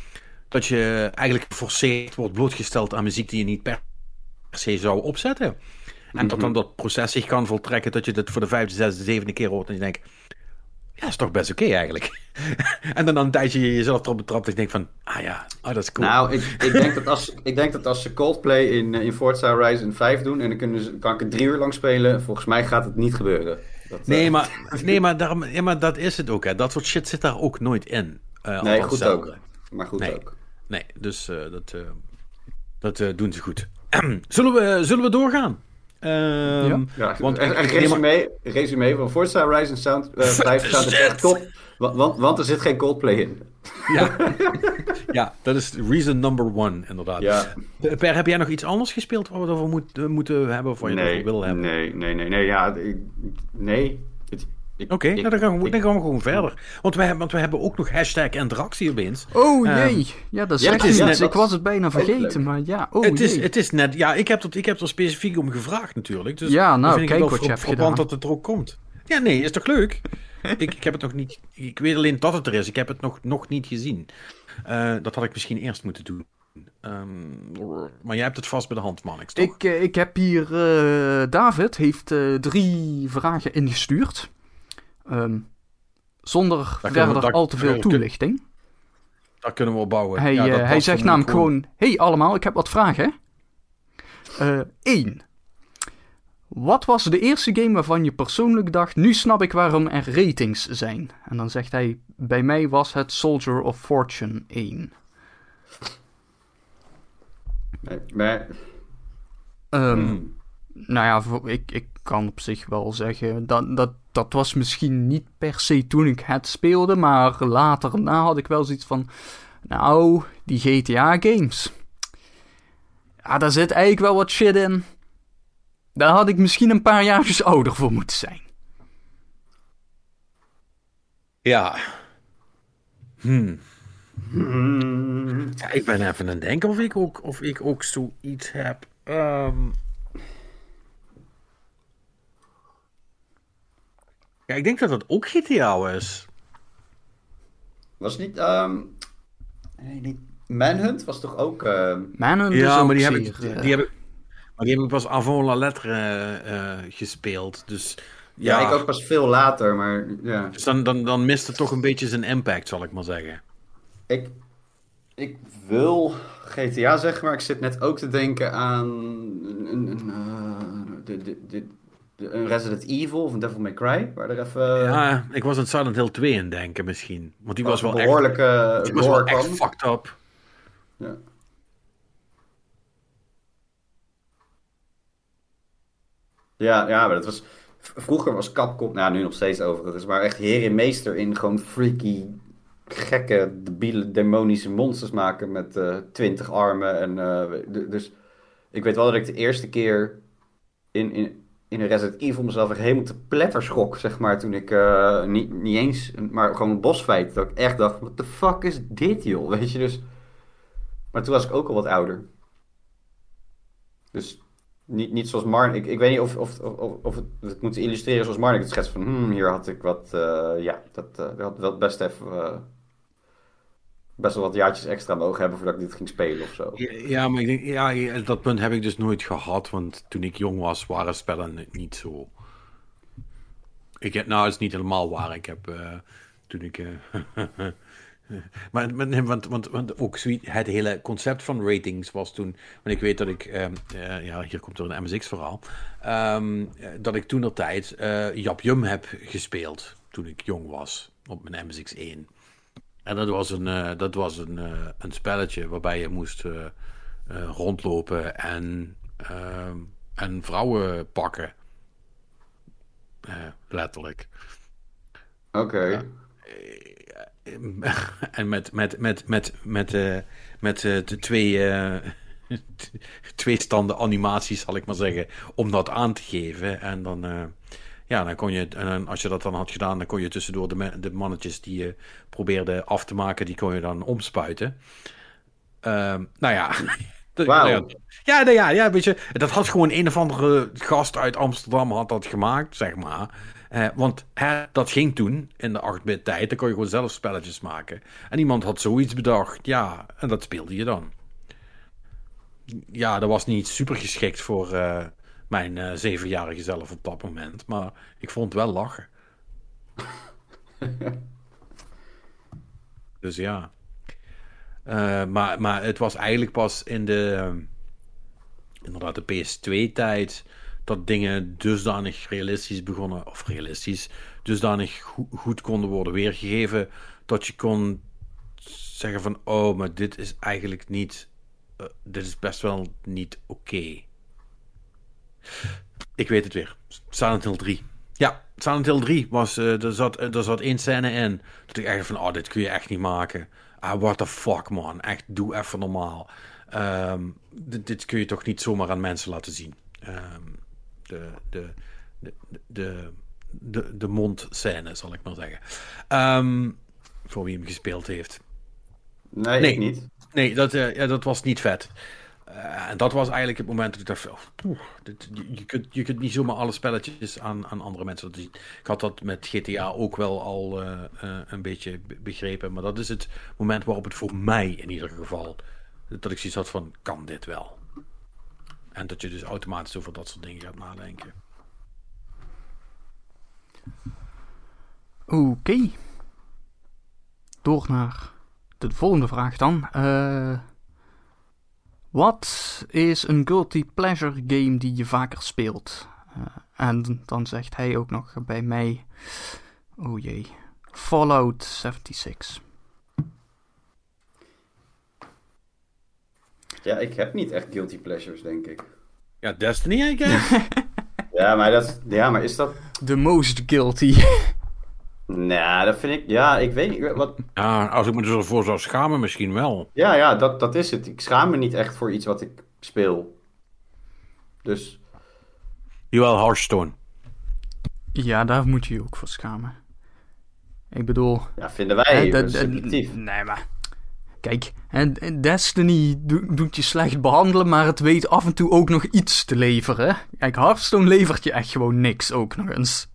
Dat je eigenlijk geforceerd wordt blootgesteld aan muziek die je niet per se zou opzetten. En mm-hmm. dat dan dat proces zich kan voltrekken, dat je dat voor de vijfde, zesde, zevende keer hoort en je denkt... Ja, dat is toch best oké okay, eigenlijk. En dan, dan een tijdje je jezelf erop betrapt en je denkt van... Ah ja, oh, dat is cool. Nou, ik, ik, denk dat als, ik denk dat als ze Coldplay in, in Forza Horizon vijf doen... en dan kunnen ze, kan ik het drie uur lang spelen... volgens mij gaat het niet gebeuren. Dat, nee, uh... maar, nee maar, daarom, ja, maar dat is het ook. Hè. Dat soort shit zit daar ook nooit in. Uh, nee, goed zelden. ook. Maar goed nee, ook. Nee, dus uh, dat, uh, dat uh, doen ze goed. zullen, we, zullen we doorgaan? Um, ja. Ja, want een resume, resume van Forza Horizon Sound, uh, vijf staat er echt top, want, want, want er zit geen Coldplay in. Ja, ja, dat is reason number one, inderdaad. Ja. Per, heb jij nog iets anders gespeeld waar we het over moet, uh, moeten hebben, of wat je nee, het over wil hebben? Nee, nee, nee, nee, ja, nee. Het, Oké, okay, nou dan, gaan we, dan gaan we gewoon verder. Want we, hebben, want we hebben ook nog hashtag interactie opeens. Oh jee, um, ja dat is ja, is net, Ik was het bijna vergeten, maar ja, oh het is, jee. Het is net, ja, ik heb, er, ik heb er specifiek om gevraagd natuurlijk. Dus ja, nou, kijk wat je hebt gedaan. Want dat het er ook komt. Ja, nee, is toch leuk? ik, ik heb het nog niet, ik weet alleen dat het er is. Ik heb het nog, nog niet gezien. Uh, dat had ik misschien eerst moeten doen. Um, maar jij hebt het vast bij de hand, Mannix, toch? Ik, uh, ik heb hier... Uh, David heeft uh, drie vragen ingestuurd. Um, zonder daar verder we, al te veel toelichting. Daar kunnen we op bouwen. Hij, ja, uh, hij zegt namelijk gewoon... gewoon... Hey allemaal, ik heb wat vragen. Eén. Uh, Wat was de eerste game waarvan je persoonlijk dacht... Nu snap ik waarom er ratings zijn. En dan zegt hij... Bij mij was het Soldier of Fortune één. Nee, nee. Um, hmm. Nou ja, ik, ik kan op zich wel zeggen... Dat, dat, dat was misschien niet per se toen ik het speelde... Maar later na had ik wel zoiets van... Nou, die G T A-games... Ja, daar zit eigenlijk wel wat shit in... Daar had ik misschien een paar jaartjes ouder voor moeten zijn. Ja. Hmm. Hmm. Ja, ik ben even aan het denken of ik ook, of ik ook zoiets heb. Um... Ja, ik denk dat dat ook G T A was. Was niet... Um... Nee, niet... Manhunt was toch ook... Uh... Manhunt is ja, ook maar die zeer, heb ik... Die, die heb ik... Maar die heb ik pas avant la lettre uh, gespeeld. Dus, ja, ja, ik ook pas veel later, maar ja. Dus dan, dan, dan mist het toch een beetje zijn impact, zal ik maar zeggen. Ik, ik wil G T A zeggen, maar ik zit net ook te denken aan een, een, uh, de, de, de, de, een Resident Evil of een Devil May Cry. Waar er even... Ja, ik was aan Silent Hill twee in denken misschien. Want die was wel behoorlijk, echt, uh, die was wel echt fucked up. Ja. Ja, ja, maar dat was... Vroeger was Capcom... Nou, nu nog steeds overigens. Maar echt heer en meester in gewoon freaky, gekke, debiele, demonische monsters maken met uh, twintig armen. En, uh, dus ik weet wel dat ik de eerste keer in, in, in een Resident Evil mezelf echt helemaal te pletter schrok, zeg maar. Toen ik uh, niet, niet eens... Maar gewoon een bossfight. Dat ik echt dacht, what the fuck is dit, joh? Weet je, dus... Maar toen was ik ook al wat ouder. Dus... Niet, niet zoals Marnik. Ik, ik weet niet of, of, of, of het, het moet illustreren zoals Marnik het schetst van... Hmm, hier had ik wat... Uh, ja, dat uh, had wel best even... Uh, best wel wat jaartjes extra mogen hebben voordat ik dit ging spelen of zo. Ja, ja, maar ik denk... Ja, dat punt heb ik dus nooit gehad. Want toen ik jong was, waren spellen niet zo... Ik heb, nou, het is niet helemaal waar. Ik heb... Uh, toen ik... Uh, Maar, maar want, want, want ook zoiets, het hele concept van ratings was toen... Want ik weet dat ik... Uh, uh, ja, hier komt er een M S X-verhaal. Um, dat ik toen de tijd uh, Jap Jum heb gespeeld. Toen ik jong was. Op mijn M S X één. En dat was een, uh, dat was een, uh, een spelletje waarbij je moest uh, uh, rondlopen en, uh, en vrouwen pakken. Uh, letterlijk. Oké. Okay. Uh, En met, met, met, met, met, uh, met uh, de twee, uh, twee standen animaties, zal ik maar zeggen, om dat aan te geven. En dan, uh, ja, dan kon je, en als je dat dan had gedaan, dan kon je tussendoor de, de mannetjes die je probeerde af te maken, die kon je dan omspuiten. Uh, nou ja. Wow. Nou ja, ja, ja, ja, weet je, dat had gewoon een of andere gast uit Amsterdam had dat gemaakt, zeg maar. Uh, want hè, dat ging toen, in de acht-bit tijd, dan kon je gewoon zelf spelletjes maken. En iemand had zoiets bedacht, ja, en dat speelde je dan. Ja, dat was niet super geschikt voor uh, mijn uh, zevenjarige zelf op dat moment, maar ik vond het wel lachen. Dus ja. Uh, maar, maar het was eigenlijk pas in de, uh, inderdaad de P S twee tijd... dat dingen dusdanig realistisch begonnen, of realistisch, dusdanig go- goed konden worden weergegeven, dat je kon zeggen van, oh, maar dit is eigenlijk niet, uh, dit is best wel niet oké. Okay. Ik weet het weer. Silent Hill drie. Ja, Silent Hill drie was, uh, er, zat, uh, er zat één scène in, dat ik echt van, oh, dit kun je echt niet maken. Ah, what the fuck, man. Echt, doe even normaal. Um, dit, dit kun je toch niet zomaar aan mensen laten zien. Um, De, de, de, de, de, de mondscène, zal ik maar zeggen. Um, voor wie hem gespeeld heeft. Nee, nee. ik niet. Nee, dat, uh, ja, dat was niet vet. Uh, en dat was eigenlijk het moment dat ik dacht, oh, poeh, dit, je, je, kunt, je kunt niet zomaar alle spelletjes aan, aan andere mensen laten zien. Ik had dat met G T A ook wel al uh, uh, een beetje begrepen, maar dat is het moment waarop het voor mij in ieder geval, dat ik zoiets had van, kan dit wel? En dat je dus automatisch over dat soort dingen gaat nadenken. Oké. Okay. Door naar de volgende vraag dan. Uh... Wat is een guilty pleasure game die je vaker speelt? Uh, en dan zegt hij ook nog bij mij... Oh jee. Fallout zevenenzeventig. Ja, ik heb niet echt guilty pleasures, denk ik. Ja, Destiny, I guess. ja, maar dat, ja, maar is dat... The most guilty. Nou, dat vind ik... Ja, ik weet niet... Wat... Ja, als ik me ervoor zou schamen, misschien wel. Ja, ja, dat, dat is het. Ik schaam me niet echt voor iets wat ik speel. Dus... Jawel, Hearthstone. Ja, daar moet je je ook voor schamen. Ik bedoel... Ja, vinden wij. Dat is subjectief. Nee, maar... Kijk, Destiny do- doet je slecht behandelen, maar het weet af en toe ook nog iets te leveren. Kijk, Hearthstone levert je echt gewoon niks ook nog eens.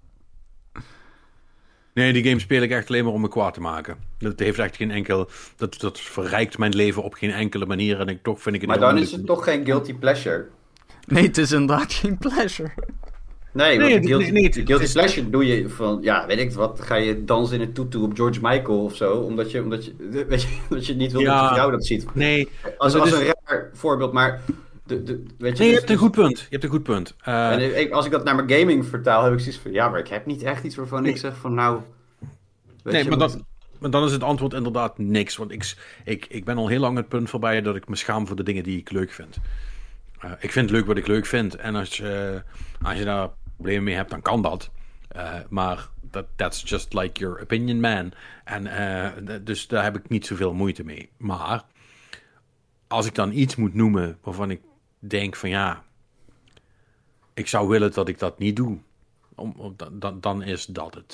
Nee, die game speel ik echt alleen maar om me kwaad te maken. Dat heeft echt geen enkel... Dat, dat verrijkt mijn leven op geen enkele manier. En ik, toch vind ik het maar dan is het toch geen guilty pleasure? Nee, het is inderdaad geen pleasure. Nee, nee, want guilty, nee, nee, guilty is... pleasure doe je van... Ja, weet ik wat. Ga je dansen in een tutu op George Michael of zo. Omdat je, omdat je, weet je, omdat je niet wil ja, dat je vrouw dat ziet. Nee. Als, als is... een raar voorbeeld, maar... De, de, weet je, nee, je dus, hebt een goed punt. Je hebt een goed punt. Uh... En ik, als ik dat naar mijn gaming vertaal, heb ik zoiets van... Ja, maar ik heb niet echt iets waarvan nee. ik zeg van nou... Nee, maar, dat, maar dan is het antwoord inderdaad niks. Want ik, ik, ik ben al heel lang het punt voorbij dat ik me schaam voor de dingen die ik leuk vind. Uh, ik vind leuk wat ik leuk vind. En als je, als je daar problemen mee hebt, dan kan dat. Uh, maar that, that's just like your opinion, man. En uh, dus daar heb ik niet zoveel moeite mee. Maar als ik dan iets moet noemen waarvan ik denk van ja, ik zou willen dat ik dat niet doe. Om, om, dan, dan is dat het.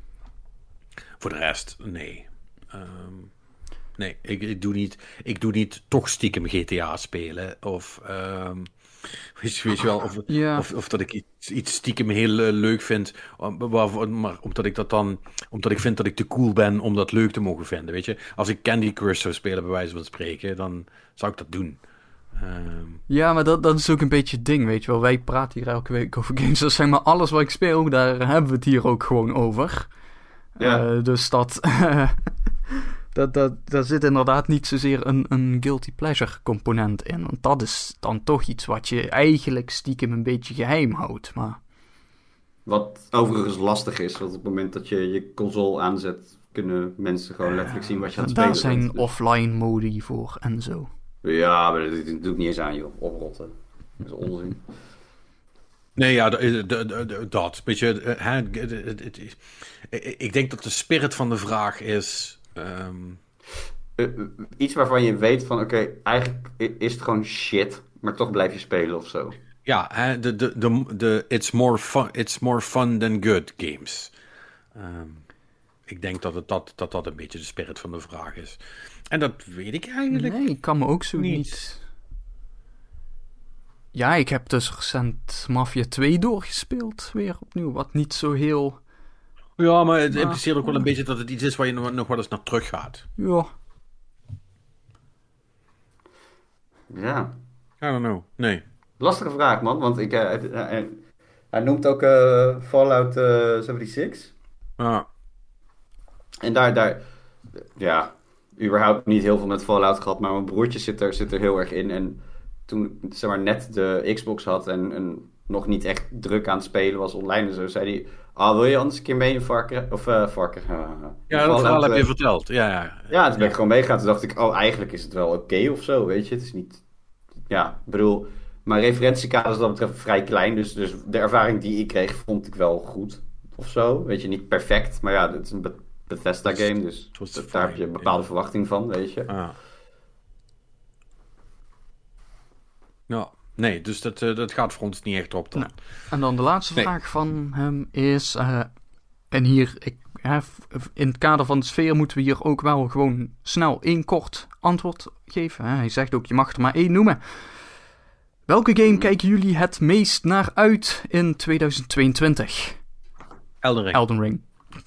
Voor de rest, nee. Um, nee, ik, ik, doe niet, ik doe niet toch stiekem G T A spelen. Of, um, weet, weet je wel, of, ja. of, of dat ik iets, iets stiekem heel uh, leuk vind. Waar, maar omdat ik dat dan, omdat ik vind dat ik te cool ben om dat leuk te mogen vinden. Weet je, als ik Candy Crush zou spelen, bij wijze van spreken, dan zou ik dat doen. Um, ja, maar dat, dat is ook een beetje het ding, weet je wel. Wij praten hier elke week over games. Dus zeg maar, alles wat ik speel, daar hebben we het hier ook gewoon over. Ja. Uh, dus dat, uh, dat, dat, daar zit inderdaad niet zozeer een, een guilty pleasure component in. Want dat is dan toch iets wat je eigenlijk stiekem een beetje geheim houdt. Maar... Wat overigens lastig is, want op het moment dat je je console aanzet, kunnen mensen gewoon letterlijk zien wat je aan het spelen bent. Daar zijn dus. offline modi voor en zo. Ja, maar dat, dat doe ik niet eens aan, joh. Oprotten. Dat is onzin. Nee, ja, dat. Weet je, hè, ik denk dat de spirit van de vraag is... Um... Uh, iets waarvan je weet van, oké, okay, eigenlijk is het gewoon shit, maar toch blijf je spelen of zo. Ja, hè, de, de, de, de it's, more fun, it's more fun than good games. Um, ik denk dat, het, dat, dat dat een beetje de spirit van de vraag is. En dat weet ik eigenlijk Nee, ik kan me ook zo niet... niet. Ja, ik heb dus recent Mafia twee doorgespeeld, weer opnieuw, wat niet zo heel... Ja, maar het impliceert ook wel een beetje dat het iets is waar je nog, nog wel eens naar terug gaat. Ja. Ja. I don't know, nee. Lastige vraag, man, want ik, uh, het, uh, hij noemt ook uh, Fallout uh, zevenenzeventig. Ja. En daar, daar, ja, überhaupt niet heel veel met Fallout gehad, maar mijn broertje zit er, zit er heel erg in. En toen, zeg maar, net de Xbox had en, en nog niet echt druk aan het spelen was online en zo, zei hij, ah, wil je anders een keer mee in Varken? Of uh, Varken? Uh, ja, dat verhaal heb je uh, verteld. Ja, ja. ja, toen ben ik gewoon meegegaan. Toen dacht ik, oh, eigenlijk is het wel oké okay of zo, weet je. Het is niet, ja, ik bedoel, mijn referentiekader is wat dat betreft vrij klein, dus, dus de ervaring die ik kreeg, vond ik wel goed of zo. Weet je, niet perfect, maar ja, het is een Bethesda game, dus daar fine. Heb je een bepaalde verwachting van, weet je. Ah. Ja. Nee, dus dat, uh, dat gaat voor ons niet echt op dan. Nee. En dan de laatste nee. vraag van hem is... Uh, en hier, ik, ja, in het kader van de sfeer moeten we hier ook wel gewoon snel één kort antwoord geven. Hè? Hij zegt ook, je mag er maar één noemen. Welke game kijken jullie het meest naar uit in tweeduizend tweeëntwintig? Elden Ring. Elden Ring.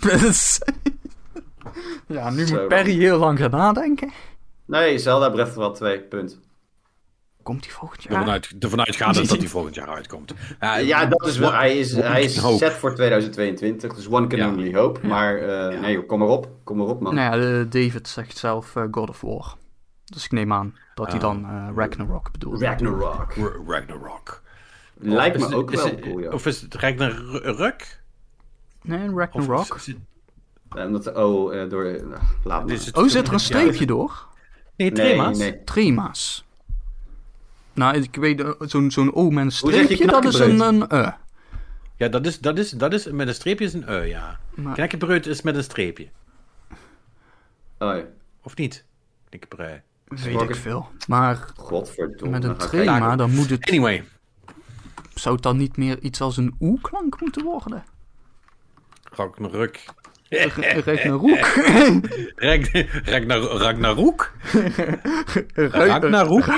Ja, nu Zo moet Perry heel lang gaan nadenken. Nee, Zelda Breath of the Wild twee, punt. Komt die volgend jaar? Ervan uit, ervan uit gaat het dat die volgend jaar uitkomt. Ja, ja dat is wel. Hij is, hij is set voor tweeduizend tweeëntwintig, dus one can ja. only hope. Maar uh, ja. nee, kom maar op. Kom maar op, man. Nou ja, David zegt zelf uh, God of War. Dus ik neem aan dat uh, hij dan uh, Ragnarok bedoelt. Ragnarok. R- Ragnarok. Lijkt me of ook het, wel het, cool, ja. Of is het Ragnarok? Nee, Ragnarok. Is het... ja, omdat de O uh, door... Uh, laat maar. Oh, zit er een streepje ja, door? Nee, Trema's. Nee, nee. Trema's. Nou, ik weet, zo'n, zo'n O met een streepje, dat is een, een E. Ja, dat is, dat, is, dat is, met een streepje is een E, ja. Maar... Knekkenbreud is met een streepje. Oh ja. Of niet? Knekkenbreud. Weet ik veel. Maar Godverdomme. Met een trema, dan moet het... Anyway. Zou het dan niet meer iets als een oe-klank moeten worden? Ragnarok. Ragnarok. Ragnarok? Ragnarok?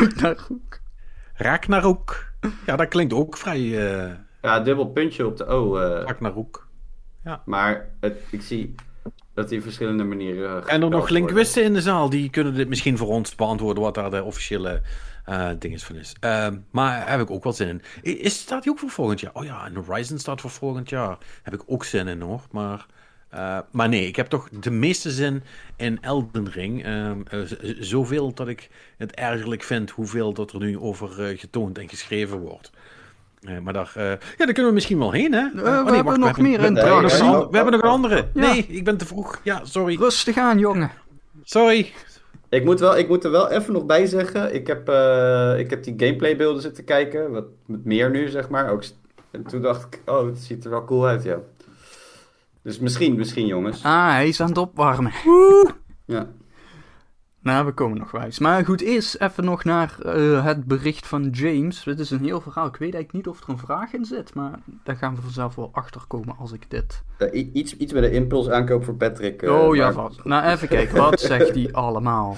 Ragnarok. Ja, dat klinkt ook vrij... Uh... Ja, dubbel puntje op de O. Uh... Ragnarok. Ja. Maar het, ik zie dat die verschillende manieren... Uh, en er nog linguisten in de zaal, die kunnen dit misschien voor ons beantwoorden wat daar de officiële uh, ding is van is. Uh, maar daar heb ik ook wel zin in. Is, staat die ook voor volgend jaar? Oh ja, en Horizon staat voor volgend jaar. Heb ik ook zin in hoor, maar... Uh, maar nee, ik heb toch de meeste zin in Elden Ring. Uh, uh, z- zoveel dat ik het ergerlijk vind hoeveel dat er nu over uh, getoond en geschreven wordt. Uh, maar daar, uh, ja, daar kunnen we misschien wel heen, hè? Uh, uh, oh, nee, we hebben nog we meer in. Nee, we, we, we, we hebben nog een andere. Ja. Nee, ik ben te vroeg. Ja, sorry. Rustig aan, jongen. Sorry. Ik moet, wel, ik moet er wel even nog bij zeggen. Ik heb, uh, ik heb die gameplaybeelden zitten kijken. Wat met meer nu, zeg maar. Ook, en toen dacht ik, oh, het ziet er wel cool uit, ja. Dus misschien, misschien jongens. Ah, hij is aan het opwarmen. Woe! Ja. Nou, we komen nog wijs. Maar goed, eerst even nog naar uh, het bericht van James. Dit is een heel verhaal. Ik weet eigenlijk niet of er een vraag in zit. Maar daar gaan we vanzelf wel achter komen als ik dit... Uh, iets, iets met een impuls aankoop voor Patrick. Uh, oh ja, maar... vast. Nou, even kijken. Wat zegt hij allemaal?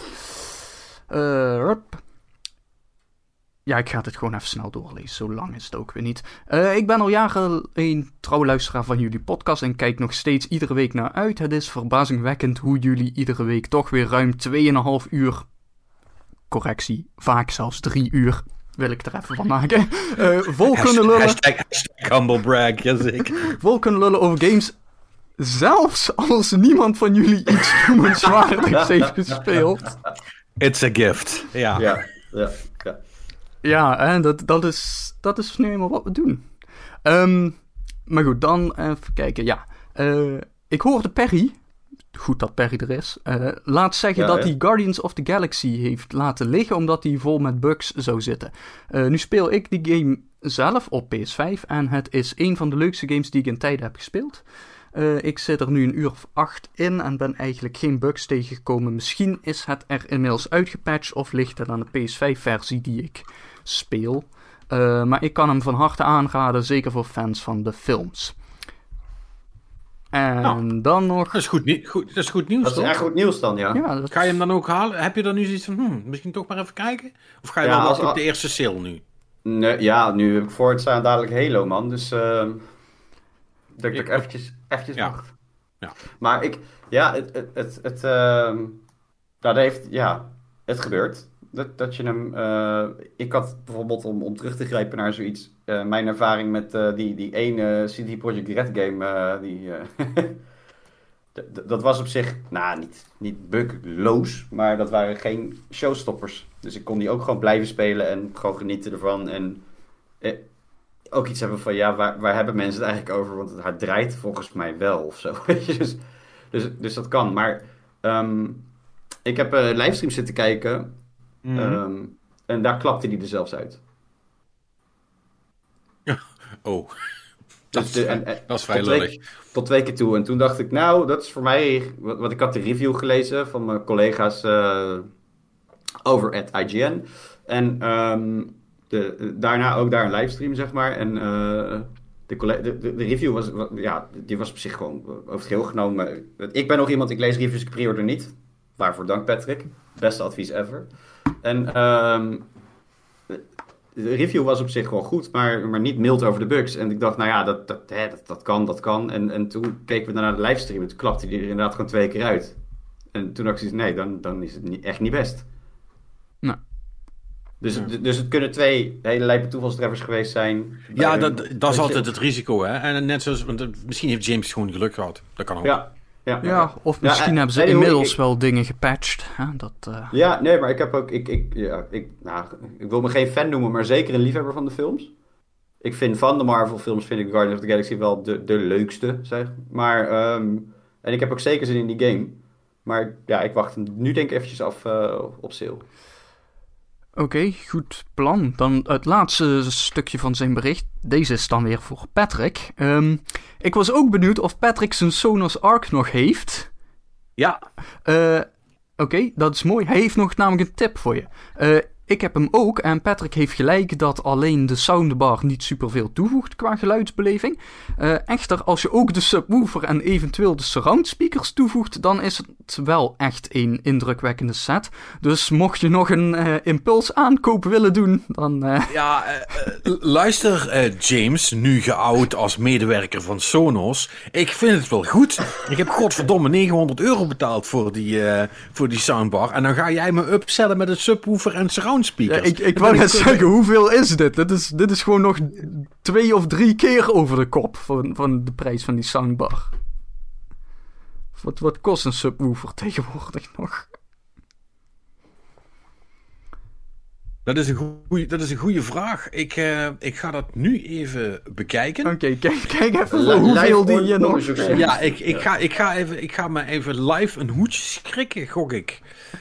Uh, Ja, ik ga dit gewoon even snel doorlezen. Zo lang is het ook weer niet. Uh, ik ben al jaren een trouwe luisteraar van jullie podcast en kijk nog steeds iedere week naar uit. Het is verbazingwekkend hoe jullie iedere week toch weer ruim twee komma vijf uur... Correctie, vaak zelfs drie uur... Wil ik er even van maken. Uh, vol kunnen lullen... Hashtag, hashtag humble brag, jazeker. Vol kunnen lullen over games... Zelfs als niemand van jullie iets noemenswaardigs heeft gespeeld. It's a gift. Ja, ja, ja. ja. Ja, hè, dat, dat, is, dat is nu eenmaal wat we doen. Um, maar goed, dan even kijken. Ja, uh, ik hoorde Perry, goed dat Perry er is, uh, laat zeggen ja, dat hij Guardians of the Galaxy heeft laten liggen omdat hij vol met bugs zou zitten. Uh, nu speel ik die game zelf op P S vijf en het is een van de leukste games die ik in tijden heb gespeeld. Uh, ik zit er nu een uur of acht in en ben eigenlijk geen bugs tegengekomen. Misschien is het er inmiddels uitgepatcht of ligt het aan de P S vijf versie die ik speel. Uh, maar ik kan hem van harte aanraden, zeker voor fans van de films. En nou, dan nog... Dat is goed, nie- goed, dat is goed nieuws, Dat is toch? echt goed nieuws dan, ja. ja dat... Ga je hem dan ook halen? Heb je dan nu zoiets van, hmm, misschien toch maar even kijken? Of ga je ja, dan als, ook op de eerste sale nu? Nee, ja, nu heb ik voor het staan dadelijk Halo, man. Dus uh, dat ik, ik eventjes, eventjes ja. wacht. Ja. Maar ik... Ja, het... het, het, het uh, nou, dat heeft... Ja, het gebeurt. Dat, dat je hem... Uh, ik had bijvoorbeeld, om, om terug te grijpen naar zoiets... Uh, mijn ervaring met uh, die, die ene C D Projekt Red game... Uh, die, uh, d- d- dat was op zich... Nou, niet, niet bugloos... Maar dat waren geen showstoppers. Dus ik kon die ook gewoon blijven spelen... En gewoon genieten ervan. En eh, ook iets hebben van... Ja, waar, waar hebben mensen het eigenlijk over? Want het, het draait volgens mij wel of zo. dus, dus, dus dat kan. Maar... Um, ik heb uh, livestreams zitten kijken... Mm-hmm. Um, en daar klapte hij er zelfs uit. Oh, dat, dus de, en, en, dat is vrij tot lullig. Twee, tot twee keer toe. En toen dacht ik, nou, dat is voor mij... Wat, wat ik had de review gelezen van mijn collega's uh, over at I G N. En um, de, daarna ook daar een livestream, zeg maar. En uh, de, de, de, de review was, ja, die was op zich gewoon over het geheel genomen. Ik ben nog iemand, ik lees reviews, ik pre-order niet. Waarvoor dank, Patrick. Beste advies ever. En um, de review was op zich wel goed, maar, maar niet mild over de bugs. En ik dacht, nou ja, dat, dat, hè, dat, dat kan, dat kan. En, en toen keken we naar de livestream en toen klapte die er inderdaad gewoon twee keer uit. En toen dacht ik, nee, dan, dan is het niet, echt niet best. Nou. Dus, ja. dus het kunnen twee hele lijpe toevalstreffers geweest zijn. Ja, dat, dat is altijd het risico, hè. En net zoals, want misschien heeft James gewoon geluk gehad. Dat kan ook. Ja. Ja, ja, of misschien ja, hebben ze inmiddels ik, wel dingen gepatcht. Hè? Dat, uh... Ja, nee, maar ik heb ook... Ik, ik, ja, ik, nou, ik wil me geen fan noemen, maar zeker een liefhebber van de films. Ik vind van de Marvel films, vind ik Guardians of the Galaxy wel de, de leukste, zeg. Maar, um, en ik heb ook zeker zin in die game. Maar ja, ik wacht hem nu denk ik eventjes af uh, op sale. Oké, okay, goed plan. Dan het laatste stukje van zijn bericht. Deze is dan weer voor Patrick. Um, ik was ook benieuwd of Patrick zijn Sonos Arc nog heeft. Ja. Uh, Oké, okay, dat is mooi. Hij heeft nog namelijk een tip voor je. Uh, ik heb hem ook en Patrick heeft gelijk dat alleen de soundbar niet superveel toevoegt qua geluidsbeleving. Uh, echter, als je ook de subwoofer en eventueel de surround speakers toevoegt, dan is het wel echt een indrukwekkende set. Dus mocht je nog een uh, impuls aankoop willen doen, dan... Uh... Ja, uh, uh, luister uh, James, nu geoud als medewerker van Sonos. Ik vind het wel goed. Ik heb godverdomme negenhonderd euro betaald voor die, uh, voor die soundbar. En dan ga jij me upsellen met een subwoofer en surround speakers. Ja, ik ik wou net zeggen, zeggen, hoeveel is dit? Dit is, dit is gewoon nog twee of drie keer over de kop van, van de prijs van die soundbar. Wat, wat kost een subwoofer tegenwoordig nog? Dat is een goeie, dat is een goede vraag. Ik, uh, ik ga dat nu even bekijken. Oké, okay, kijk, kijk even L- hoeveel die je nog... Ja, ik, ik, ga, ik, ga even, ik ga me even live een hoedje schrikken, gok ik.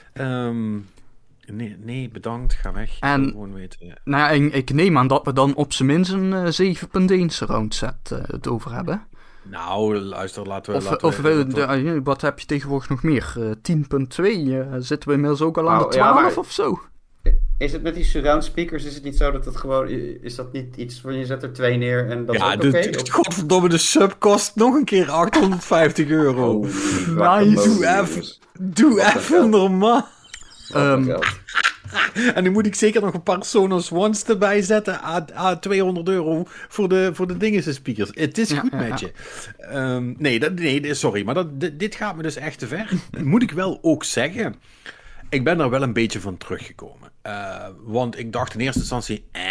Um, nee, nee, bedankt, ga weg. En, gewoon weten. Nou ja, ik, ik neem aan dat we dan op zijn minst een uh, zeven punt één surround set uh, het over hebben. Nou, luister, laten we... Of, laten of we, de, uh, wat heb je tegenwoordig nog meer? Uh, tien punt twee, uh, zitten we inmiddels ook al aan oh, de twaalf ja, maar... of zo? Is het met die surround speakers, is het niet zo dat het gewoon... Is dat niet iets van je zet er twee neer en dat ja, is ook oké? Okay, godverdomme, de sub kost nog een keer achthonderdvijftig euro. Oh, nice. Doe even, doe even normaal. Um, en nu moet ik zeker nog een paar Sonos Ones erbij zetten. À tweehonderd euro voor de, voor de dinges speakers. Het is ja, goed ja, met ja. je. Um, nee, dat, nee, sorry, maar dat, dit, dit gaat me dus echt te ver. Moet ik wel ook zeggen... Ik ben er wel een beetje van teruggekomen. Uh, want ik dacht in eerste instantie... Eh,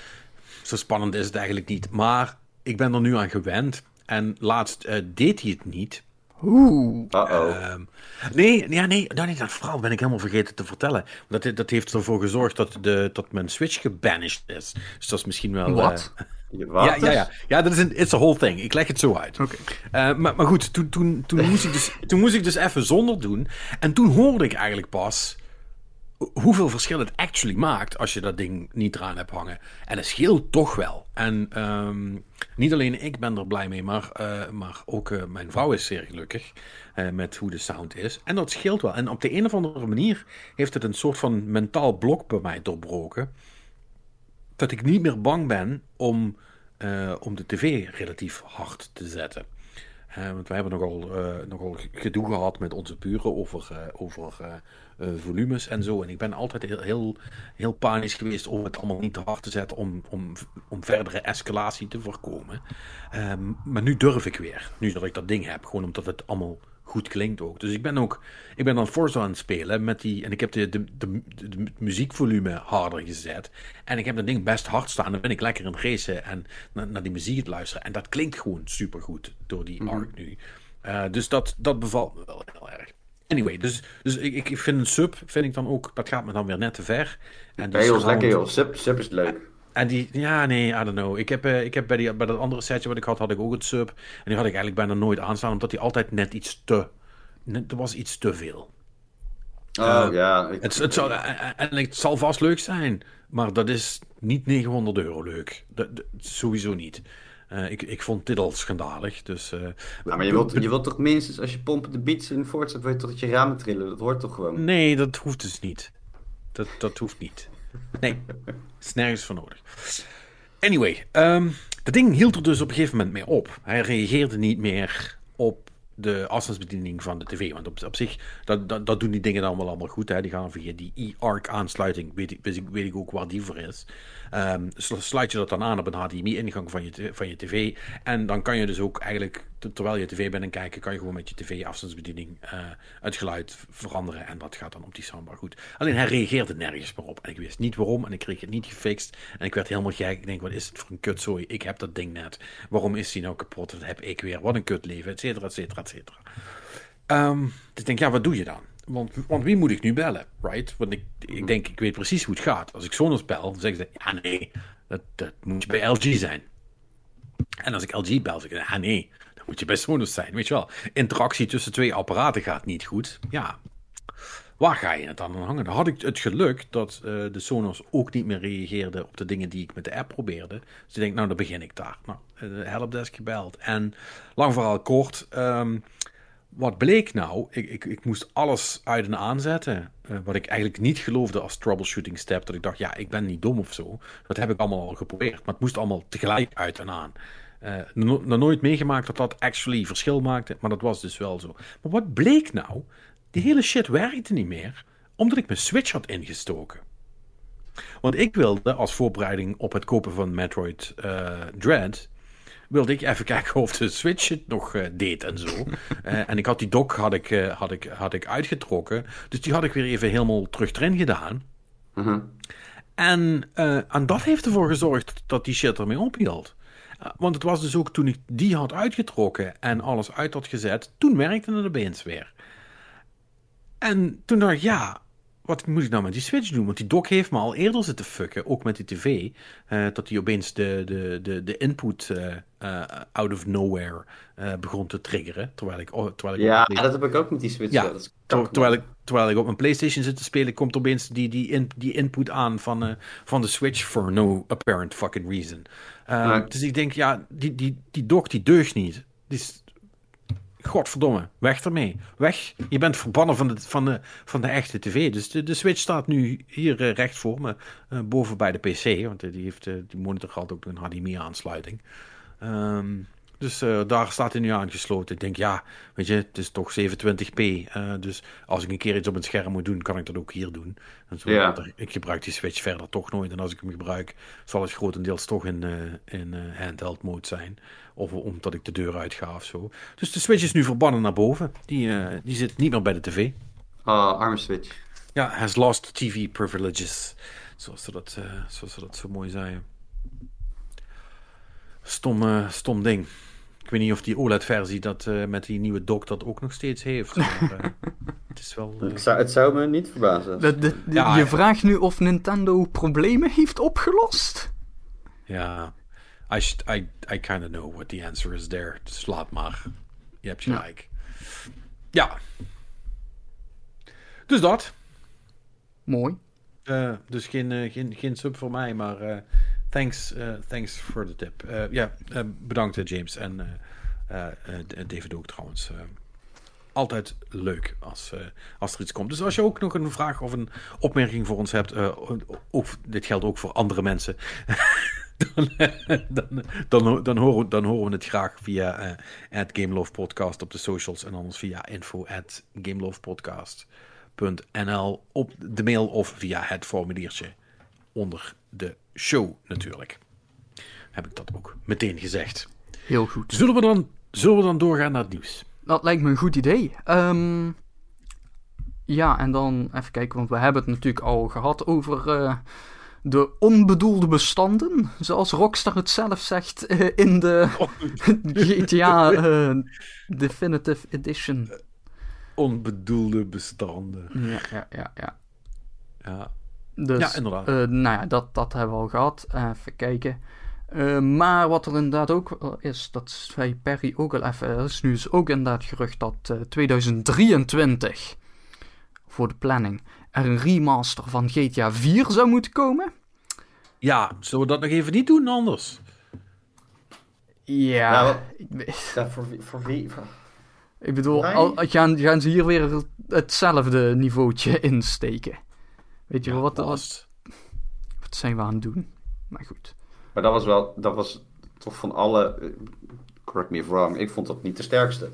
zo spannend is het eigenlijk niet. Maar ik ben er nu aan gewend. En laatst uh, deed hij het niet. Oeh. Uh-oh. Uh, nee, ja, nee, nou, nee, dat verhaal ben ik helemaal vergeten te vertellen. Dat, dat heeft ervoor gezorgd dat, de, dat mijn Switch gebanished is. Dus dat is misschien wel... Wat? Uh, ja, ja, ja. Ja, dat is een it's a whole thing. Ik leg het zo uit. Okay. Uh, maar, maar goed, toen, toen, toen, moest ik dus, toen moest ik dus even zonder doen. En toen hoorde ik eigenlijk pas... hoeveel verschil het actually maakt als je dat ding niet eraan hebt hangen. En het scheelt toch wel. En um, niet alleen ik ben er blij mee, maar, uh, maar ook uh, mijn vrouw is zeer gelukkig uh, met hoe de sound is. En dat scheelt wel. En op de een of andere manier heeft het een soort van mentaal blok bij mij doorbroken. Dat ik niet meer bang ben om, uh, om de tv relatief hard te zetten. Uh, want wij hebben nogal, uh, nogal gedoe gehad met onze buren over, uh, over uh, uh, volumes en zo. En ik ben altijd heel, heel, heel panisch geweest om het allemaal niet te hard te zetten om, om, om verdere escalatie te voorkomen. Um, maar nu durf ik weer, nu dat ik dat ding heb. Gewoon omdat het allemaal goed klinkt ook. Dus ik ben ook, ik ben dan Forza aan het spelen met die, en ik heb de, de, de, de muziekvolume harder gezet. En ik heb dat ding best hard staan. Dan ben ik lekker in het racen en naar, naar die muziek het luisteren. En dat klinkt gewoon supergoed door die mm-hmm. Arc nu. Uh, dus dat, dat bevalt me wel heel erg. Anyway, dus, dus ik, ik vind een sub, vind ik dan ook, dat gaat me dan weer net te ver. En die heel lekker joh, sub, sub is leuk. En die, ja, nee, I don't know. Ik heb, uh, ik heb bij, die, bij dat andere setje wat ik had, had ik ook het sub. En die had ik eigenlijk bijna nooit aanstaan, omdat die altijd net iets te... Net, er was iets te veel. Oh, uh, ja. Ik... Het, het, zal, en het zal vast leuk zijn, maar dat is niet negenhonderd euro leuk. Dat, dat, sowieso niet. Uh, ik, ik vond dit al schandalig, dus... Uh, ja, maar je wilt, je wilt toch minstens, als je pompen de beats in voortzet, wil je toch dat je ramen trillen? Dat hoort toch gewoon? Nee, dat hoeft dus niet. Dat, dat hoeft niet. Nee, is nergens voor nodig. Anyway, um, dat ding hield er dus op een gegeven moment mee op. Hij reageerde niet meer op de afstandsbediening van de tv. Want op, op zich, dat, dat, dat doen die dingen dan wel allemaal goed. Hè. Die gaan via die e-arc aansluiting. Weet ik, weet, ik, weet ik ook waar die voor is. Um, sluit je dat dan aan op een H D M I-ingang van je, van je tv. En dan kan je dus ook eigenlijk, terwijl je tv bent en kijken, kan je gewoon met je tv-afstandsbediening uh, het geluid veranderen. En dat gaat dan op die soundbar goed. Alleen hij reageerde nergens meer op. En ik wist niet waarom. En ik kreeg het niet gefixt. En ik werd helemaal gek. Ik denk, wat is het voor een kutzooi? Ik heb dat ding net. Waarom is die nou kapot? Dat heb ik weer. Wat een kutleven. Et cetera, et cetera, et cetera. Um, dus ik denk, ja, wat doe je dan? Want, want wie moet ik nu bellen, right? Want ik, ik denk, ik weet precies hoe het gaat. Als ik Sonos bel, dan zeggen ze, ja nee, dat, dat moet je bij L G zijn. En als ik L G bel, zeg ik, ja nee, dan moet je bij Sonos zijn, weet je wel. Interactie tussen twee apparaten gaat niet goed. Ja, waar ga je het dan aan hangen? Dan had ik het geluk dat uh, de Sonos ook niet meer reageerde op de dingen die ik met de app probeerde. Dus ik denk, nou, dan begin ik daar. Nou, de helpdesk gebeld. En lang verhaal kort... Um, Wat bleek nou? Ik, ik, ik moest alles uit en aanzetten. Uh, wat ik eigenlijk niet geloofde als troubleshooting step. Dat ik dacht, ja, ik ben niet dom of zo. Dat heb ik allemaal al geprobeerd. Maar het moest allemaal tegelijk uit en aan. Uh, no, nog nooit meegemaakt dat dat actually verschil maakte. Maar dat was dus wel zo. Maar wat bleek nou? Die hele shit werkte niet meer. Omdat ik mijn Switch had ingestoken. Want ik wilde als voorbereiding op het kopen van Metroid uh, Dread... wilde ik even kijken of de Switch het nog uh, deed en zo. Uh, en ik had die dock had ik, uh, had, ik, had ik uitgetrokken. Dus die had ik weer even helemaal terug erin gedaan. Uh-huh. En, uh, en dat heeft ervoor gezorgd dat die shit ermee ophield. Uh, want het was dus ook toen ik die had uitgetrokken en alles uit had gezet, toen werkte het opeens weer. En toen dacht ik, ja... wat moet ik nou met die Switch doen? Want die dock heeft me al eerder zitten fucken, ook met die tv. Uh, dat die opeens de, de, de, de input uh, uh, out of nowhere uh, begon te triggeren. Terwijl ik, oh, terwijl ik ja, op dat heb ik ook met die Switch. Ja, dat is ter, terwijl, ik, terwijl ik op mijn PlayStation zit te spelen, komt opeens die, die, in, die input aan van, uh, van de Switch for no apparent fucking reason. Uh, ja. Dus ik denk, ja, die, die, die dock die deugt niet. Die is... Godverdomme, weg ermee. Weg. Je bent verbannen van de, van de, van de echte tv. Dus de, de Switch staat nu hier uh, recht voor me. Uh, boven bij de P C. Want uh, die, heeft, uh, die monitor had ook een H D M I-aansluiting. Um, dus uh, daar staat hij nu aangesloten. Ik denk, ja, weet je, het is toch zevenentwintig p. Uh, dus als ik een keer iets op het scherm moet doen, kan ik dat ook hier doen. En zo ja. er, ik gebruik die Switch verder toch nooit. En als ik hem gebruik, zal het grotendeels toch in, uh, in uh, handheld mode zijn. Of omdat ik de deur uitga of zo. Dus de Switch is nu verbannen naar boven. Die, uh, die zit niet meer bij de tv. Oh, arme Switch. Ja, has lost T V privileges. Zoals ze dat, uh, zoals ze dat zo mooi zeiden. Stom, uh, stom ding. Ik weet niet of die O L E D-versie dat uh, met die nieuwe dock dat ook nog steeds heeft. Maar, uh, het is wel... Uh... Ik zou, het zou me niet verbazen. De, de, de, ja, je ja. vraagt nu of Nintendo problemen heeft opgelost? Ja... I, sh- I, I kind of know what the answer is there. Dus laat maar. Je hebt gelijk. Ja. ja. Dus dat. Mooi. Uh, dus geen, uh, geen, geen sub voor mij, maar uh, thanks, uh, thanks for the tip. Uh, ja, uh, bedankt uh, James en uh, uh, uh, David ook trouwens. Uh, altijd leuk als, uh, als er iets komt. Dus als je ook nog een vraag of een opmerking voor ons hebt, uh, ook, dit geldt ook voor andere mensen... Dan, dan, dan, dan, horen, dan horen we het graag via uh, at GameLovePodcast op de socials en anders via info at GameLovePodcast punt n l op de mail of via het formuliertje onder de show natuurlijk. Heb ik dat ook meteen gezegd. Heel goed. Zullen we dan, zullen we dan doorgaan naar het nieuws? Dat lijkt me een goed idee. Um, ja, en dan even kijken, want we hebben het natuurlijk al gehad over... Uh, De onbedoelde bestanden, zoals Rockstar het zelf zegt uh, in de G T A uh, Definitive Edition. Onbedoelde bestanden. Ja, ja, ja. Ja, ja. Dus, ja inderdaad. Uh, nou ja, dat, dat hebben we al gehad. Uh, even kijken. Uh, maar wat er inderdaad ook is, dat zei Perry ook al even, er is nu dus ook inderdaad gerucht dat uh, tweeduizend drieëntwintig, voor de planning, er een remaster van G T A vier zou moeten komen. Ja, zullen we dat nog even niet doen anders? Ja. Nou, ja voor, voor wie? Voor... Ik bedoel, al, gaan, gaan ze hier weer hetzelfde niveautje insteken? Weet je ja, wel wat... was... wat zijn we aan het doen? Maar goed. Maar dat was wel, dat was toch van alle, correct me if wrong, ik vond dat niet de sterkste.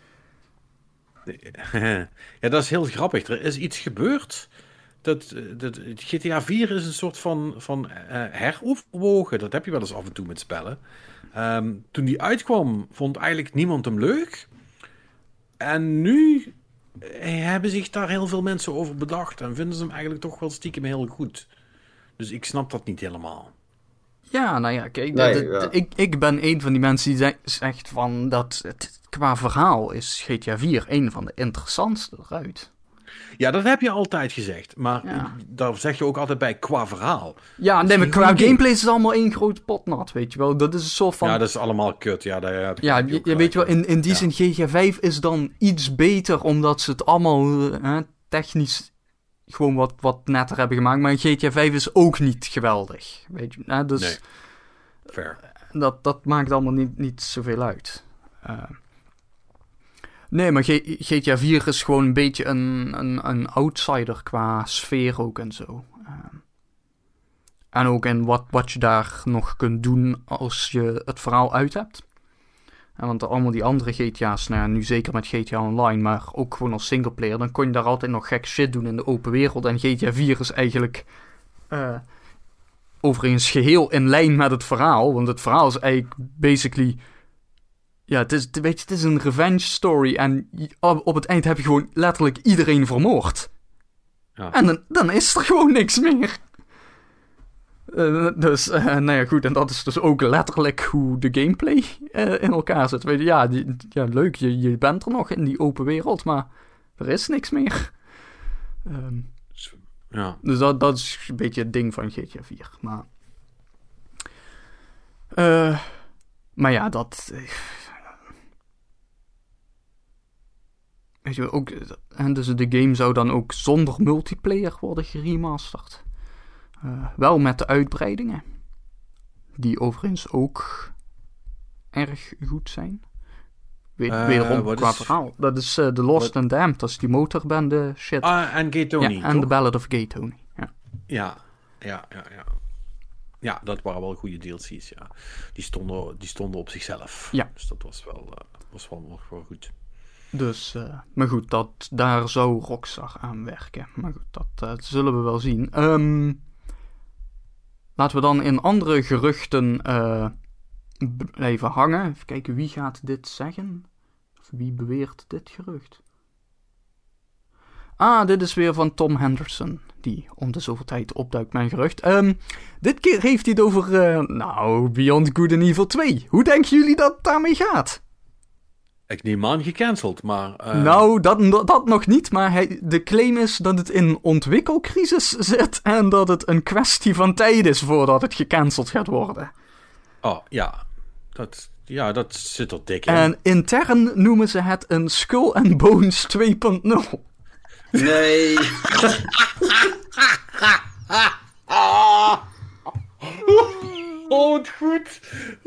Ja, dat is heel grappig. Er is iets gebeurd. Dat, dat, G T A vier is een soort van, van uh, heroverwogen. Dat heb je wel eens af en toe met spellen. Um, toen die uitkwam, vond eigenlijk niemand hem leuk. En nu hebben zich daar heel veel mensen over bedacht. En vinden ze hem eigenlijk toch wel stiekem heel goed. Dus ik snap dat niet helemaal. Ja, nou ja, kijk. Nee, dat, dat, ja. Ik, ik ben een van die mensen die zegt van dat het, qua verhaal is G T A vier een van de interessantste eruit. Ja, dat heb je altijd gezegd. Maar Ja. daar zeg je ook altijd bij qua verhaal. Ja, nee, maar een qua goede gameplay is het allemaal één groot potnat, weet je wel. Dat is een soort van... Ja, dat is allemaal kut. Ja, daar heb je, Ja, heb je je, ook je weet je wel, gelijk. in, in die Ja. zin G T A vijf is dan iets beter, omdat ze het allemaal eh, technisch gewoon wat, wat netter hebben gemaakt. Maar G T A vijf is ook niet geweldig, weet je. Nou, dus Nee. Fair. dat, dat maakt allemaal niet, niet zoveel uit. Uh, nee, maar G- GTA vier is gewoon een beetje een, een, een outsider qua sfeer ook en zo. Uh, en ook in wat, wat je daar nog kunt doen als je het verhaal uit hebt. En want allemaal die andere G T A's, nou ja, nu zeker met G T A Online, maar ook gewoon als singleplayer, dan kon je daar altijd nog gek shit doen in de open wereld. En G T A vier is eigenlijk uh, overigens geheel in lijn met het verhaal. Want het verhaal is eigenlijk basically... Ja, het is, weet je, het is een revenge story. En op, op het eind heb je gewoon letterlijk iedereen vermoord. Ja. En dan, dan is er gewoon niks meer. Uh, dus, uh, nou ja, goed. En dat is dus ook letterlijk hoe de gameplay uh, in elkaar zit. Weet je, ja, die, ja leuk, je, je bent er nog in die open wereld, maar er is niks meer. Um, Ja. Dus dat, dat is een beetje het ding van G T A vier. Maar, uh, maar ja, dat... Uh, weet je ook... En dus de game zou dan ook zonder multiplayer worden geremasterd. Uh, wel met de uitbreidingen. Die overigens ook erg goed zijn. We- Uh, wederom wat qua is- verhaal. Dat is uh, The Lost wat- and Damned. Dat is die motorbende shit. Ah, en Gay Tony, ja, en toch? The Ballad of Gay Tony. Ja. Ja, ja, ja, ja. Ja, dat waren wel goede D L C's, ja. Die stonden, die stonden op zichzelf. Ja. Dus dat was wel, uh, was wel, wel, wel goed. Dus, uh, maar goed, dat, daar zou Rockstar aan werken. Maar goed, dat uh, zullen we wel zien. Um, laten we dan in andere geruchten uh, blijven hangen. Even kijken, wie gaat dit zeggen? Of wie beweert dit gerucht? Ah, dit is weer van Tom Henderson, die om de zoveel tijd opduikt mijn gerucht. Um, dit keer heeft hij het over, uh, nou, Beyond Good and Evil twee. Hoe denken jullie dat het daarmee gaat? Ik neem aan gecanceld, maar... Uh... Nou, dat, dat nog niet, maar hij, de claim is dat het in ontwikkelcrisis zit en dat het een kwestie van tijd is voordat het gecanceld gaat worden. Oh, ja. Dat, ja, dat zit er dik in. En intern noemen ze het een Skull and Bones twee punt nul. Nee. Oh, wat goed.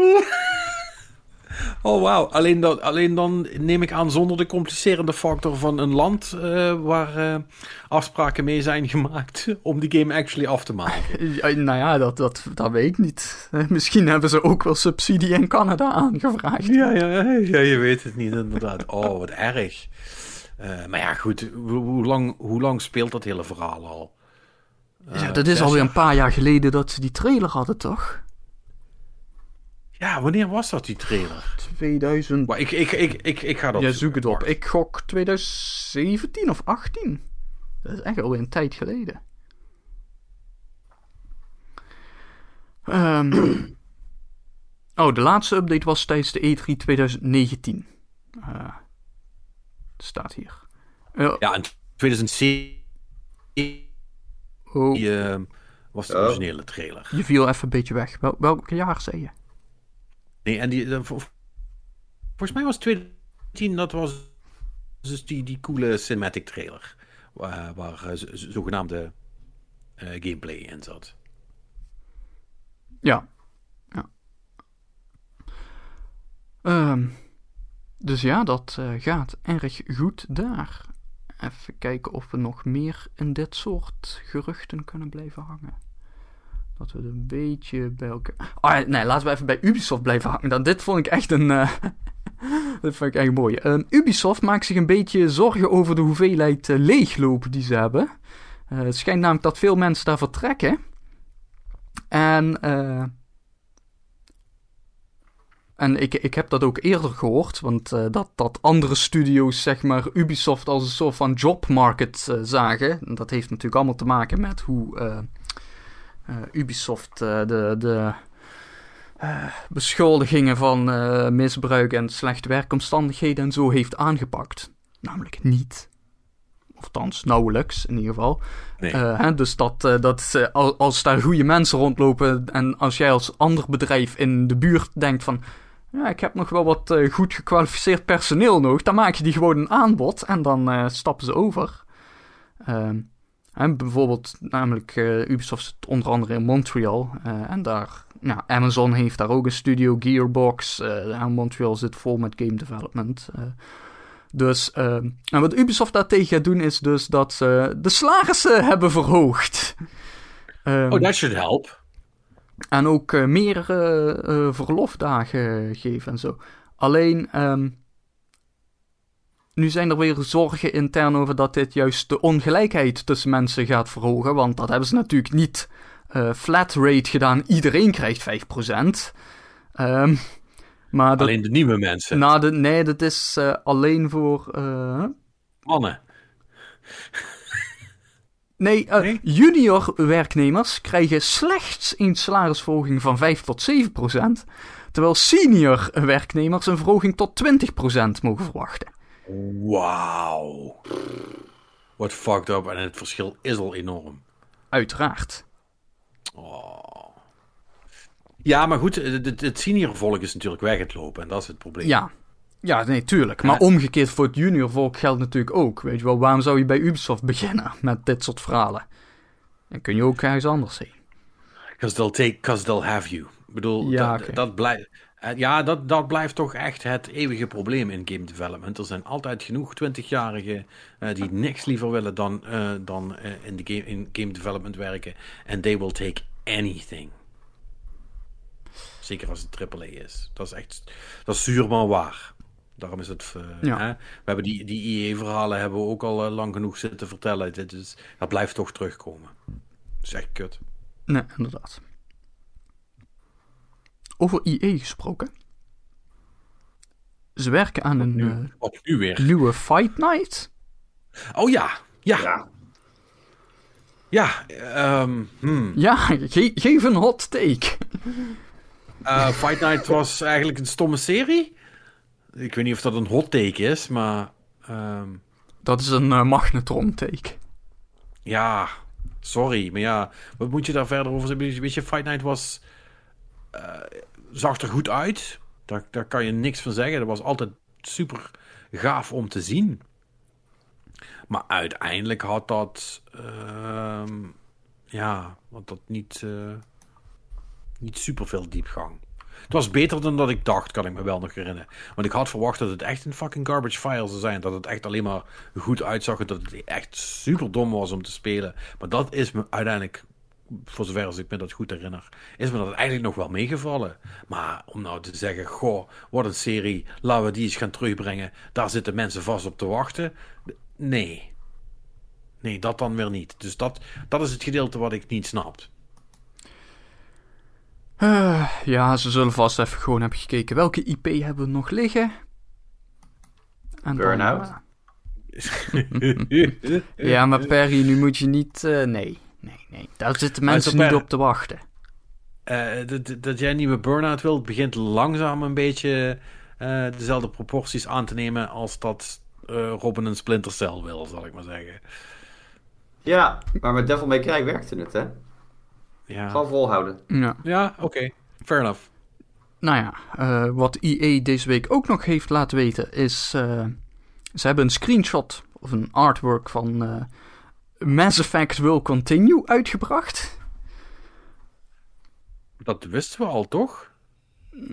Oh, wauw. Alleen, dan- alleen dan neem ik aan zonder de complicerende factor van een land uh, waar uh, afspraken mee zijn gemaakt om die game actually af te maken. Ja, nou ja, dat, dat, dat weet ik niet. Misschien hebben ze ook wel subsidie in Canada aangevraagd. Ja, ja, ja, je weet het niet inderdaad. Oh, wat erg. Uh, maar ja, goed. Hoe, hoe, lang, hoe lang speelt dat hele verhaal al? Uh, Ja, dat is alweer een paar jaar geleden dat ze die trailer hadden, toch? Ja, wanneer was dat, die trailer? tweeduizend... Maar ik, ik, ik, ik, ik ga dat Ja, zoek het op. Ik gok twintig zeventien of achttien. Dat is echt alweer een tijd geleden. Um, oh, de laatste update was tijdens de E drie twintig negentien. Uh, staat hier. Uh, Ja, in twintig zeventien oh, uh, was de Oh. originele trailer. je viel even een beetje weg. Wel, welk jaar zei je? Nee, en die, uh, vol- volgens mij was twintig tien, dat was dus die, die coole cinematic trailer. Waar, waar uh, z- z- zogenaamde uh, gameplay in zat. Ja. ja. Um, dus ja, dat uh, gaat erg goed daar. Even kijken of we nog meer in dit soort geruchten kunnen blijven hangen. Dat we het een beetje bij elkaar... Oh, nee, laten we even bij Ubisoft blijven hangen. Dan, dit vond ik echt een... Uh... dit vond ik echt mooi. Um, Ubisoft maakt zich een beetje zorgen over de hoeveelheid uh, leegloop die ze hebben. Uh, het schijnt namelijk dat veel mensen daar vertrekken. En... Uh... En ik, ik heb dat ook eerder gehoord, want uh, dat, dat andere studio's, zeg maar, Ubisoft als een soort van jobmarket uh, zagen. En dat heeft natuurlijk allemaal te maken met hoe uh, uh, Ubisoft uh, de, de uh, beschuldigingen van uh, misbruik en slechte werkomstandigheden en zo heeft aangepakt. Namelijk niet. Althans, nauwelijks in ieder geval. Nee. Uh, hè, dus dat, uh, dat uh, als daar goede mensen rondlopen en als jij als ander bedrijf in de buurt denkt van... Ja, ik heb nog wel wat uh, goed gekwalificeerd personeel nodig. Dan maak je die gewoon een aanbod en dan uh, stappen ze over. Uh, en bijvoorbeeld, namelijk uh, Ubisoft zit onder andere in Montreal. Uh, en daar, nou, Amazon heeft daar ook een studio, Gearbox. Uh, en Montreal zit vol met game development. Uh, dus, uh, en wat Ubisoft daartegen gaat doen is dus dat ze de salarissen hebben verhoogd. Um, oh, that should help. En ook uh, meer uh, uh, verlofdagen geven en zo. Alleen, um, nu zijn er weer zorgen intern over dat dit juist de ongelijkheid tussen mensen gaat verhogen. Want dat hebben ze natuurlijk niet uh, flat rate gedaan. Iedereen krijgt vijf procent. Um, maar dat, alleen de nieuwe mensen? Nou, de, nee, dat is uh, alleen voor... Uh, mannen. Nee, uh, nee, junior werknemers krijgen slechts een salarisverhoging van vijf tot zeven procent. Terwijl senior werknemers een verhoging tot twintig procent mogen verwachten. Wauw. What fucked up. En het verschil is al enorm. Uiteraard. Oh. Ja, maar goed, het, het senior volk is natuurlijk weg het lopen. En dat is het probleem. Ja, ja nee, tuurlijk. Maar ja. Omgekeerd voor het junior volk geldt natuurlijk ook. Weet je wel, waarom zou je bij Ubisoft beginnen met dit soort verhalen? Dan kun je ook ergens anders heen. Because they'll take, because they'll have you. Ik bedoel, ja, dat, okay. dat blijft... Ja, dat, dat blijft toch echt het eeuwige probleem in game development. Er zijn altijd genoeg twintigjarigen uh, die niks liever willen dan, uh, dan uh, in, de game, in game development werken. En they will take anything. Zeker als het triple A is. Dat is echt, dat is zuur maar waar. Daarom is het... Uh, ja. hè? We hebben die, die I E-verhalen hebben we ook al uh, lang genoeg zitten vertellen. Dit is, dat blijft toch terugkomen. Dat is echt kut. Nee, inderdaad. Over I E gesproken. Ze werken aan een nu, uh, op nu weer. nieuwe Fight Night. Oh ja, ja. Ja, ja, um, hmm. ja ge- geef een hot take. uh, Fight Night was eigenlijk een stomme serie. Ik weet niet of dat een hot take is, maar... Um, dat is een uh, magnetron take. Ja, sorry, maar ja, wat moet je daar verder over zeggen? Weet je, Fight Night was... Uh, zag er goed uit. Daar, daar kan je niks van zeggen. Dat was altijd super gaaf om te zien. Maar uiteindelijk had dat... Uh, ja, had dat niet... Uh, niet super veel diepgang. Het was beter dan dat ik dacht, kan ik me wel nog herinneren. Want ik had verwacht dat het echt een fucking garbage file zou zijn. Dat het echt alleen maar goed uitzag. En dat het echt super dom was om te spelen. Maar dat is me uiteindelijk... voor zover als ik me dat goed herinner, is me dat eigenlijk nog wel meegevallen. Maar om nou te zeggen, goh, wat een serie, laten we die eens gaan terugbrengen, daar zitten mensen vast op te wachten. Nee. Nee, dat dan weer niet. Dus dat, dat is het gedeelte wat ik niet snap. Uh, ja, ze zullen vast even gewoon hebben gekeken. Welke I P hebben we nog liggen? En Burnout. Dan, ja, maar Perry, nu moet je niet... Uh, nee. Nee, nee, daar zitten mensen niet op te wachten. Uh, dat, dat jij een nieuwe Burnout wilt, begint langzaam een beetje uh, dezelfde proporties aan te nemen als dat uh, Robin een Splinter Cell wil, zal ik maar zeggen. Ja, maar met Devil May Cry werkte het, hè? Ja. Gewoon volhouden. Ja, ja oké. Okay. Fair enough. Nou ja, uh, wat I E deze week ook nog heeft laten weten is... Uh, ze hebben een screenshot of een artwork van... Uh, Mass Effect Will Continue uitgebracht. Dat wisten we al, toch?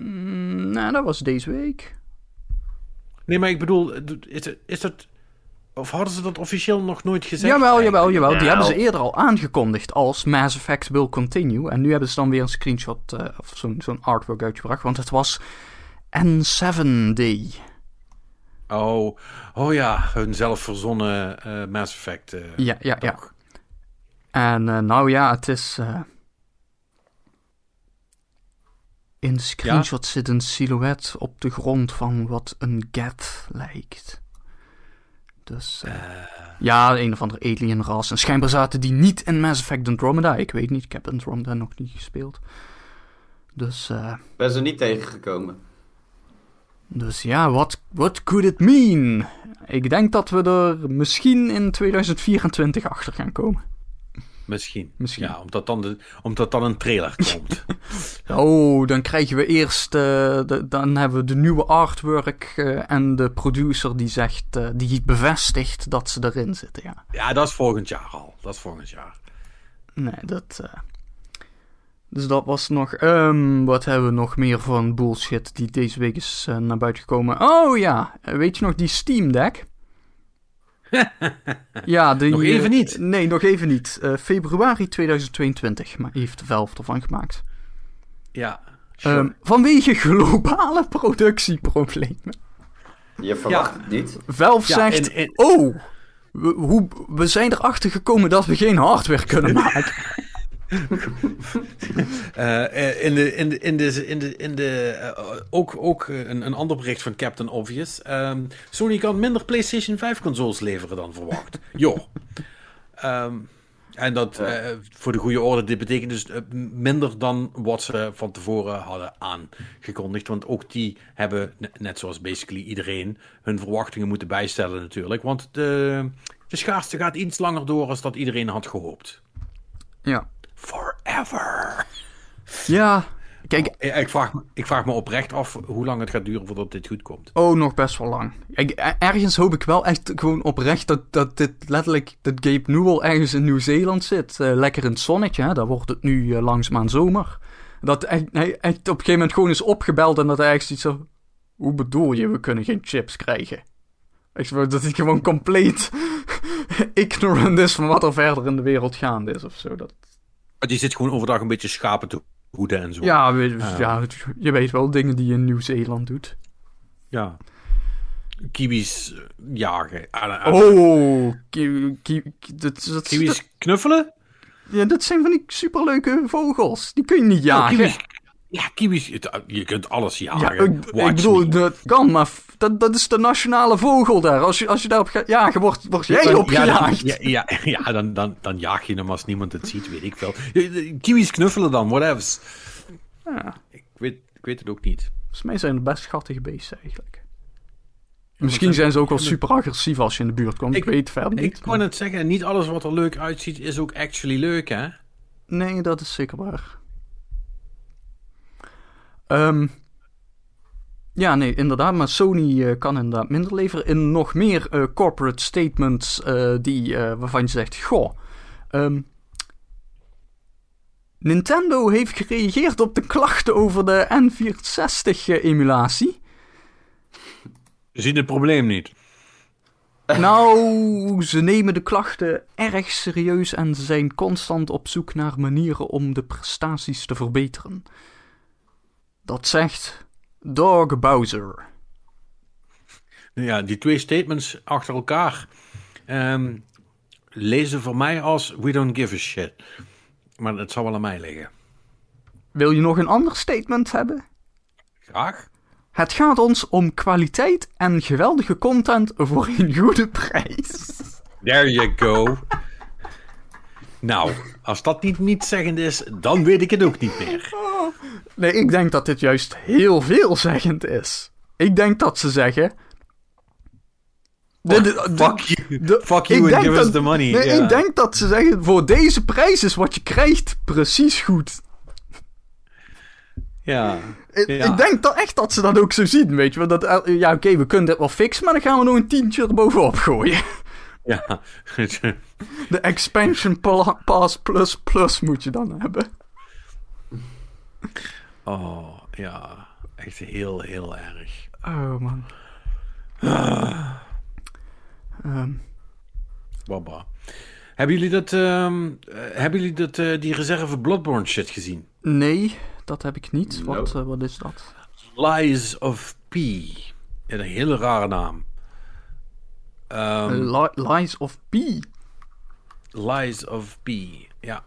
Mm, nou, dat was deze week. Nee, maar ik bedoel, is het, is het, Of hadden ze dat officieel nog nooit gezegd? Jawel, jawel, jawel. Die Nou. hebben ze eerder al aangekondigd als Mass Effect will continue. En nu hebben ze dan weer een screenshot uh, of zo'n, zo'n artwork uitgebracht. Want het was N zeven Day. Oh, oh ja, hun zelfverzonnen uh, Mass Effect. Uh, ja, ja, toch. ja. En uh, nou ja, het is... Uh... In de screenshot ja? zit een silhouet op de grond van wat een Geth lijkt. Dus uh, uh, ja, een of andere alien ras. En schijnbaar zaten die niet in Mass Effect Andromeda. Ik weet niet, ik heb Andromeda nog niet gespeeld. Dus... Uh, ben ze niet tegengekomen. Dus ja, what, what could it mean? Ik denk dat we er misschien in tweeduizend vierentwintig achter gaan komen. Misschien. Misschien. Ja, omdat dan, de, omdat dan een trailer komt. Oh, dan krijgen we eerst... Uh, de, dan hebben we de nieuwe artwork uh, en de producer die zegt... Uh, die bevestigt dat ze erin zitten, ja. Ja, dat is volgend jaar al. Dat is volgend jaar. Nee, dat... Uh... Dus dat was nog... Um, wat hebben we nog meer van bullshit die deze week is uh, naar buiten gekomen? Oh ja, weet je nog die Steam Deck? Ja, die, nog even niet. Uh, nee, nog even niet. Uh, februari tweeduizend tweeëntwintig, maar heeft Valve ervan gemaakt. Ja, sure. um, Vanwege globale productieproblemen. Je verwacht ja. het niet. Valve ja, zegt, en, en... oh, we, hoe, we zijn erachter gekomen dat we geen hardware kunnen maken. uh, in de, in de, in de, in de, in de, uh, ook, ook een, een ander bericht van Captain Obvious. Um, Sony kan minder PlayStation vijf consoles leveren dan verwacht. Joh. Um, en dat, uh, voor de goede orde, dit betekent dus uh, minder dan wat ze van tevoren hadden aangekondigd. Want ook die hebben, net zoals basically iedereen, hun verwachtingen moeten bijstellen natuurlijk. Want de, de schaarste gaat iets langer door als dat iedereen had gehoopt. Ja. Forever. Ja, kijk... Oh, ik, vraag, ik vraag me oprecht af hoe lang het gaat duren voordat dit goed komt. Oh, nog best wel lang. Ik, ergens hoop ik wel echt gewoon oprecht dat, dat dit letterlijk... dat Gabe Newell ergens in Nieuw-Zeeland zit. Uh, lekker in het zonnetje, hè. Daar wordt het nu uh, langzaamaan zomer. Dat echt, hij echt op een gegeven moment gewoon is opgebeld en dat hij echt zoiets zo... Hoe bedoel je, we kunnen geen chips krijgen? Echt, dat hij gewoon compleet ignorant is van wat er verder in de wereld gaande is of zo. Dat... Die zit gewoon overdag een beetje schapen te hoeden en zo. Ja, uh, ja, je weet wel dingen die je in Nieuw-Zeeland doet. Ja. Kiwis jagen. Oh, ki- ki- dat, dat, kiwis dat, knuffelen? Ja, dat zijn van die superleuke vogels. Die kun je niet jagen. Oh, kiwis, ja, kiwis. Je kunt alles jagen. Ja, ik, ik bedoel, me. dat kan, maar dat, dat is de nationale vogel daar. Als je, als je daarop gaat jagen, word, word jij ja, op gejaagd. Ja, ja, ja, ja dan, dan, dan jaag je hem als niemand het ziet, weet ik veel. Kiwis knuffelen dan, whatevs. Ja. Ik weet, ik weet het ook niet. Volgens mij zijn het best schattige beesten eigenlijk. Misschien zijn ze ook wel super agressief als je in de buurt komt. Ik, ik weet het verder niet. Ik kan het zeggen, niet alles wat er leuk uitziet is ook actually leuk, hè? Nee, dat is zeker waar. Um, ja, nee, inderdaad. Maar Sony uh, kan inderdaad minder leveren. In nog meer uh, corporate statements uh, die, uh, waarvan je zegt... Goh, um, Nintendo heeft gereageerd op de klachten over de N vierhonderdzestig-emulatie. Ze zien het probleem niet. Nou, ze nemen de klachten erg serieus en ze zijn constant op zoek naar manieren om de prestaties te verbeteren. Dat zegt Doug Bowser. Ja, die twee statements achter elkaar um, lezen voor mij als we don't give a shit. Maar het zal wel aan mij liggen. Wil je nog een ander statement hebben? Graag. Het gaat ons om kwaliteit en geweldige content voor een goede prijs. There you go. Nou, als dat niet nietszeggend is, dan weet ik het ook niet meer. Nee, ik denk dat dit juist heel veelzeggend is. Ik denk dat ze zeggen... De, de, de, fuck you, de, fuck you and give dat, us the money. Nee, yeah. Ik denk dat ze zeggen, voor deze prijs is wat je krijgt precies goed. Ja. Ik, ja. ik denk dat echt dat ze dat ook zo zien, weet je. Dat, ja, oké, okay, we kunnen dit wel fixen, maar dan gaan we nog een tientje erbovenop gooien. Ja. De expansion pass plus plus moet je dan hebben. Oh, ja. Echt heel, heel erg. Oh, man. Um, Baba. Hebben jullie dat, um, uh, hebben jullie dat uh, die reserve Bloodborne shit gezien? Nee, dat heb ik niet. No. Wat, uh, wat is dat? Lies of P. Ja, een hele rare naam. Um, uh, li- Lies of P. Lies of P, ja.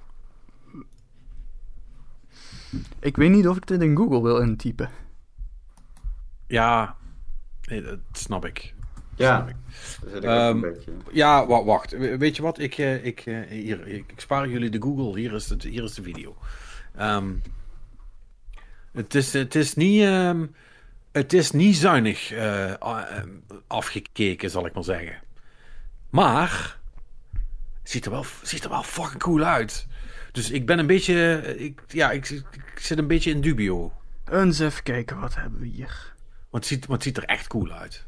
Ik weet niet of ik dit in Google wil intypen. Ja, nee, dat snap ik. Ja, snap ik. dat zit ik um, ook een beetje. Ja, w- wacht. Weet je wat? Ik, uh, ik, uh, hier, ik, ik spaar jullie de Google. Hier is, het, hier is de video. Um, het, is, het, is niet, um, het is niet zuinig uh, afgekeken, zal ik maar zeggen. Maar het ziet er wel, ziet er wel fucking cool uit. Dus ik ben een beetje... Ik, ja, ik, ik zit een beetje in dubio. Eens even kijken, wat hebben we hier? Want het ziet, want het ziet er echt cool uit.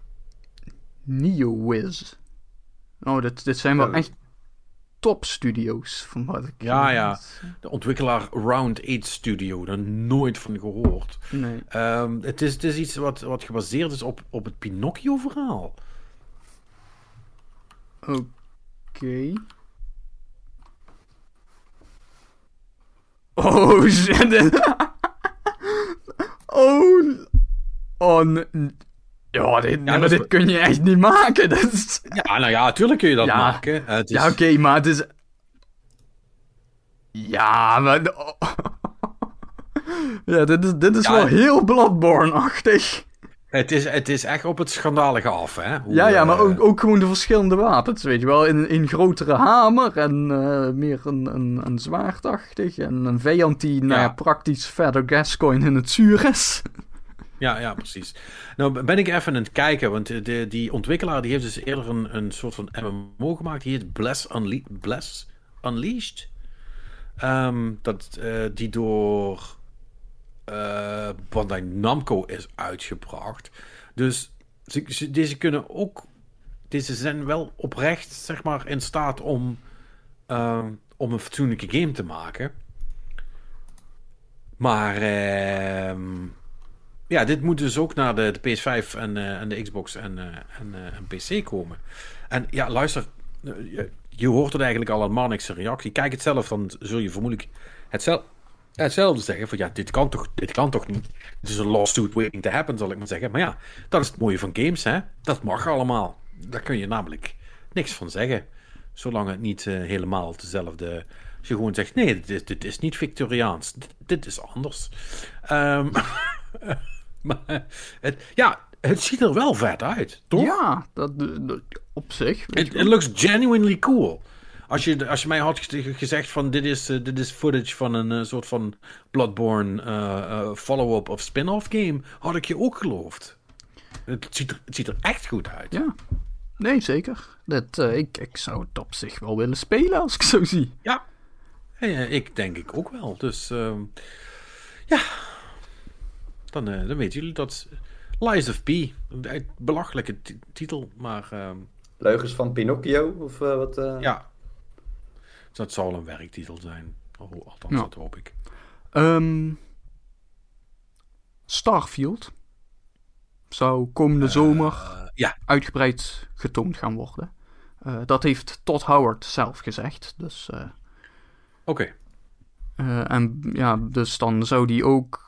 NeoWiz. Oh, dit, dit zijn wel Ja. echt topstudio's, van wat ik... Ja, ja. De ontwikkelaar Round eight Studio. Daar nooit van gehoord. Nee. Um, het, is, het is iets wat, wat gebaseerd is op, op het Pinocchio-verhaal. Oké. Okay. Oh, shit. oh. Oh, n- ja, dit, Ja, maar dat is- dit kun je echt niet maken. Dat is... Ja, nou ja, tuurlijk kun je dat Ja. maken. Uh, het is, Ja, oké, okay, maar het is... Ja, maar... ja, dit is, dit is Ja, wel het- heel Bloodborne-achtig. het, is, het is echt op het schandalige af, hè? Hoe, Ja, ja, maar uh, ook, ook gewoon de verschillende wapens, weet je wel. Een, een grotere hamer en uh, meer een, een, een zwaardachtig. En een vijand die, nou ja, Ja. praktisch verder Gascoigne in het zuur is. Ja, ja, precies. Nou ben ik even aan het kijken, want de, die ontwikkelaar die heeft dus eerder een, een soort van M M O gemaakt. Die heet Bless, Unle- Bless Unleashed. Um, dat, uh, die door uh, Bandai Namco is uitgebracht. Dus ze, ze, deze kunnen ook... Deze zijn wel oprecht, zeg maar, in staat om, uh, om een fatsoenlijke game te maken. Maar... Uh, Ja, dit moet dus ook naar de, de P S vijf en, uh, en de Xbox en, uh, en, uh, en P C komen. En ja, luister, uh, je, je hoort het eigenlijk al aan Marnix's reactie. Kijk het zelf, dan zul je vermoedelijk hetzelfde, hetzelfde zeggen. Van ja, dit kan toch, dit kan toch niet. Het is een lawsuit waiting to happen, zal ik maar zeggen. Maar ja, dat is het mooie van games, hè. Dat mag allemaal. Daar kun je namelijk niks van zeggen. Zolang het niet uh, helemaal dezelfde... Als je gewoon zegt, nee, dit is, dit is niet Victoriaans. Dit, dit is anders. Um, Maar het, ja, het ziet er wel vet uit, toch? Ja, dat, dat op zich. Het looks genuinely cool. Als je, als je mij had gezegd van dit is, uh, dit is footage van een uh, soort van Bloodborne uh, uh, follow-up of spin-off game, had ik je ook geloofd. Het ziet er, het ziet er echt goed uit. Ja, nee, zeker. Dat, uh, ik, ik zou het op zich wel willen spelen als ik zo zie. Ja, ja ik denk ik ook wel. Dus uh, ja... Dan, uh, dan weten jullie dat Lies of P. Een belachelijke t- titel, maar... Uh, Leugens van Pinocchio? Of uh, wat? Uh... Ja. Dus dat zal een werktitel zijn. Oh, althans, ja. dat hoop ik. Um, Starfield zou komende uh, zomer ja. uitgebreid getoond gaan worden. Uh, dat heeft Todd Howard zelf gezegd. Dus, uh, Oké. Okay. Uh, en ja, dus dan zou die ook...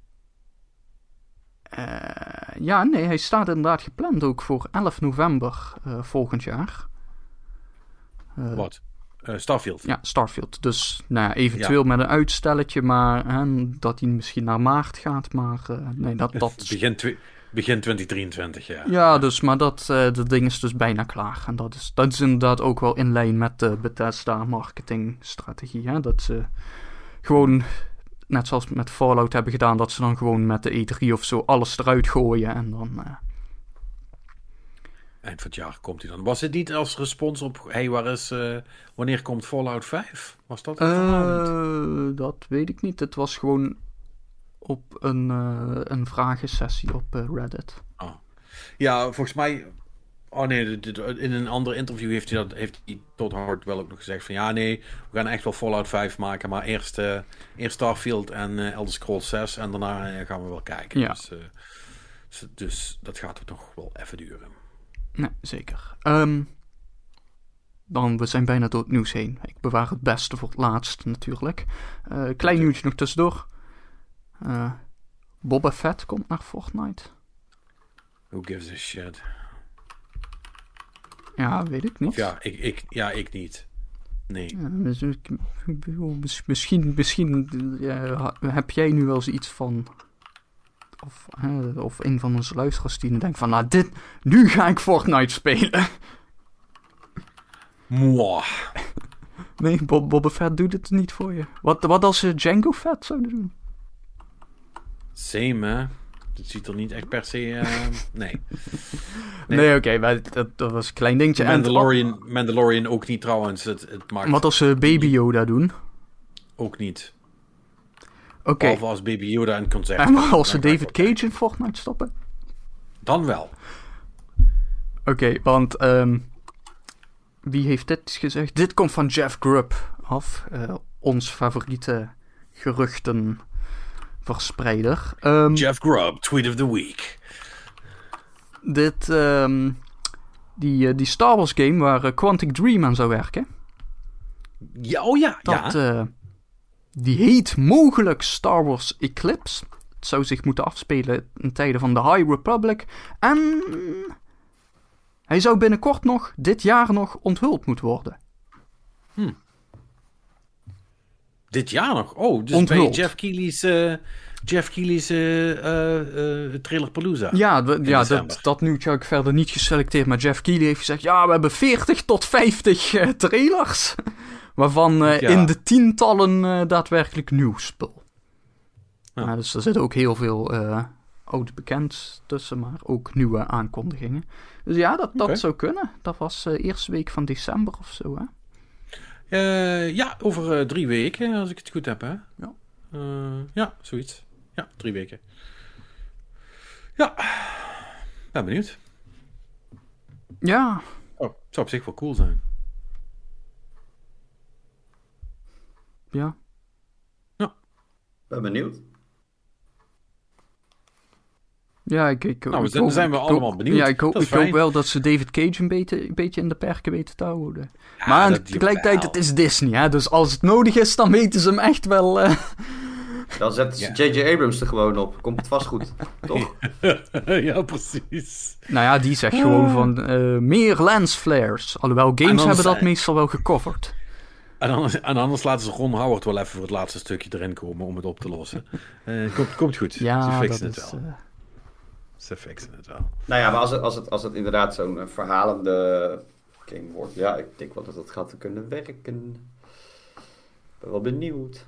Uh, ja, nee, hij staat inderdaad gepland ook voor elf november uh, volgend jaar. Uh, Wat? Uh, Starfield? Ja, Starfield. Dus nou, eventueel ja. met een uitstelletje, maar hè, dat hij misschien naar maart gaat. Maar uh, nee, dat... dat... Begin, twi- begin twintig drieëntwintig, ja. Ja, dus, maar dat, uh, dat ding is dus bijna klaar. En dat is, dat is inderdaad ook wel in lijn met de Bethesda marketingstrategie. Hè? Dat ze gewoon... Net zoals met Fallout hebben gedaan, dat ze dan gewoon met de E drie of zo alles eruit gooien en dan... Uh... Eind van het jaar komt hij dan. Was het niet als respons op, hey, waar is, uh, wanneer komt Fallout vijf? Was dat het uh, niet? Dat weet ik niet. Het was gewoon op een, uh, een vragensessie op uh, Reddit. Oh. Ja, volgens mij... Oh nee, in een ander interview heeft hij dat heeft hij Todd Howard wel ook nog gezegd van ja nee, we gaan echt wel Fallout vijf maken, maar eerst, uh, eerst Starfield en uh, Elder Scrolls zes en daarna uh, gaan we wel kijken. Ja. Dus, uh, dus dat gaat ook nog wel even duren. Nee, zeker. Um, dan, we zijn bijna door het nieuws heen. Ik bewaar het beste voor het laatst, natuurlijk. Uh, klein nieuwtje nog tussendoor. Uh, Boba Fett komt naar Fortnite. Who gives a shit? Ja, weet ik niet. Of ja, ik, ik, ja, ik niet. Nee. Ja, misschien misschien ja, heb jij nu wel eens iets van... Of, uh, of een van onze luisteraars die denkt van... Nou, dit, nu ga ik Fortnite spelen. Mwah. Nee, Bob, Boba Fett doet het niet voor je. Wat, wat als ze Django Fett zouden doen? Same, hè? Het ziet er niet echt per se... Uh, nee. Nee, nee oké, okay, dat, dat was een klein dingetje. Mandalorian, en, Mandalorian ook niet trouwens. Het, het maakt wat als ze Baby Yoda doen? Ook niet. Oké. Okay. Behalve als Baby Yoda een concert. En als ze David Cage in Fortnite stoppen? Dan wel. Oké, okay, want... Um, wie heeft dit gezegd? Dit komt van Jeff Grubb af. Uh, ons favoriete geruchtenverspreider. Um, Jeff Grubb, Tweet of the Week. Dit, um, die, uh, die Star Wars game waar uh, Quantic Dream aan zou werken. Ja, oh ja. Dat, ja. Uh, die heet mogelijk Star Wars Eclipse. Het zou zich moeten afspelen in tijden van de High Republic. En... hij zou binnenkort nog, dit jaar nog, onthuld moeten worden. Hm. Dit jaar nog? Oh, dus onthuld. Bij Jeff Keighley's, uh, Jeff Keighley's uh, uh, uh, Trailerpalooza. Ja, we, ja dat, dat nieuwtje heb ik verder niet geselecteerd. Maar Jeff Keighley heeft gezegd... ja, we hebben veertig tot vijftig uh, trailers. Waarvan uh, ja. in de tientallen uh, daadwerkelijk nieuw spul. Ja. Nou, dus er zit ook heel veel... Uh, oud bekend tussen, maar ook nieuwe aankondigingen. Dus ja, dat, dat okay. zou kunnen. Dat was de uh, eerste week van december of zo, hè? Uh, ja, over uh, drie weken, als ik het goed heb, hè? Ja. Uh, ja, zoiets. Ja, drie weken. Ja, ben benieuwd. Ja. Oh, zou op zich wel cool zijn. Ja. Ja. Ben benieuwd. Ja, ik, ik, nou, ik dan hoop, zijn we allemaal hoop, benieuwd. Ja, ik, hoop, ik hoop wel dat ze David Cage een beetje, een beetje in de perken weten te houden. Ja, maar tegelijkertijd, het is Disney, hè? Dus als het nodig is, dan weten ze hem echt wel... Uh... Dan zet J J ja. Abrams er gewoon op. Komt het vast goed, toch? Ja, precies. Nou ja, die zegt gewoon van uh, meer lens flares. Alhoewel, games hebben dat meestal wel gecoverd. En anders, en anders laten ze Ron Howard wel even voor het laatste stukje erin komen om het op te lossen. Uh, komt, komt goed. Ja, ze fixen dat het is... wel. Uh... Ze fixen het wel. Nou ja, maar als het, als het, als het inderdaad zo'n uh, verhalende game wordt... Ja, ik denk wel dat het gaat kunnen werken. Ik ben wel benieuwd.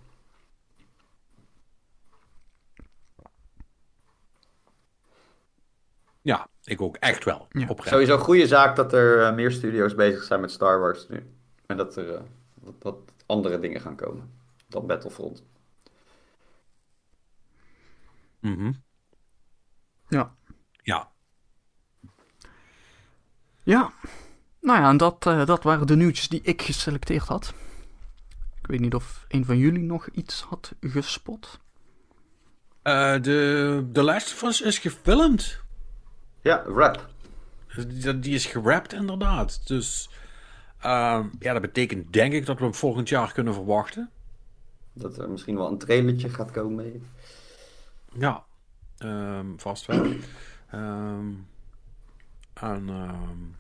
Ja, ik ook. Echt wel. Ja. Oprecht. Sowieso een goede zaak dat er uh, meer studio's bezig zijn met Star Wars nu. En dat er uh, wat, wat andere dingen gaan komen dan Battlefront. Mhm. Ja. Ja. Ja. Nou ja, en dat, uh, dat waren de nieuwtjes die ik geselecteerd had. Ik weet niet of een van jullie nog iets had gespot. Uh, de, de Last of Us is gefilmd. Ja, rap. Die, die is gerapt inderdaad. Dus uh, ja, dat betekent denk ik dat we hem volgend jaar kunnen verwachten. Dat er misschien wel een trailertje gaat komen. Ja, um, vast wel. um, en um,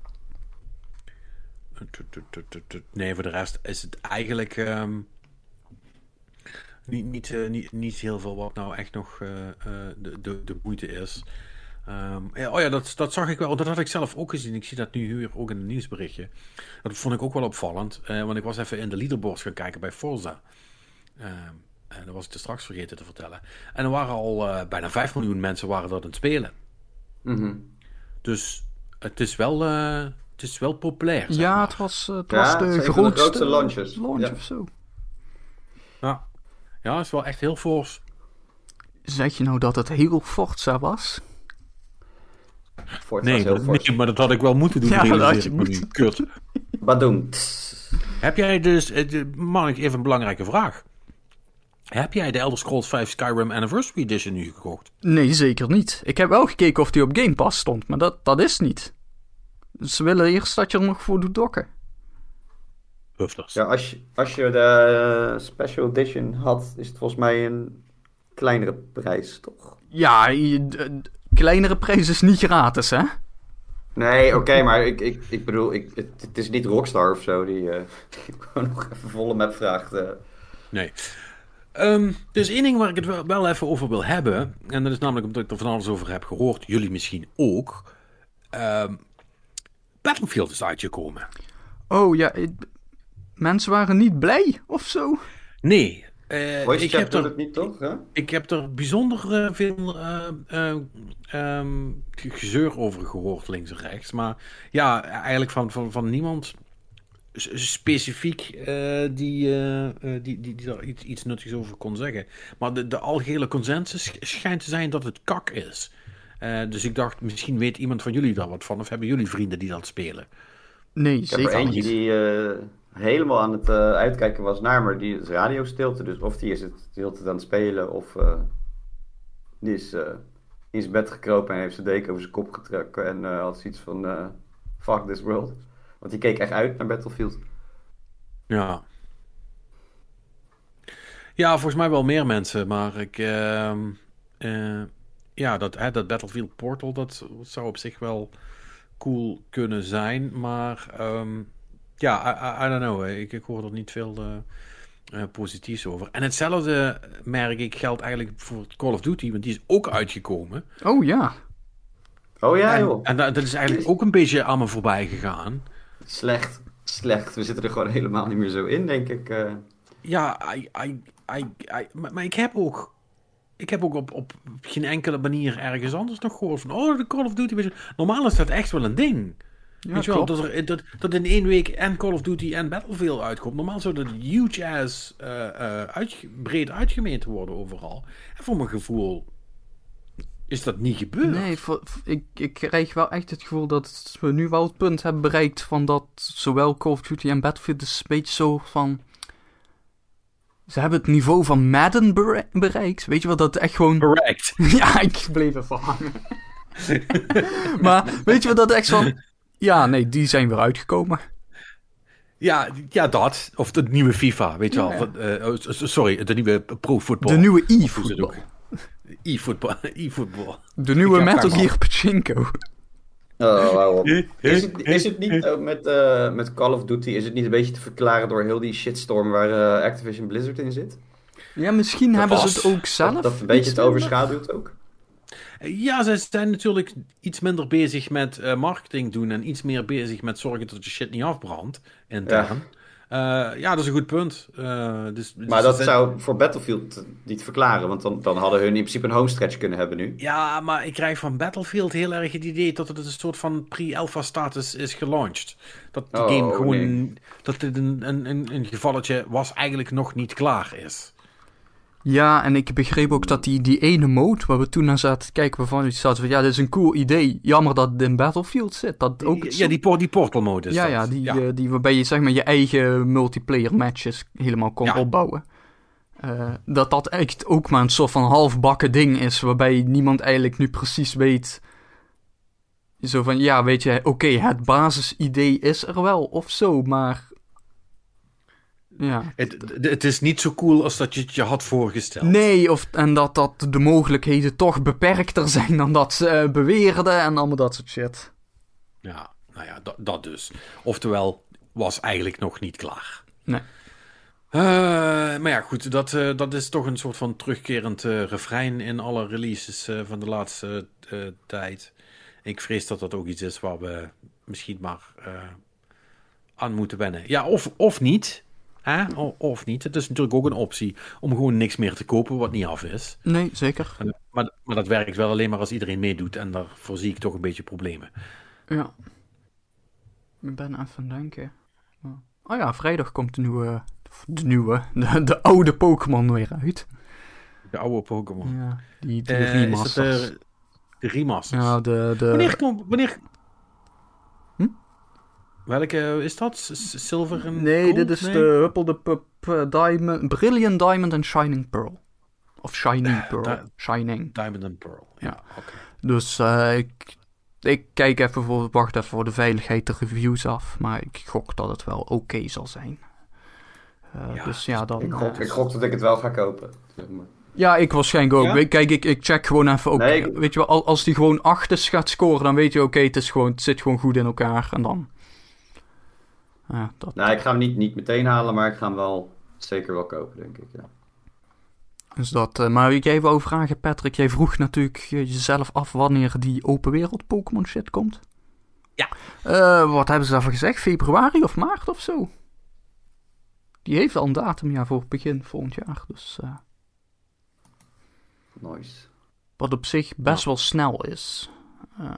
nee, voor de rest is het eigenlijk um, niet, niet, uh, niet, niet heel veel wat nou echt nog uh, uh, de, de, de moeite is. Um, ja, oh ja, dat, dat zag ik wel. Dat had ik zelf ook gezien. Ik zie dat nu hier ook in een nieuwsberichtje. Dat vond ik ook wel opvallend. Uh, want ik was even in de leaderboards gaan kijken bij Forza. Um, en dat was ik er straks vergeten te vertellen. En er waren al uh, bijna vijf miljoen mensen waren dat aan het spelen. Mm-hmm. Dus het is wel, uh, het is wel populair. Zeg ja, maar. het was, het ja, was de, het grootste, de grootste launches. launch ja. of zo. Ja. Ja, het is wel echt heel fors. Zeg je nou dat het heel Forza was? Nee, dat, nee, maar dat had ik wel moeten doen. Ja, dat had je moeten. Kut. Badoem. Heb jij dus... Man, even een belangrijke vraag. Heb jij de Elder Scrolls vijf Skyrim Anniversary Edition nu gekocht? Nee, zeker niet. Ik heb wel gekeken of die op Game Pass stond, maar dat, dat is niet. Ze willen eerst dat je er nog voor doet dokken. Hufters. Ja, als je, als je de special edition had, is het volgens mij een kleinere prijs, toch? Ja, je- de- de kleinere prijs is niet gratis, hè? Nee, oké, okay, maar ik, ik, ik bedoel, ik, het, het is niet Rockstar of zo die, uh, die gewoon nog even volle map vraagt. Uh. Nee. Um, er is één ding waar ik het wel, wel even over wil hebben. En dat is namelijk omdat ik er van alles over heb gehoord. Jullie misschien ook. Um, Battlefield is uitgekomen. Oh ja, ik- mensen waren niet blij of zo. Nee. Uh, Voice ik, chat heb doet er, het niet, toch? Huh? ik heb er bijzonder uh, veel uh, uh, um, gezeur over gehoord, links en rechts. Maar ja, eigenlijk van, van, van niemand specifiek uh, die, uh, uh, die, die, die daar iets, iets nuttigs over kon zeggen. Maar de, de algehele consensus schijnt te zijn dat het kak is. Uh, dus ik dacht, misschien weet iemand van jullie daar wat van. Of hebben jullie vrienden die dat spelen? Nee, Ik heb zeker er eentje niet. die uh, helemaal aan het uh, uitkijken was naar, maar die is radiostilte. Dus of die is het de hele tijd aan het spelen, of uh, die is uh, in zijn bed gekropen en heeft zijn deken over zijn kop getrokken. En uh, had zoiets van, uh, fuck this world. Want die keek echt uit naar Battlefield. Ja. Ja, volgens mij wel meer mensen. Maar ik... Uh, uh, ja, dat, hè, dat Battlefield Portal, dat zou op zich wel cool kunnen zijn. Maar... Um, ja, I, I, I don't know. Ik, ik hoor er niet veel uh, uh, positiefs over. En hetzelfde merk ik geldt eigenlijk voor Call of Duty. Want die is ook uitgekomen. Oh ja. Oh ja, en, joh. En dat, dat is eigenlijk ook een beetje aan me voorbij gegaan. Slecht, slecht. We zitten er gewoon helemaal niet meer zo in, denk ik. Uh. Ja, I, I, I, I, maar, maar ik heb ook... Ik heb ook op, op geen enkele manier ergens anders nog gehoord van... Oh, de Call of Duty... Normaal is dat echt wel een ding. Ja, Weet je wel, dat, er, dat, dat in één week en Call of Duty en Battlefield uitkomt. Normaal zou dat huge ass uh, uh, uitge, breed uitgemeten worden overal. En voor mijn gevoel is dat niet gebeurd. Nee, voor, ik, ik krijg wel echt het gevoel dat we nu wel het punt hebben bereikt van dat zowel Call of Duty en Battlefield is een beetje zo van... Ze hebben het niveau van Madden bere- bereikt. Weet je wat, dat echt gewoon... Correct. Ja, ik bleef even hangen. Maar weet je wat, dat echt van... Ja, nee, die zijn weer uitgekomen. Ja, ja, dat. Of de nieuwe FIFA, weet je Ja, wel. ja. Uh, sorry, de nieuwe pro-voetbal. De nieuwe e-voetbal. E-voetbal. E-voetbal. De nieuwe Metal Gear Pachinko. Oh, waarom? Is het, is het niet uh, met, uh, met Call of Duty, is het niet een beetje te verklaren door heel die shitstorm waar uh, Activision Blizzard in zit? Ja, misschien dat hebben was, ze het ook zelf. Dat, dat een beetje het overschaduwt ook? Ja, ze zijn natuurlijk iets minder bezig met uh, marketing doen en iets meer bezig met zorgen dat je shit niet afbrandt. Intern. Ja, uh, ja dat is een goed punt. Uh, dus, maar dus dat zijn... zou voor Battlefield niet verklaren, want dan, dan hadden hun in principe een homestretch kunnen hebben nu. Ja, maar ik krijg van Battlefield heel erg het idee dat het een soort van pre-alpha status is gelaunched. Dat de oh, game gewoon, nee. dat dit een, een, een, een gevalletje was eigenlijk nog niet klaar is. Ja, en ik begreep ook dat die, die ene mode waar we toen naar zaten te kijken, waarvan we zaten van, ja, dit is een cool idee. Jammer dat het in Battlefield zit. Dat ook ja, zo... die, por- die portal mode is ja, dat. ja, die, ja. Uh, die waarbij je zeg maar je eigen multiplayer matches helemaal kon ja. opbouwen. Uh, dat dat echt ook maar een soort van halfbakken ding is, waarbij niemand eigenlijk nu precies weet... Zo van, ja, weet je, oké, okay, het basisidee is er wel of zo, maar... Ja. Het, het is niet zo cool als dat je het je had voorgesteld. Nee, of, en dat, dat de mogelijkheden toch beperkter zijn dan dat ze uh, beweerden en allemaal dat soort shit. Ja, nou ja, dat, dat dus. Oftewel, was eigenlijk nog niet klaar. Nee. Uh, maar ja, goed, dat, uh, dat is toch een soort van terugkerend uh, refrein in alle releases uh, van de laatste uh, tijd. Ik vrees dat dat ook iets is waar we misschien maar uh, aan moeten wennen. Ja, of, of niet... Hè? Of niet. Het is natuurlijk ook een optie om gewoon niks meer te kopen wat niet af is. Nee, zeker. Maar, maar dat werkt wel alleen maar als iedereen meedoet. En daarvoor zie ik toch een beetje problemen. Ja. Ik ben even aan het denken. Oh ja, vrijdag komt de nieuwe... De nieuwe... De, de oude Pokémon weer uit. De oude Pokémon. Ja, die, die uh, remasters. Is dat de, de remasters? Ja, de... de... Wanneer komt... Wanneer... Hm? Welke is dat? Silver en Nee, gold? dit is nee? de Huppel de Pup uh, Diamond... Brilliant Diamond en Shining Pearl. Of Shiny Pearl. Di- Shining. Diamond and Pearl. Ja, ja. oké. Okay. Dus uh, ik ik kijk even voor, wacht even voor de veiligheid de reviews af. Maar ik gok dat het wel oké okay zal zijn. Uh, ja, dus ja, dan... Ik gok, uh, ik gok dat ik het wel ga kopen. Zeg maar. Ja, ik waarschijnlijk ook. Ja? Kijk, ik, ik check gewoon even ook. Nee, ik... Weet je wel, als die gewoon acht gaat scoren, dan weet je oké, okay, het, is gewoon, het zit gewoon goed in elkaar. En dan... Ja, dat... Nou, ik ga hem niet, niet meteen halen, maar ik ga hem wel zeker wel kopen, denk ik. Ja. Dus dat, uh, maar ik even over vragen, Patrick. Jij vroeg natuurlijk jezelf af wanneer die open wereld Pokémon shit komt. Ja. Uh, wat hebben ze daarvoor gezegd? Februari of maart of zo? Die heeft al een datum ja, voor begin volgend jaar. Dus, uh, nice. Wat op zich best ja. wel snel is. Uh,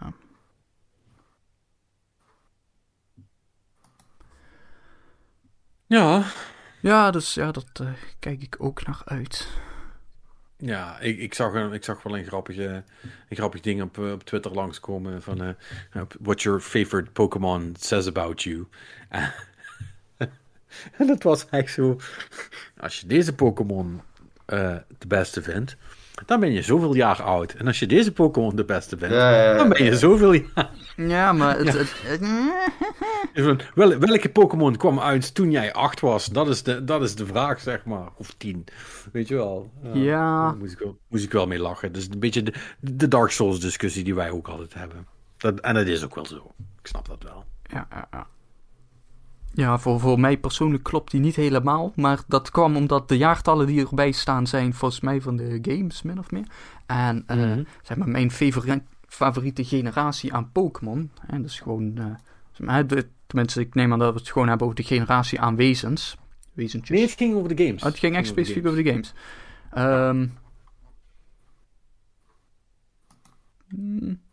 ja. Ja, dus ja, dat uh, kijk ik ook naar uit. Ja, ik, ik, zag, een, ik zag wel een grappige, een grappig ding op, op Twitter langskomen van uh, what your favorite Pokémon says about you. Uh, en dat was eigenlijk zo, als je deze Pokémon uh, de beste vindt, dan ben je zoveel jaar oud. En als je deze Pokémon de beste vindt, ja, ja, ja, dan ben je zoveel jaar... Ja, maar... Het, ja. Het, het... Wel, welke Pokémon kwam uit toen jij acht was? Dat is, de, dat is de vraag, zeg maar. Of tien. Weet je wel. Uh, ja. Daar moest ik, wel, moest ik wel mee lachen. Dat is een beetje de, de Dark Souls discussie die wij ook altijd hebben. Dat, en dat is ook wel zo. Ik snap dat wel. Ja, ja, ja. Ja, voor, voor mij persoonlijk klopt die niet helemaal. Maar dat kwam omdat de jaartallen die erbij staan zijn volgens mij van de games, min of meer. En uh, mm-hmm. zeg maar, mijn favori- favoriete generatie aan Pokémon. En dat is gewoon... Uh, zeg maar, de, tenminste, ik neem aan dat we het gewoon hebben over de generatie aan wezens. Wezentjes. Nee, het ging over de games. Oh, het ging echt specifiek over de games. Um, hmm.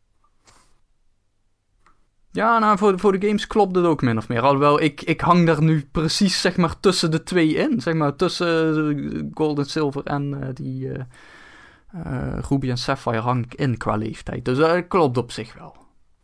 Ja, nou, voor, voor de games klopt het ook min of meer. Alhoewel, ik, ik hang daar nu precies, zeg maar, tussen de twee in. Zeg maar, tussen uh, Gold en Silver en uh, die uh, uh, Ruby en Sapphire hang ik in qua leeftijd. Dus dat uh, klopt op zich wel.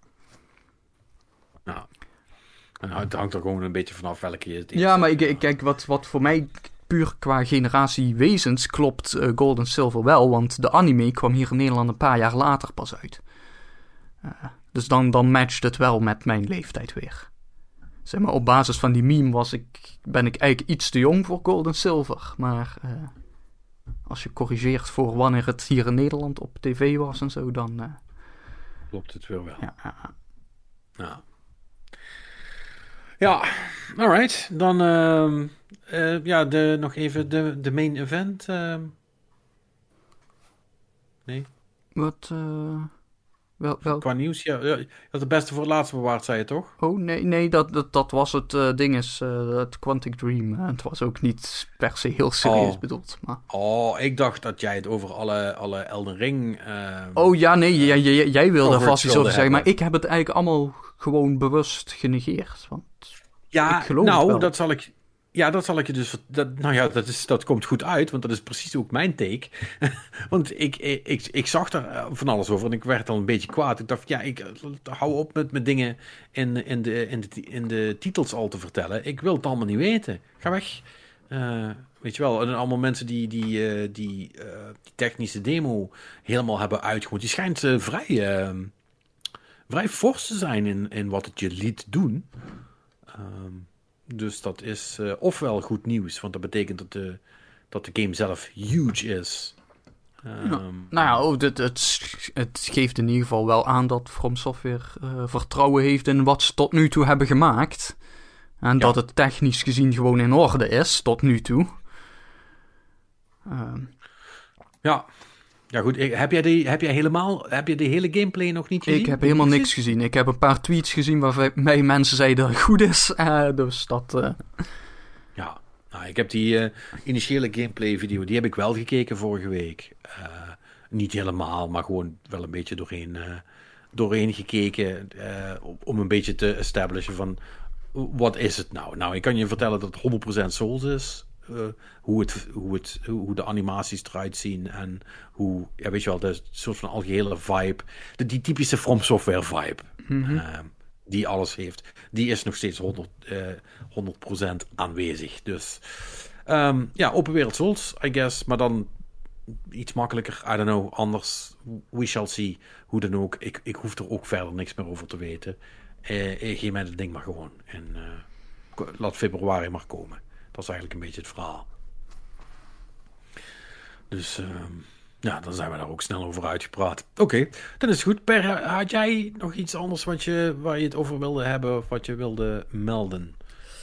Nou, nou, het hangt er gewoon een beetje vanaf welke je het is. Ja, maar ik, ik kijk, wat, wat voor mij puur qua generatie wezens klopt uh, Gold en Silver wel. Want de anime kwam hier in Nederland een paar jaar later pas uit. Uh, Dus dan, dan matcht het wel met mijn leeftijd weer. Zeg maar, op basis van die meme was ik, ben ik eigenlijk iets te jong voor Gold en Silver. Maar uh, als je corrigeert voor wanneer het hier in Nederland op tv was en zo, dan... Uh, klopt het wel wel. Ja, ja. Ja, ja alright. Dan uh, uh, ja, de, nog even de, de main event. Uh... Nee? Wat... Uh... Wel, wel... Qua nieuws, ja, ja. Je had het beste voor het laatste bewaard, zei je toch? Oh, nee, nee dat, dat, dat was het uh, ding is, uh, het Quantic Dream. Uh, het was ook niet per se heel serieus oh. bedoeld. Maar... Oh, ik dacht dat jij het over alle, alle Elden Ring... Uh, oh ja, nee, uh, jij, jij, jij wilde er vast iets over zeggen. Hebben. Maar ik heb het eigenlijk allemaal gewoon bewust genegeerd. Want ja, ik geloof nou, het wel. dat zal ik... Ja, dat zal ik je dus... Dat, nou ja, dat, is, dat komt goed uit, want dat is precies ook mijn take. Want ik, ik, ik, ik zag er van alles over en ik werd al een beetje kwaad. Ik dacht, ja, ik hou op met mijn dingen in, in, de, in, de, in de titels al te vertellen. Ik wil het allemaal niet weten. Ga weg. Uh, weet je wel, en allemaal mensen die die, uh, die, uh, die technische demo helemaal hebben uitgevoerd. Die schijnt uh, vrij, uh, vrij fors te zijn in, in wat het je liet doen. Um, Dus dat is uh, ofwel goed nieuws, want dat betekent dat de, dat de game zelf huge is. Um, ja. Nou ja, oh, het, het, het geeft in ieder geval wel aan dat From Software uh, vertrouwen heeft in wat ze tot nu toe hebben gemaakt. En ja. dat het technisch gezien gewoon in orde is, tot nu toe. Um. Ja. Ja goed, heb jij, die, heb jij helemaal, heb je de hele gameplay nog niet gezien? Ik heb helemaal niks gezien. Ik heb een paar tweets gezien waarbij mensen zeiden dat het goed is. Uh, dus dat... Uh... Ja, nou, ik heb die uh, initiële gameplay video, die heb ik wel gekeken vorige week. Uh, niet helemaal, maar gewoon wel een beetje doorheen, uh, doorheen gekeken. Uh, om een beetje te establishen van, wat is het nou? Nou, ik kan je vertellen dat het honderd procent Souls is. Uh, hoe, het, hoe, het, hoe de animaties eruit zien en hoe, ja, weet je wel, de soort van algehele vibe, de, die typische From Software vibe, mm-hmm. uh, die alles heeft, die is nog steeds honderd, uh, honderd procent aanwezig. Dus um, ja, open wereld Souls, I guess, maar dan iets makkelijker. I don't know, anders. We shall see. Hoe dan ook. Ik, ik hoef er ook verder niks meer over te weten. Uh, geef mij dat ding maar gewoon. En uh, laat februari maar komen. Dat is eigenlijk een beetje het verhaal. Dus uh, ja, dan zijn we daar ook snel over uitgepraat. Oké, okay, dan is het goed. Per, had jij nog iets anders wat je, waar je het over wilde hebben of wat je wilde melden?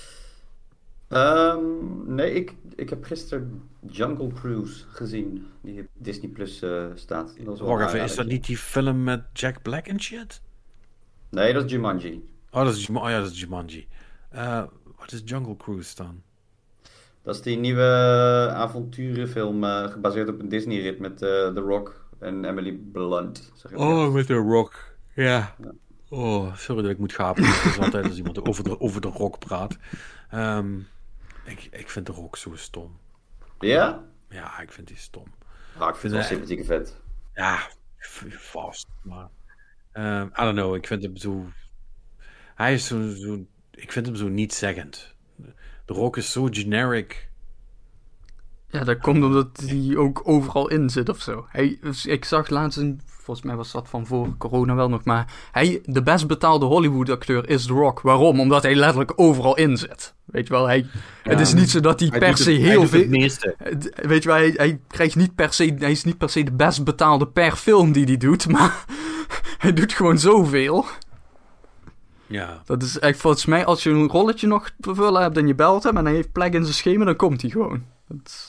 Um, nee, ik, ik heb gisteren Jungle Cruise gezien, die op Disney Plus uh, staat. Dat is, Wacht even, is dat niet die film met Jack Black en shit? Nee, dat is Jumanji. Oh, dat is, oh ja, dat is Jumanji. Uh, wat is Jungle Cruise dan? Dat is die nieuwe avonturenfilm uh, gebaseerd op een Disney-rit met uh, The Rock en Emily Blunt. Zeg ik oh, het. Met The Rock, ja. ja. Oh, sorry dat ik moet gapen. Het is altijd als iemand over de, over de Rock praat. Um, ik, ik vind The Rock zo stom. Ja? Ja, ik vind die stom. Ah, ik vind het wel sympathieke vet. Ja, vast. Maar, uh, I don't know, ik vind hem zo... Hij is zo... zo ik vind hem zo niet-zeggend. The Rock is zo generic. Ja, dat komt omdat hij ook overal in zit of zo. Hij, ik zag laatst, een, volgens mij was dat van voor corona wel nog, maar hij, de best betaalde Hollywood-acteur is The Rock. Waarom? Omdat hij letterlijk overal in zit. Weet je wel, hij, ja, het is niet zo dat hij, hij per se het, heel veel... Weet je wel, hij, hij krijgt niet per se, hij is niet per se de best betaalde per film die hij doet, maar hij doet gewoon zoveel. Ja. Dat is echt volgens mij, als je een rolletje nog te vervullen hebt en je belt hem en hij heeft plek in zijn schema, dan komt hij gewoon. Dat...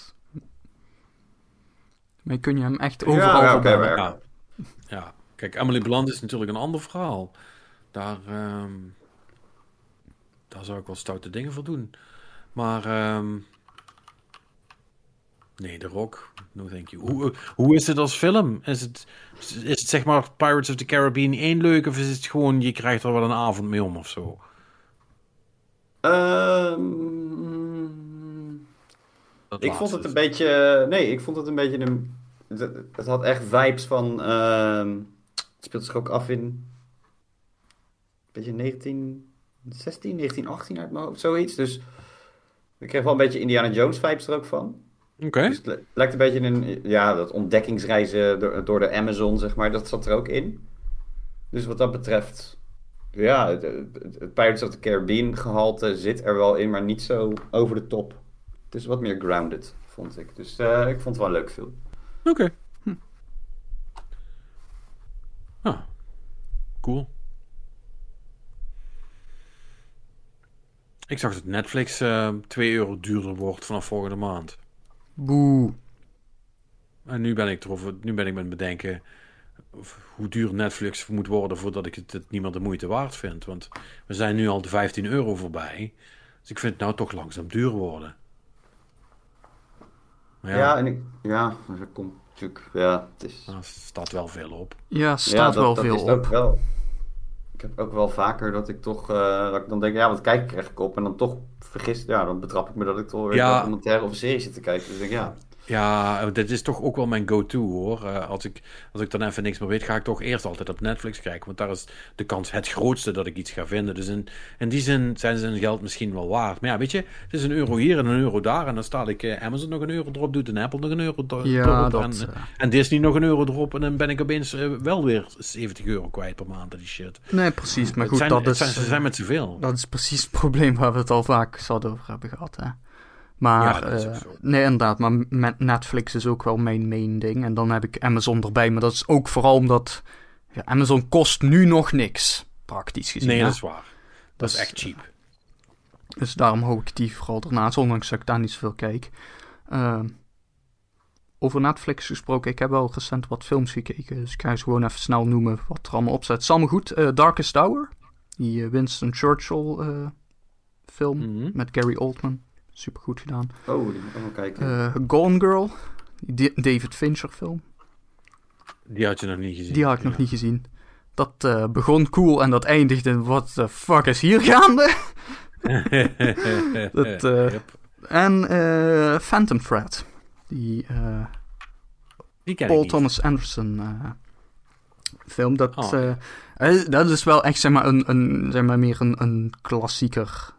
Maar kun je hem echt overal ja, okay, ja. ja, kijk, Emily Blunt is natuurlijk een ander verhaal. Daar, um, daar zou ik wel stoute dingen voor doen. Maar, um, nee, The Rock, no thank you. Hoe, hoe is het als film? Is het, is het zeg maar Pirates of the Caribbean één leuk, of is het gewoon, je krijgt er wel een avond mee om of zo? Um... Dat ik vond het een beetje... Nee, ik vond het een beetje een... Het, het had echt vibes van... Uh, het speelt zich ook af in... Een beetje negentien zestien, negentien achttien uit mijn hoofd, zoiets. Dus ik kreeg wel een beetje Indiana Jones vibes er ook van. Oké. Okay. Dus het lijkt een beetje een... Ja, dat ontdekkingsreizen door, door de Amazon, zeg maar. Dat zat er ook in. Dus wat dat betreft... Ja, het, het, het Pirates of the Caribbean gehalte zit er wel in, maar niet zo over de top. Het is wat meer grounded, vond ik. Dus uh, ik vond het wel een leuk film. Oké. Okay. Hm. Ah, cool. Ik zag dat Netflix uh, twee euro duurder wordt vanaf volgende maand. Boe. En nu ben ik erover, nu ben ik met het bedenken hoe duur Netflix moet worden voordat ik het, het niet meer de moeite waard vind. Want we zijn nu al de vijftien euro voorbij. Dus ik vind het nou toch langzaam duur worden. Ja. ja, en ik, ja, dat komt natuurlijk, ja, het is... Er staat wel veel op. Ja, staat ja, dat, wel dat veel is op. Ook wel. Ik heb ook wel vaker dat ik toch, uh, dat ik dan denk, ja, wat kijk ik eigenlijk op? En dan toch vergis, ja, dan betrap ik me dat ik toch weer ja. een documentaire of een serie zit te kijken. Dus ik denk, ja... Ja, dit is toch ook wel mijn go-to, hoor. Uh, als, ik, als ik dan even niks meer weet, ga ik toch eerst altijd op Netflix kijken. Want daar is de kans het grootste dat ik iets ga vinden. Dus in, in die zin zijn ze hun geld misschien wel waard. Maar ja, weet je, het is een euro hier en een euro daar. En dan staat ik uh, Amazon nog een euro erop, doet en Apple nog een euro do- ja, erop. Dat, en, uh... en Disney nog een euro erop. En dan ben ik opeens uh, wel weer zeventig euro kwijt per maand. Die shit. Nee, precies. Maar goed, zijn, dat is... Zijn, ze zijn met zoveel. Dat is precies het probleem waar we het al vaak zouden over hebben gehad, hè. Maar, ja, uh, nee, inderdaad, maar met Netflix is ook wel mijn main ding. En dan heb ik Amazon erbij, maar dat is ook vooral omdat ja, Amazon kost nu nog niks, praktisch gezien. Nee, hè? dat is waar. Dat dus, is echt cheap. Dus daarom hou ik die vooral ernaast, ondanks dat ik daar niet zoveel kijk. Uh, over Netflix gesproken, ik heb wel recent wat films gekeken, dus ik ga eens gewoon even snel noemen wat er allemaal op staat. Het is allemaal goed. Uh, Darkest Hour, die uh, Winston Churchill uh, film mm-hmm. met Gary Oldman. Super goed gedaan. Oh, die moet ik wel kijken. Uh, Gone Girl, die David Fincher film. Die had je nog niet gezien. Die had ik ja. nog niet gezien. Dat uh, begon cool en dat eindigde. What the fuck is hier gaande? dat, uh, yep. En uh, Phantom Thread. Die, uh, die ken Paul ik Thomas niet. Anderson uh, film. Dat, oh. uh, uh, dat is wel echt zeg maar, een, een, zeg maar meer een, een klassieker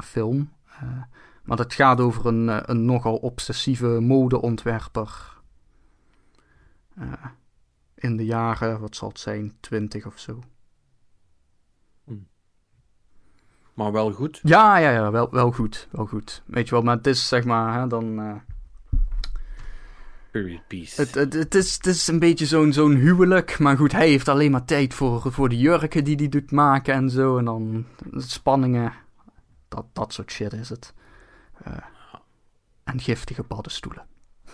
dramafilm. Uh, Maar dat gaat over een, een nogal obsessieve modeontwerper. Uh, in de jaren, wat zal het zijn, twintig of zo. Maar wel goed? Ja, ja, ja, wel, wel goed. Wel goed. Weet je wel, maar het is zeg maar, hè, dan... Uh, Period piece. Het, het, het, is, het is een beetje zo'n, zo'n huwelijk. Maar goed, hij heeft alleen maar tijd voor, voor de jurken die hij doet maken en zo. En dan spanningen. Dat, dat soort shit is het. Uh, en giftige paddenstoelen.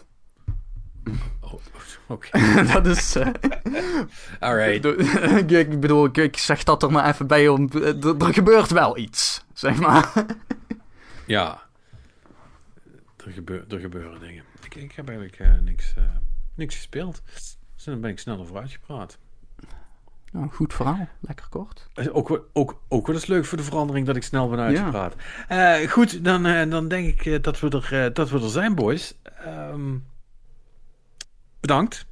Oh, oké. Okay. Dat is... Uh, Alright. Ik bedoel, ik, ik zeg dat er maar even bij om... Er, er gebeurt wel iets, zeg maar. Ja. Er, gebeur, er gebeuren dingen. Ik, ik heb eigenlijk uh, niks, uh, niks gespeeld. Dus dan ben ik snel over uitgepraat. Nou, goed verhaal. Lekker kort. Ook, ook, ook wel eens leuk voor de verandering dat ik snel ben uitgepraat. Ja. Uh, goed, dan, uh, dan denk ik uh, dat, we er, uh, dat we er zijn, boys. Um, bedankt.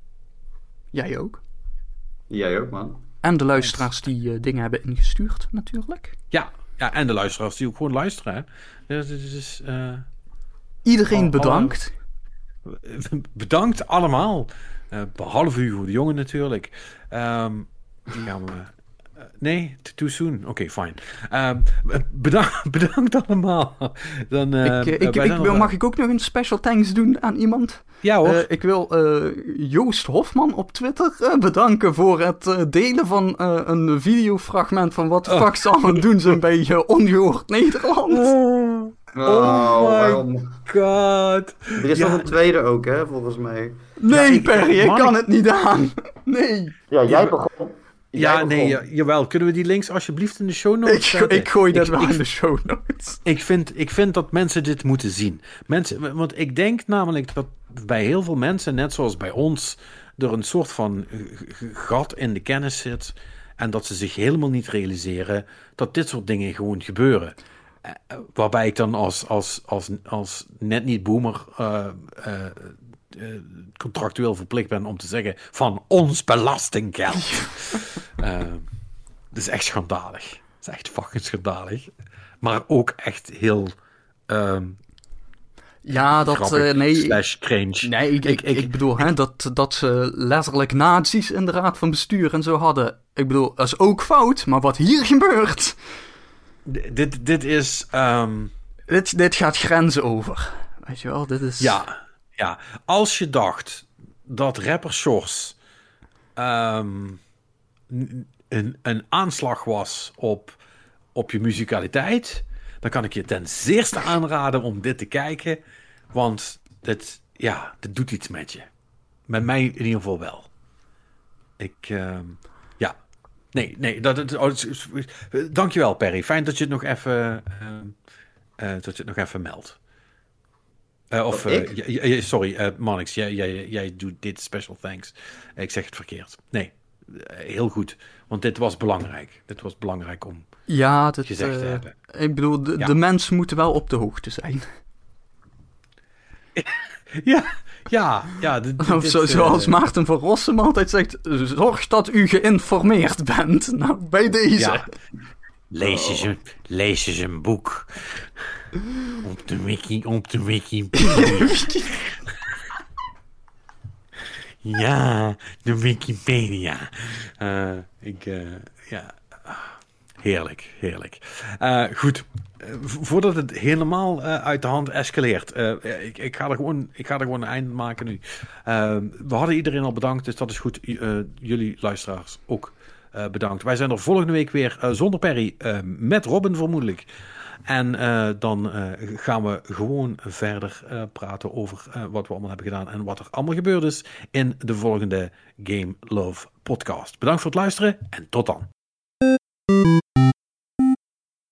Jij ook. Jij ook, man. En de luisteraars die uh, dingen hebben ingestuurd, natuurlijk. Ja, ja, en de luisteraars die ook gewoon luisteren. Hè. Dus, dus, uh, Iedereen al, bedankt. Alle, bedankt allemaal. Uh, behalve Hugo de Jonge natuurlijk. Um, die gaan we... Uh, nee, too soon. Oké, okay, fine. Uh, bedankt, bedankt allemaal. Dan, uh, ik, uh, ik, ik wil, mag ik ook nog een special thanks doen aan iemand? Ja hoor. Uh, ik wil uh, Joost Hofman op Twitter uh, bedanken voor het uh, delen van uh, een videofragment van wat de oh. fuck ze allemaal doen zijn bij uh, Ongehoord Nederland. Oh, oh, oh my god. Er is ja. nog een tweede ook, hè, volgens mij. Nee, ja, Perry, ik, ik kan ik... het niet aan. Nee. Ja, jij begon. Ja, jij nee, ja, jawel. Kunnen we die links alsjeblieft in de show notes ik, zetten? Ik gooi dat ik, wel ik, in de show notes. Ik vind, ik vind dat mensen dit moeten zien. Mensen, want ik denk namelijk dat bij heel veel mensen, net zoals bij ons, er een soort van gat in de kennis zit. En dat ze zich helemaal niet realiseren dat dit soort dingen gewoon gebeuren. Uh, waarbij ik dan als, als, als, als net niet boomer uh, uh, uh, contractueel verplicht ben om te zeggen van ons belastinggeld. uh, dat is echt schandalig. Dat is echt fucking schandalig. Maar ook echt heel... Um, ja, dat... grappig, uh, nee, slash cringe. Nee, ik, ik, ik, ik bedoel, ik, hè, dat, dat ze letterlijk nazi's in de raad van bestuur en zo hadden. Ik bedoel, dat is ook fout, maar wat hier gebeurt... D- dit, dit is... Um... Dit, dit gaat grenzen over. Weet je wel, dit is... Ja, ja. Als je dacht dat rapper Shores um, een, een aanslag was op, op je muzikaliteit, dan kan ik je ten zeerste aanraden om dit te kijken. Want dit, ja, dit doet iets met je. Met mij in ieder geval wel. Ik... Um, ja. Nee, nee. Dat, dat, oh, dankjewel, Perry. Fijn dat je het nog even, uh, uh, dat je het nog even meldt. Uh, of, uh, j- j- sorry, uh, Marnix, jij, jij, jij doet dit special thanks. Ik zeg het verkeerd. Nee, uh, heel goed. Want dit was belangrijk. Dit was belangrijk om ja, dit, gezegd uh, te hebben. Ik bedoel, de, ja. de mensen moeten wel op de hoogte zijn. Ja, ja, ja. Dit, dit, of zo, uh, zoals Maarten van Rossum altijd zegt, zorg dat u geïnformeerd bent. Nou, bij deze. Ja. Lees eens een, lees eens een boek. Op de wiki, op de wiki. Ja, de Wikipedia. Uh, ik, uh, ja... Heerlijk, heerlijk. Uh, goed, uh, voordat het helemaal uh, uit de hand escaleert. Uh, ik, ik, ga er gewoon, ik ga er gewoon een eind maken nu. Uh, we hadden iedereen al bedankt, dus dat is goed. Uh, jullie luisteraars ook uh, bedankt. Wij zijn er volgende week weer uh, zonder Perry, uh, met Robin vermoedelijk. En uh, dan uh, gaan we gewoon verder uh, praten over uh, wat we allemaal hebben gedaan en wat er allemaal gebeurd is in de volgende Game Love podcast. Bedankt voor het luisteren en tot dan.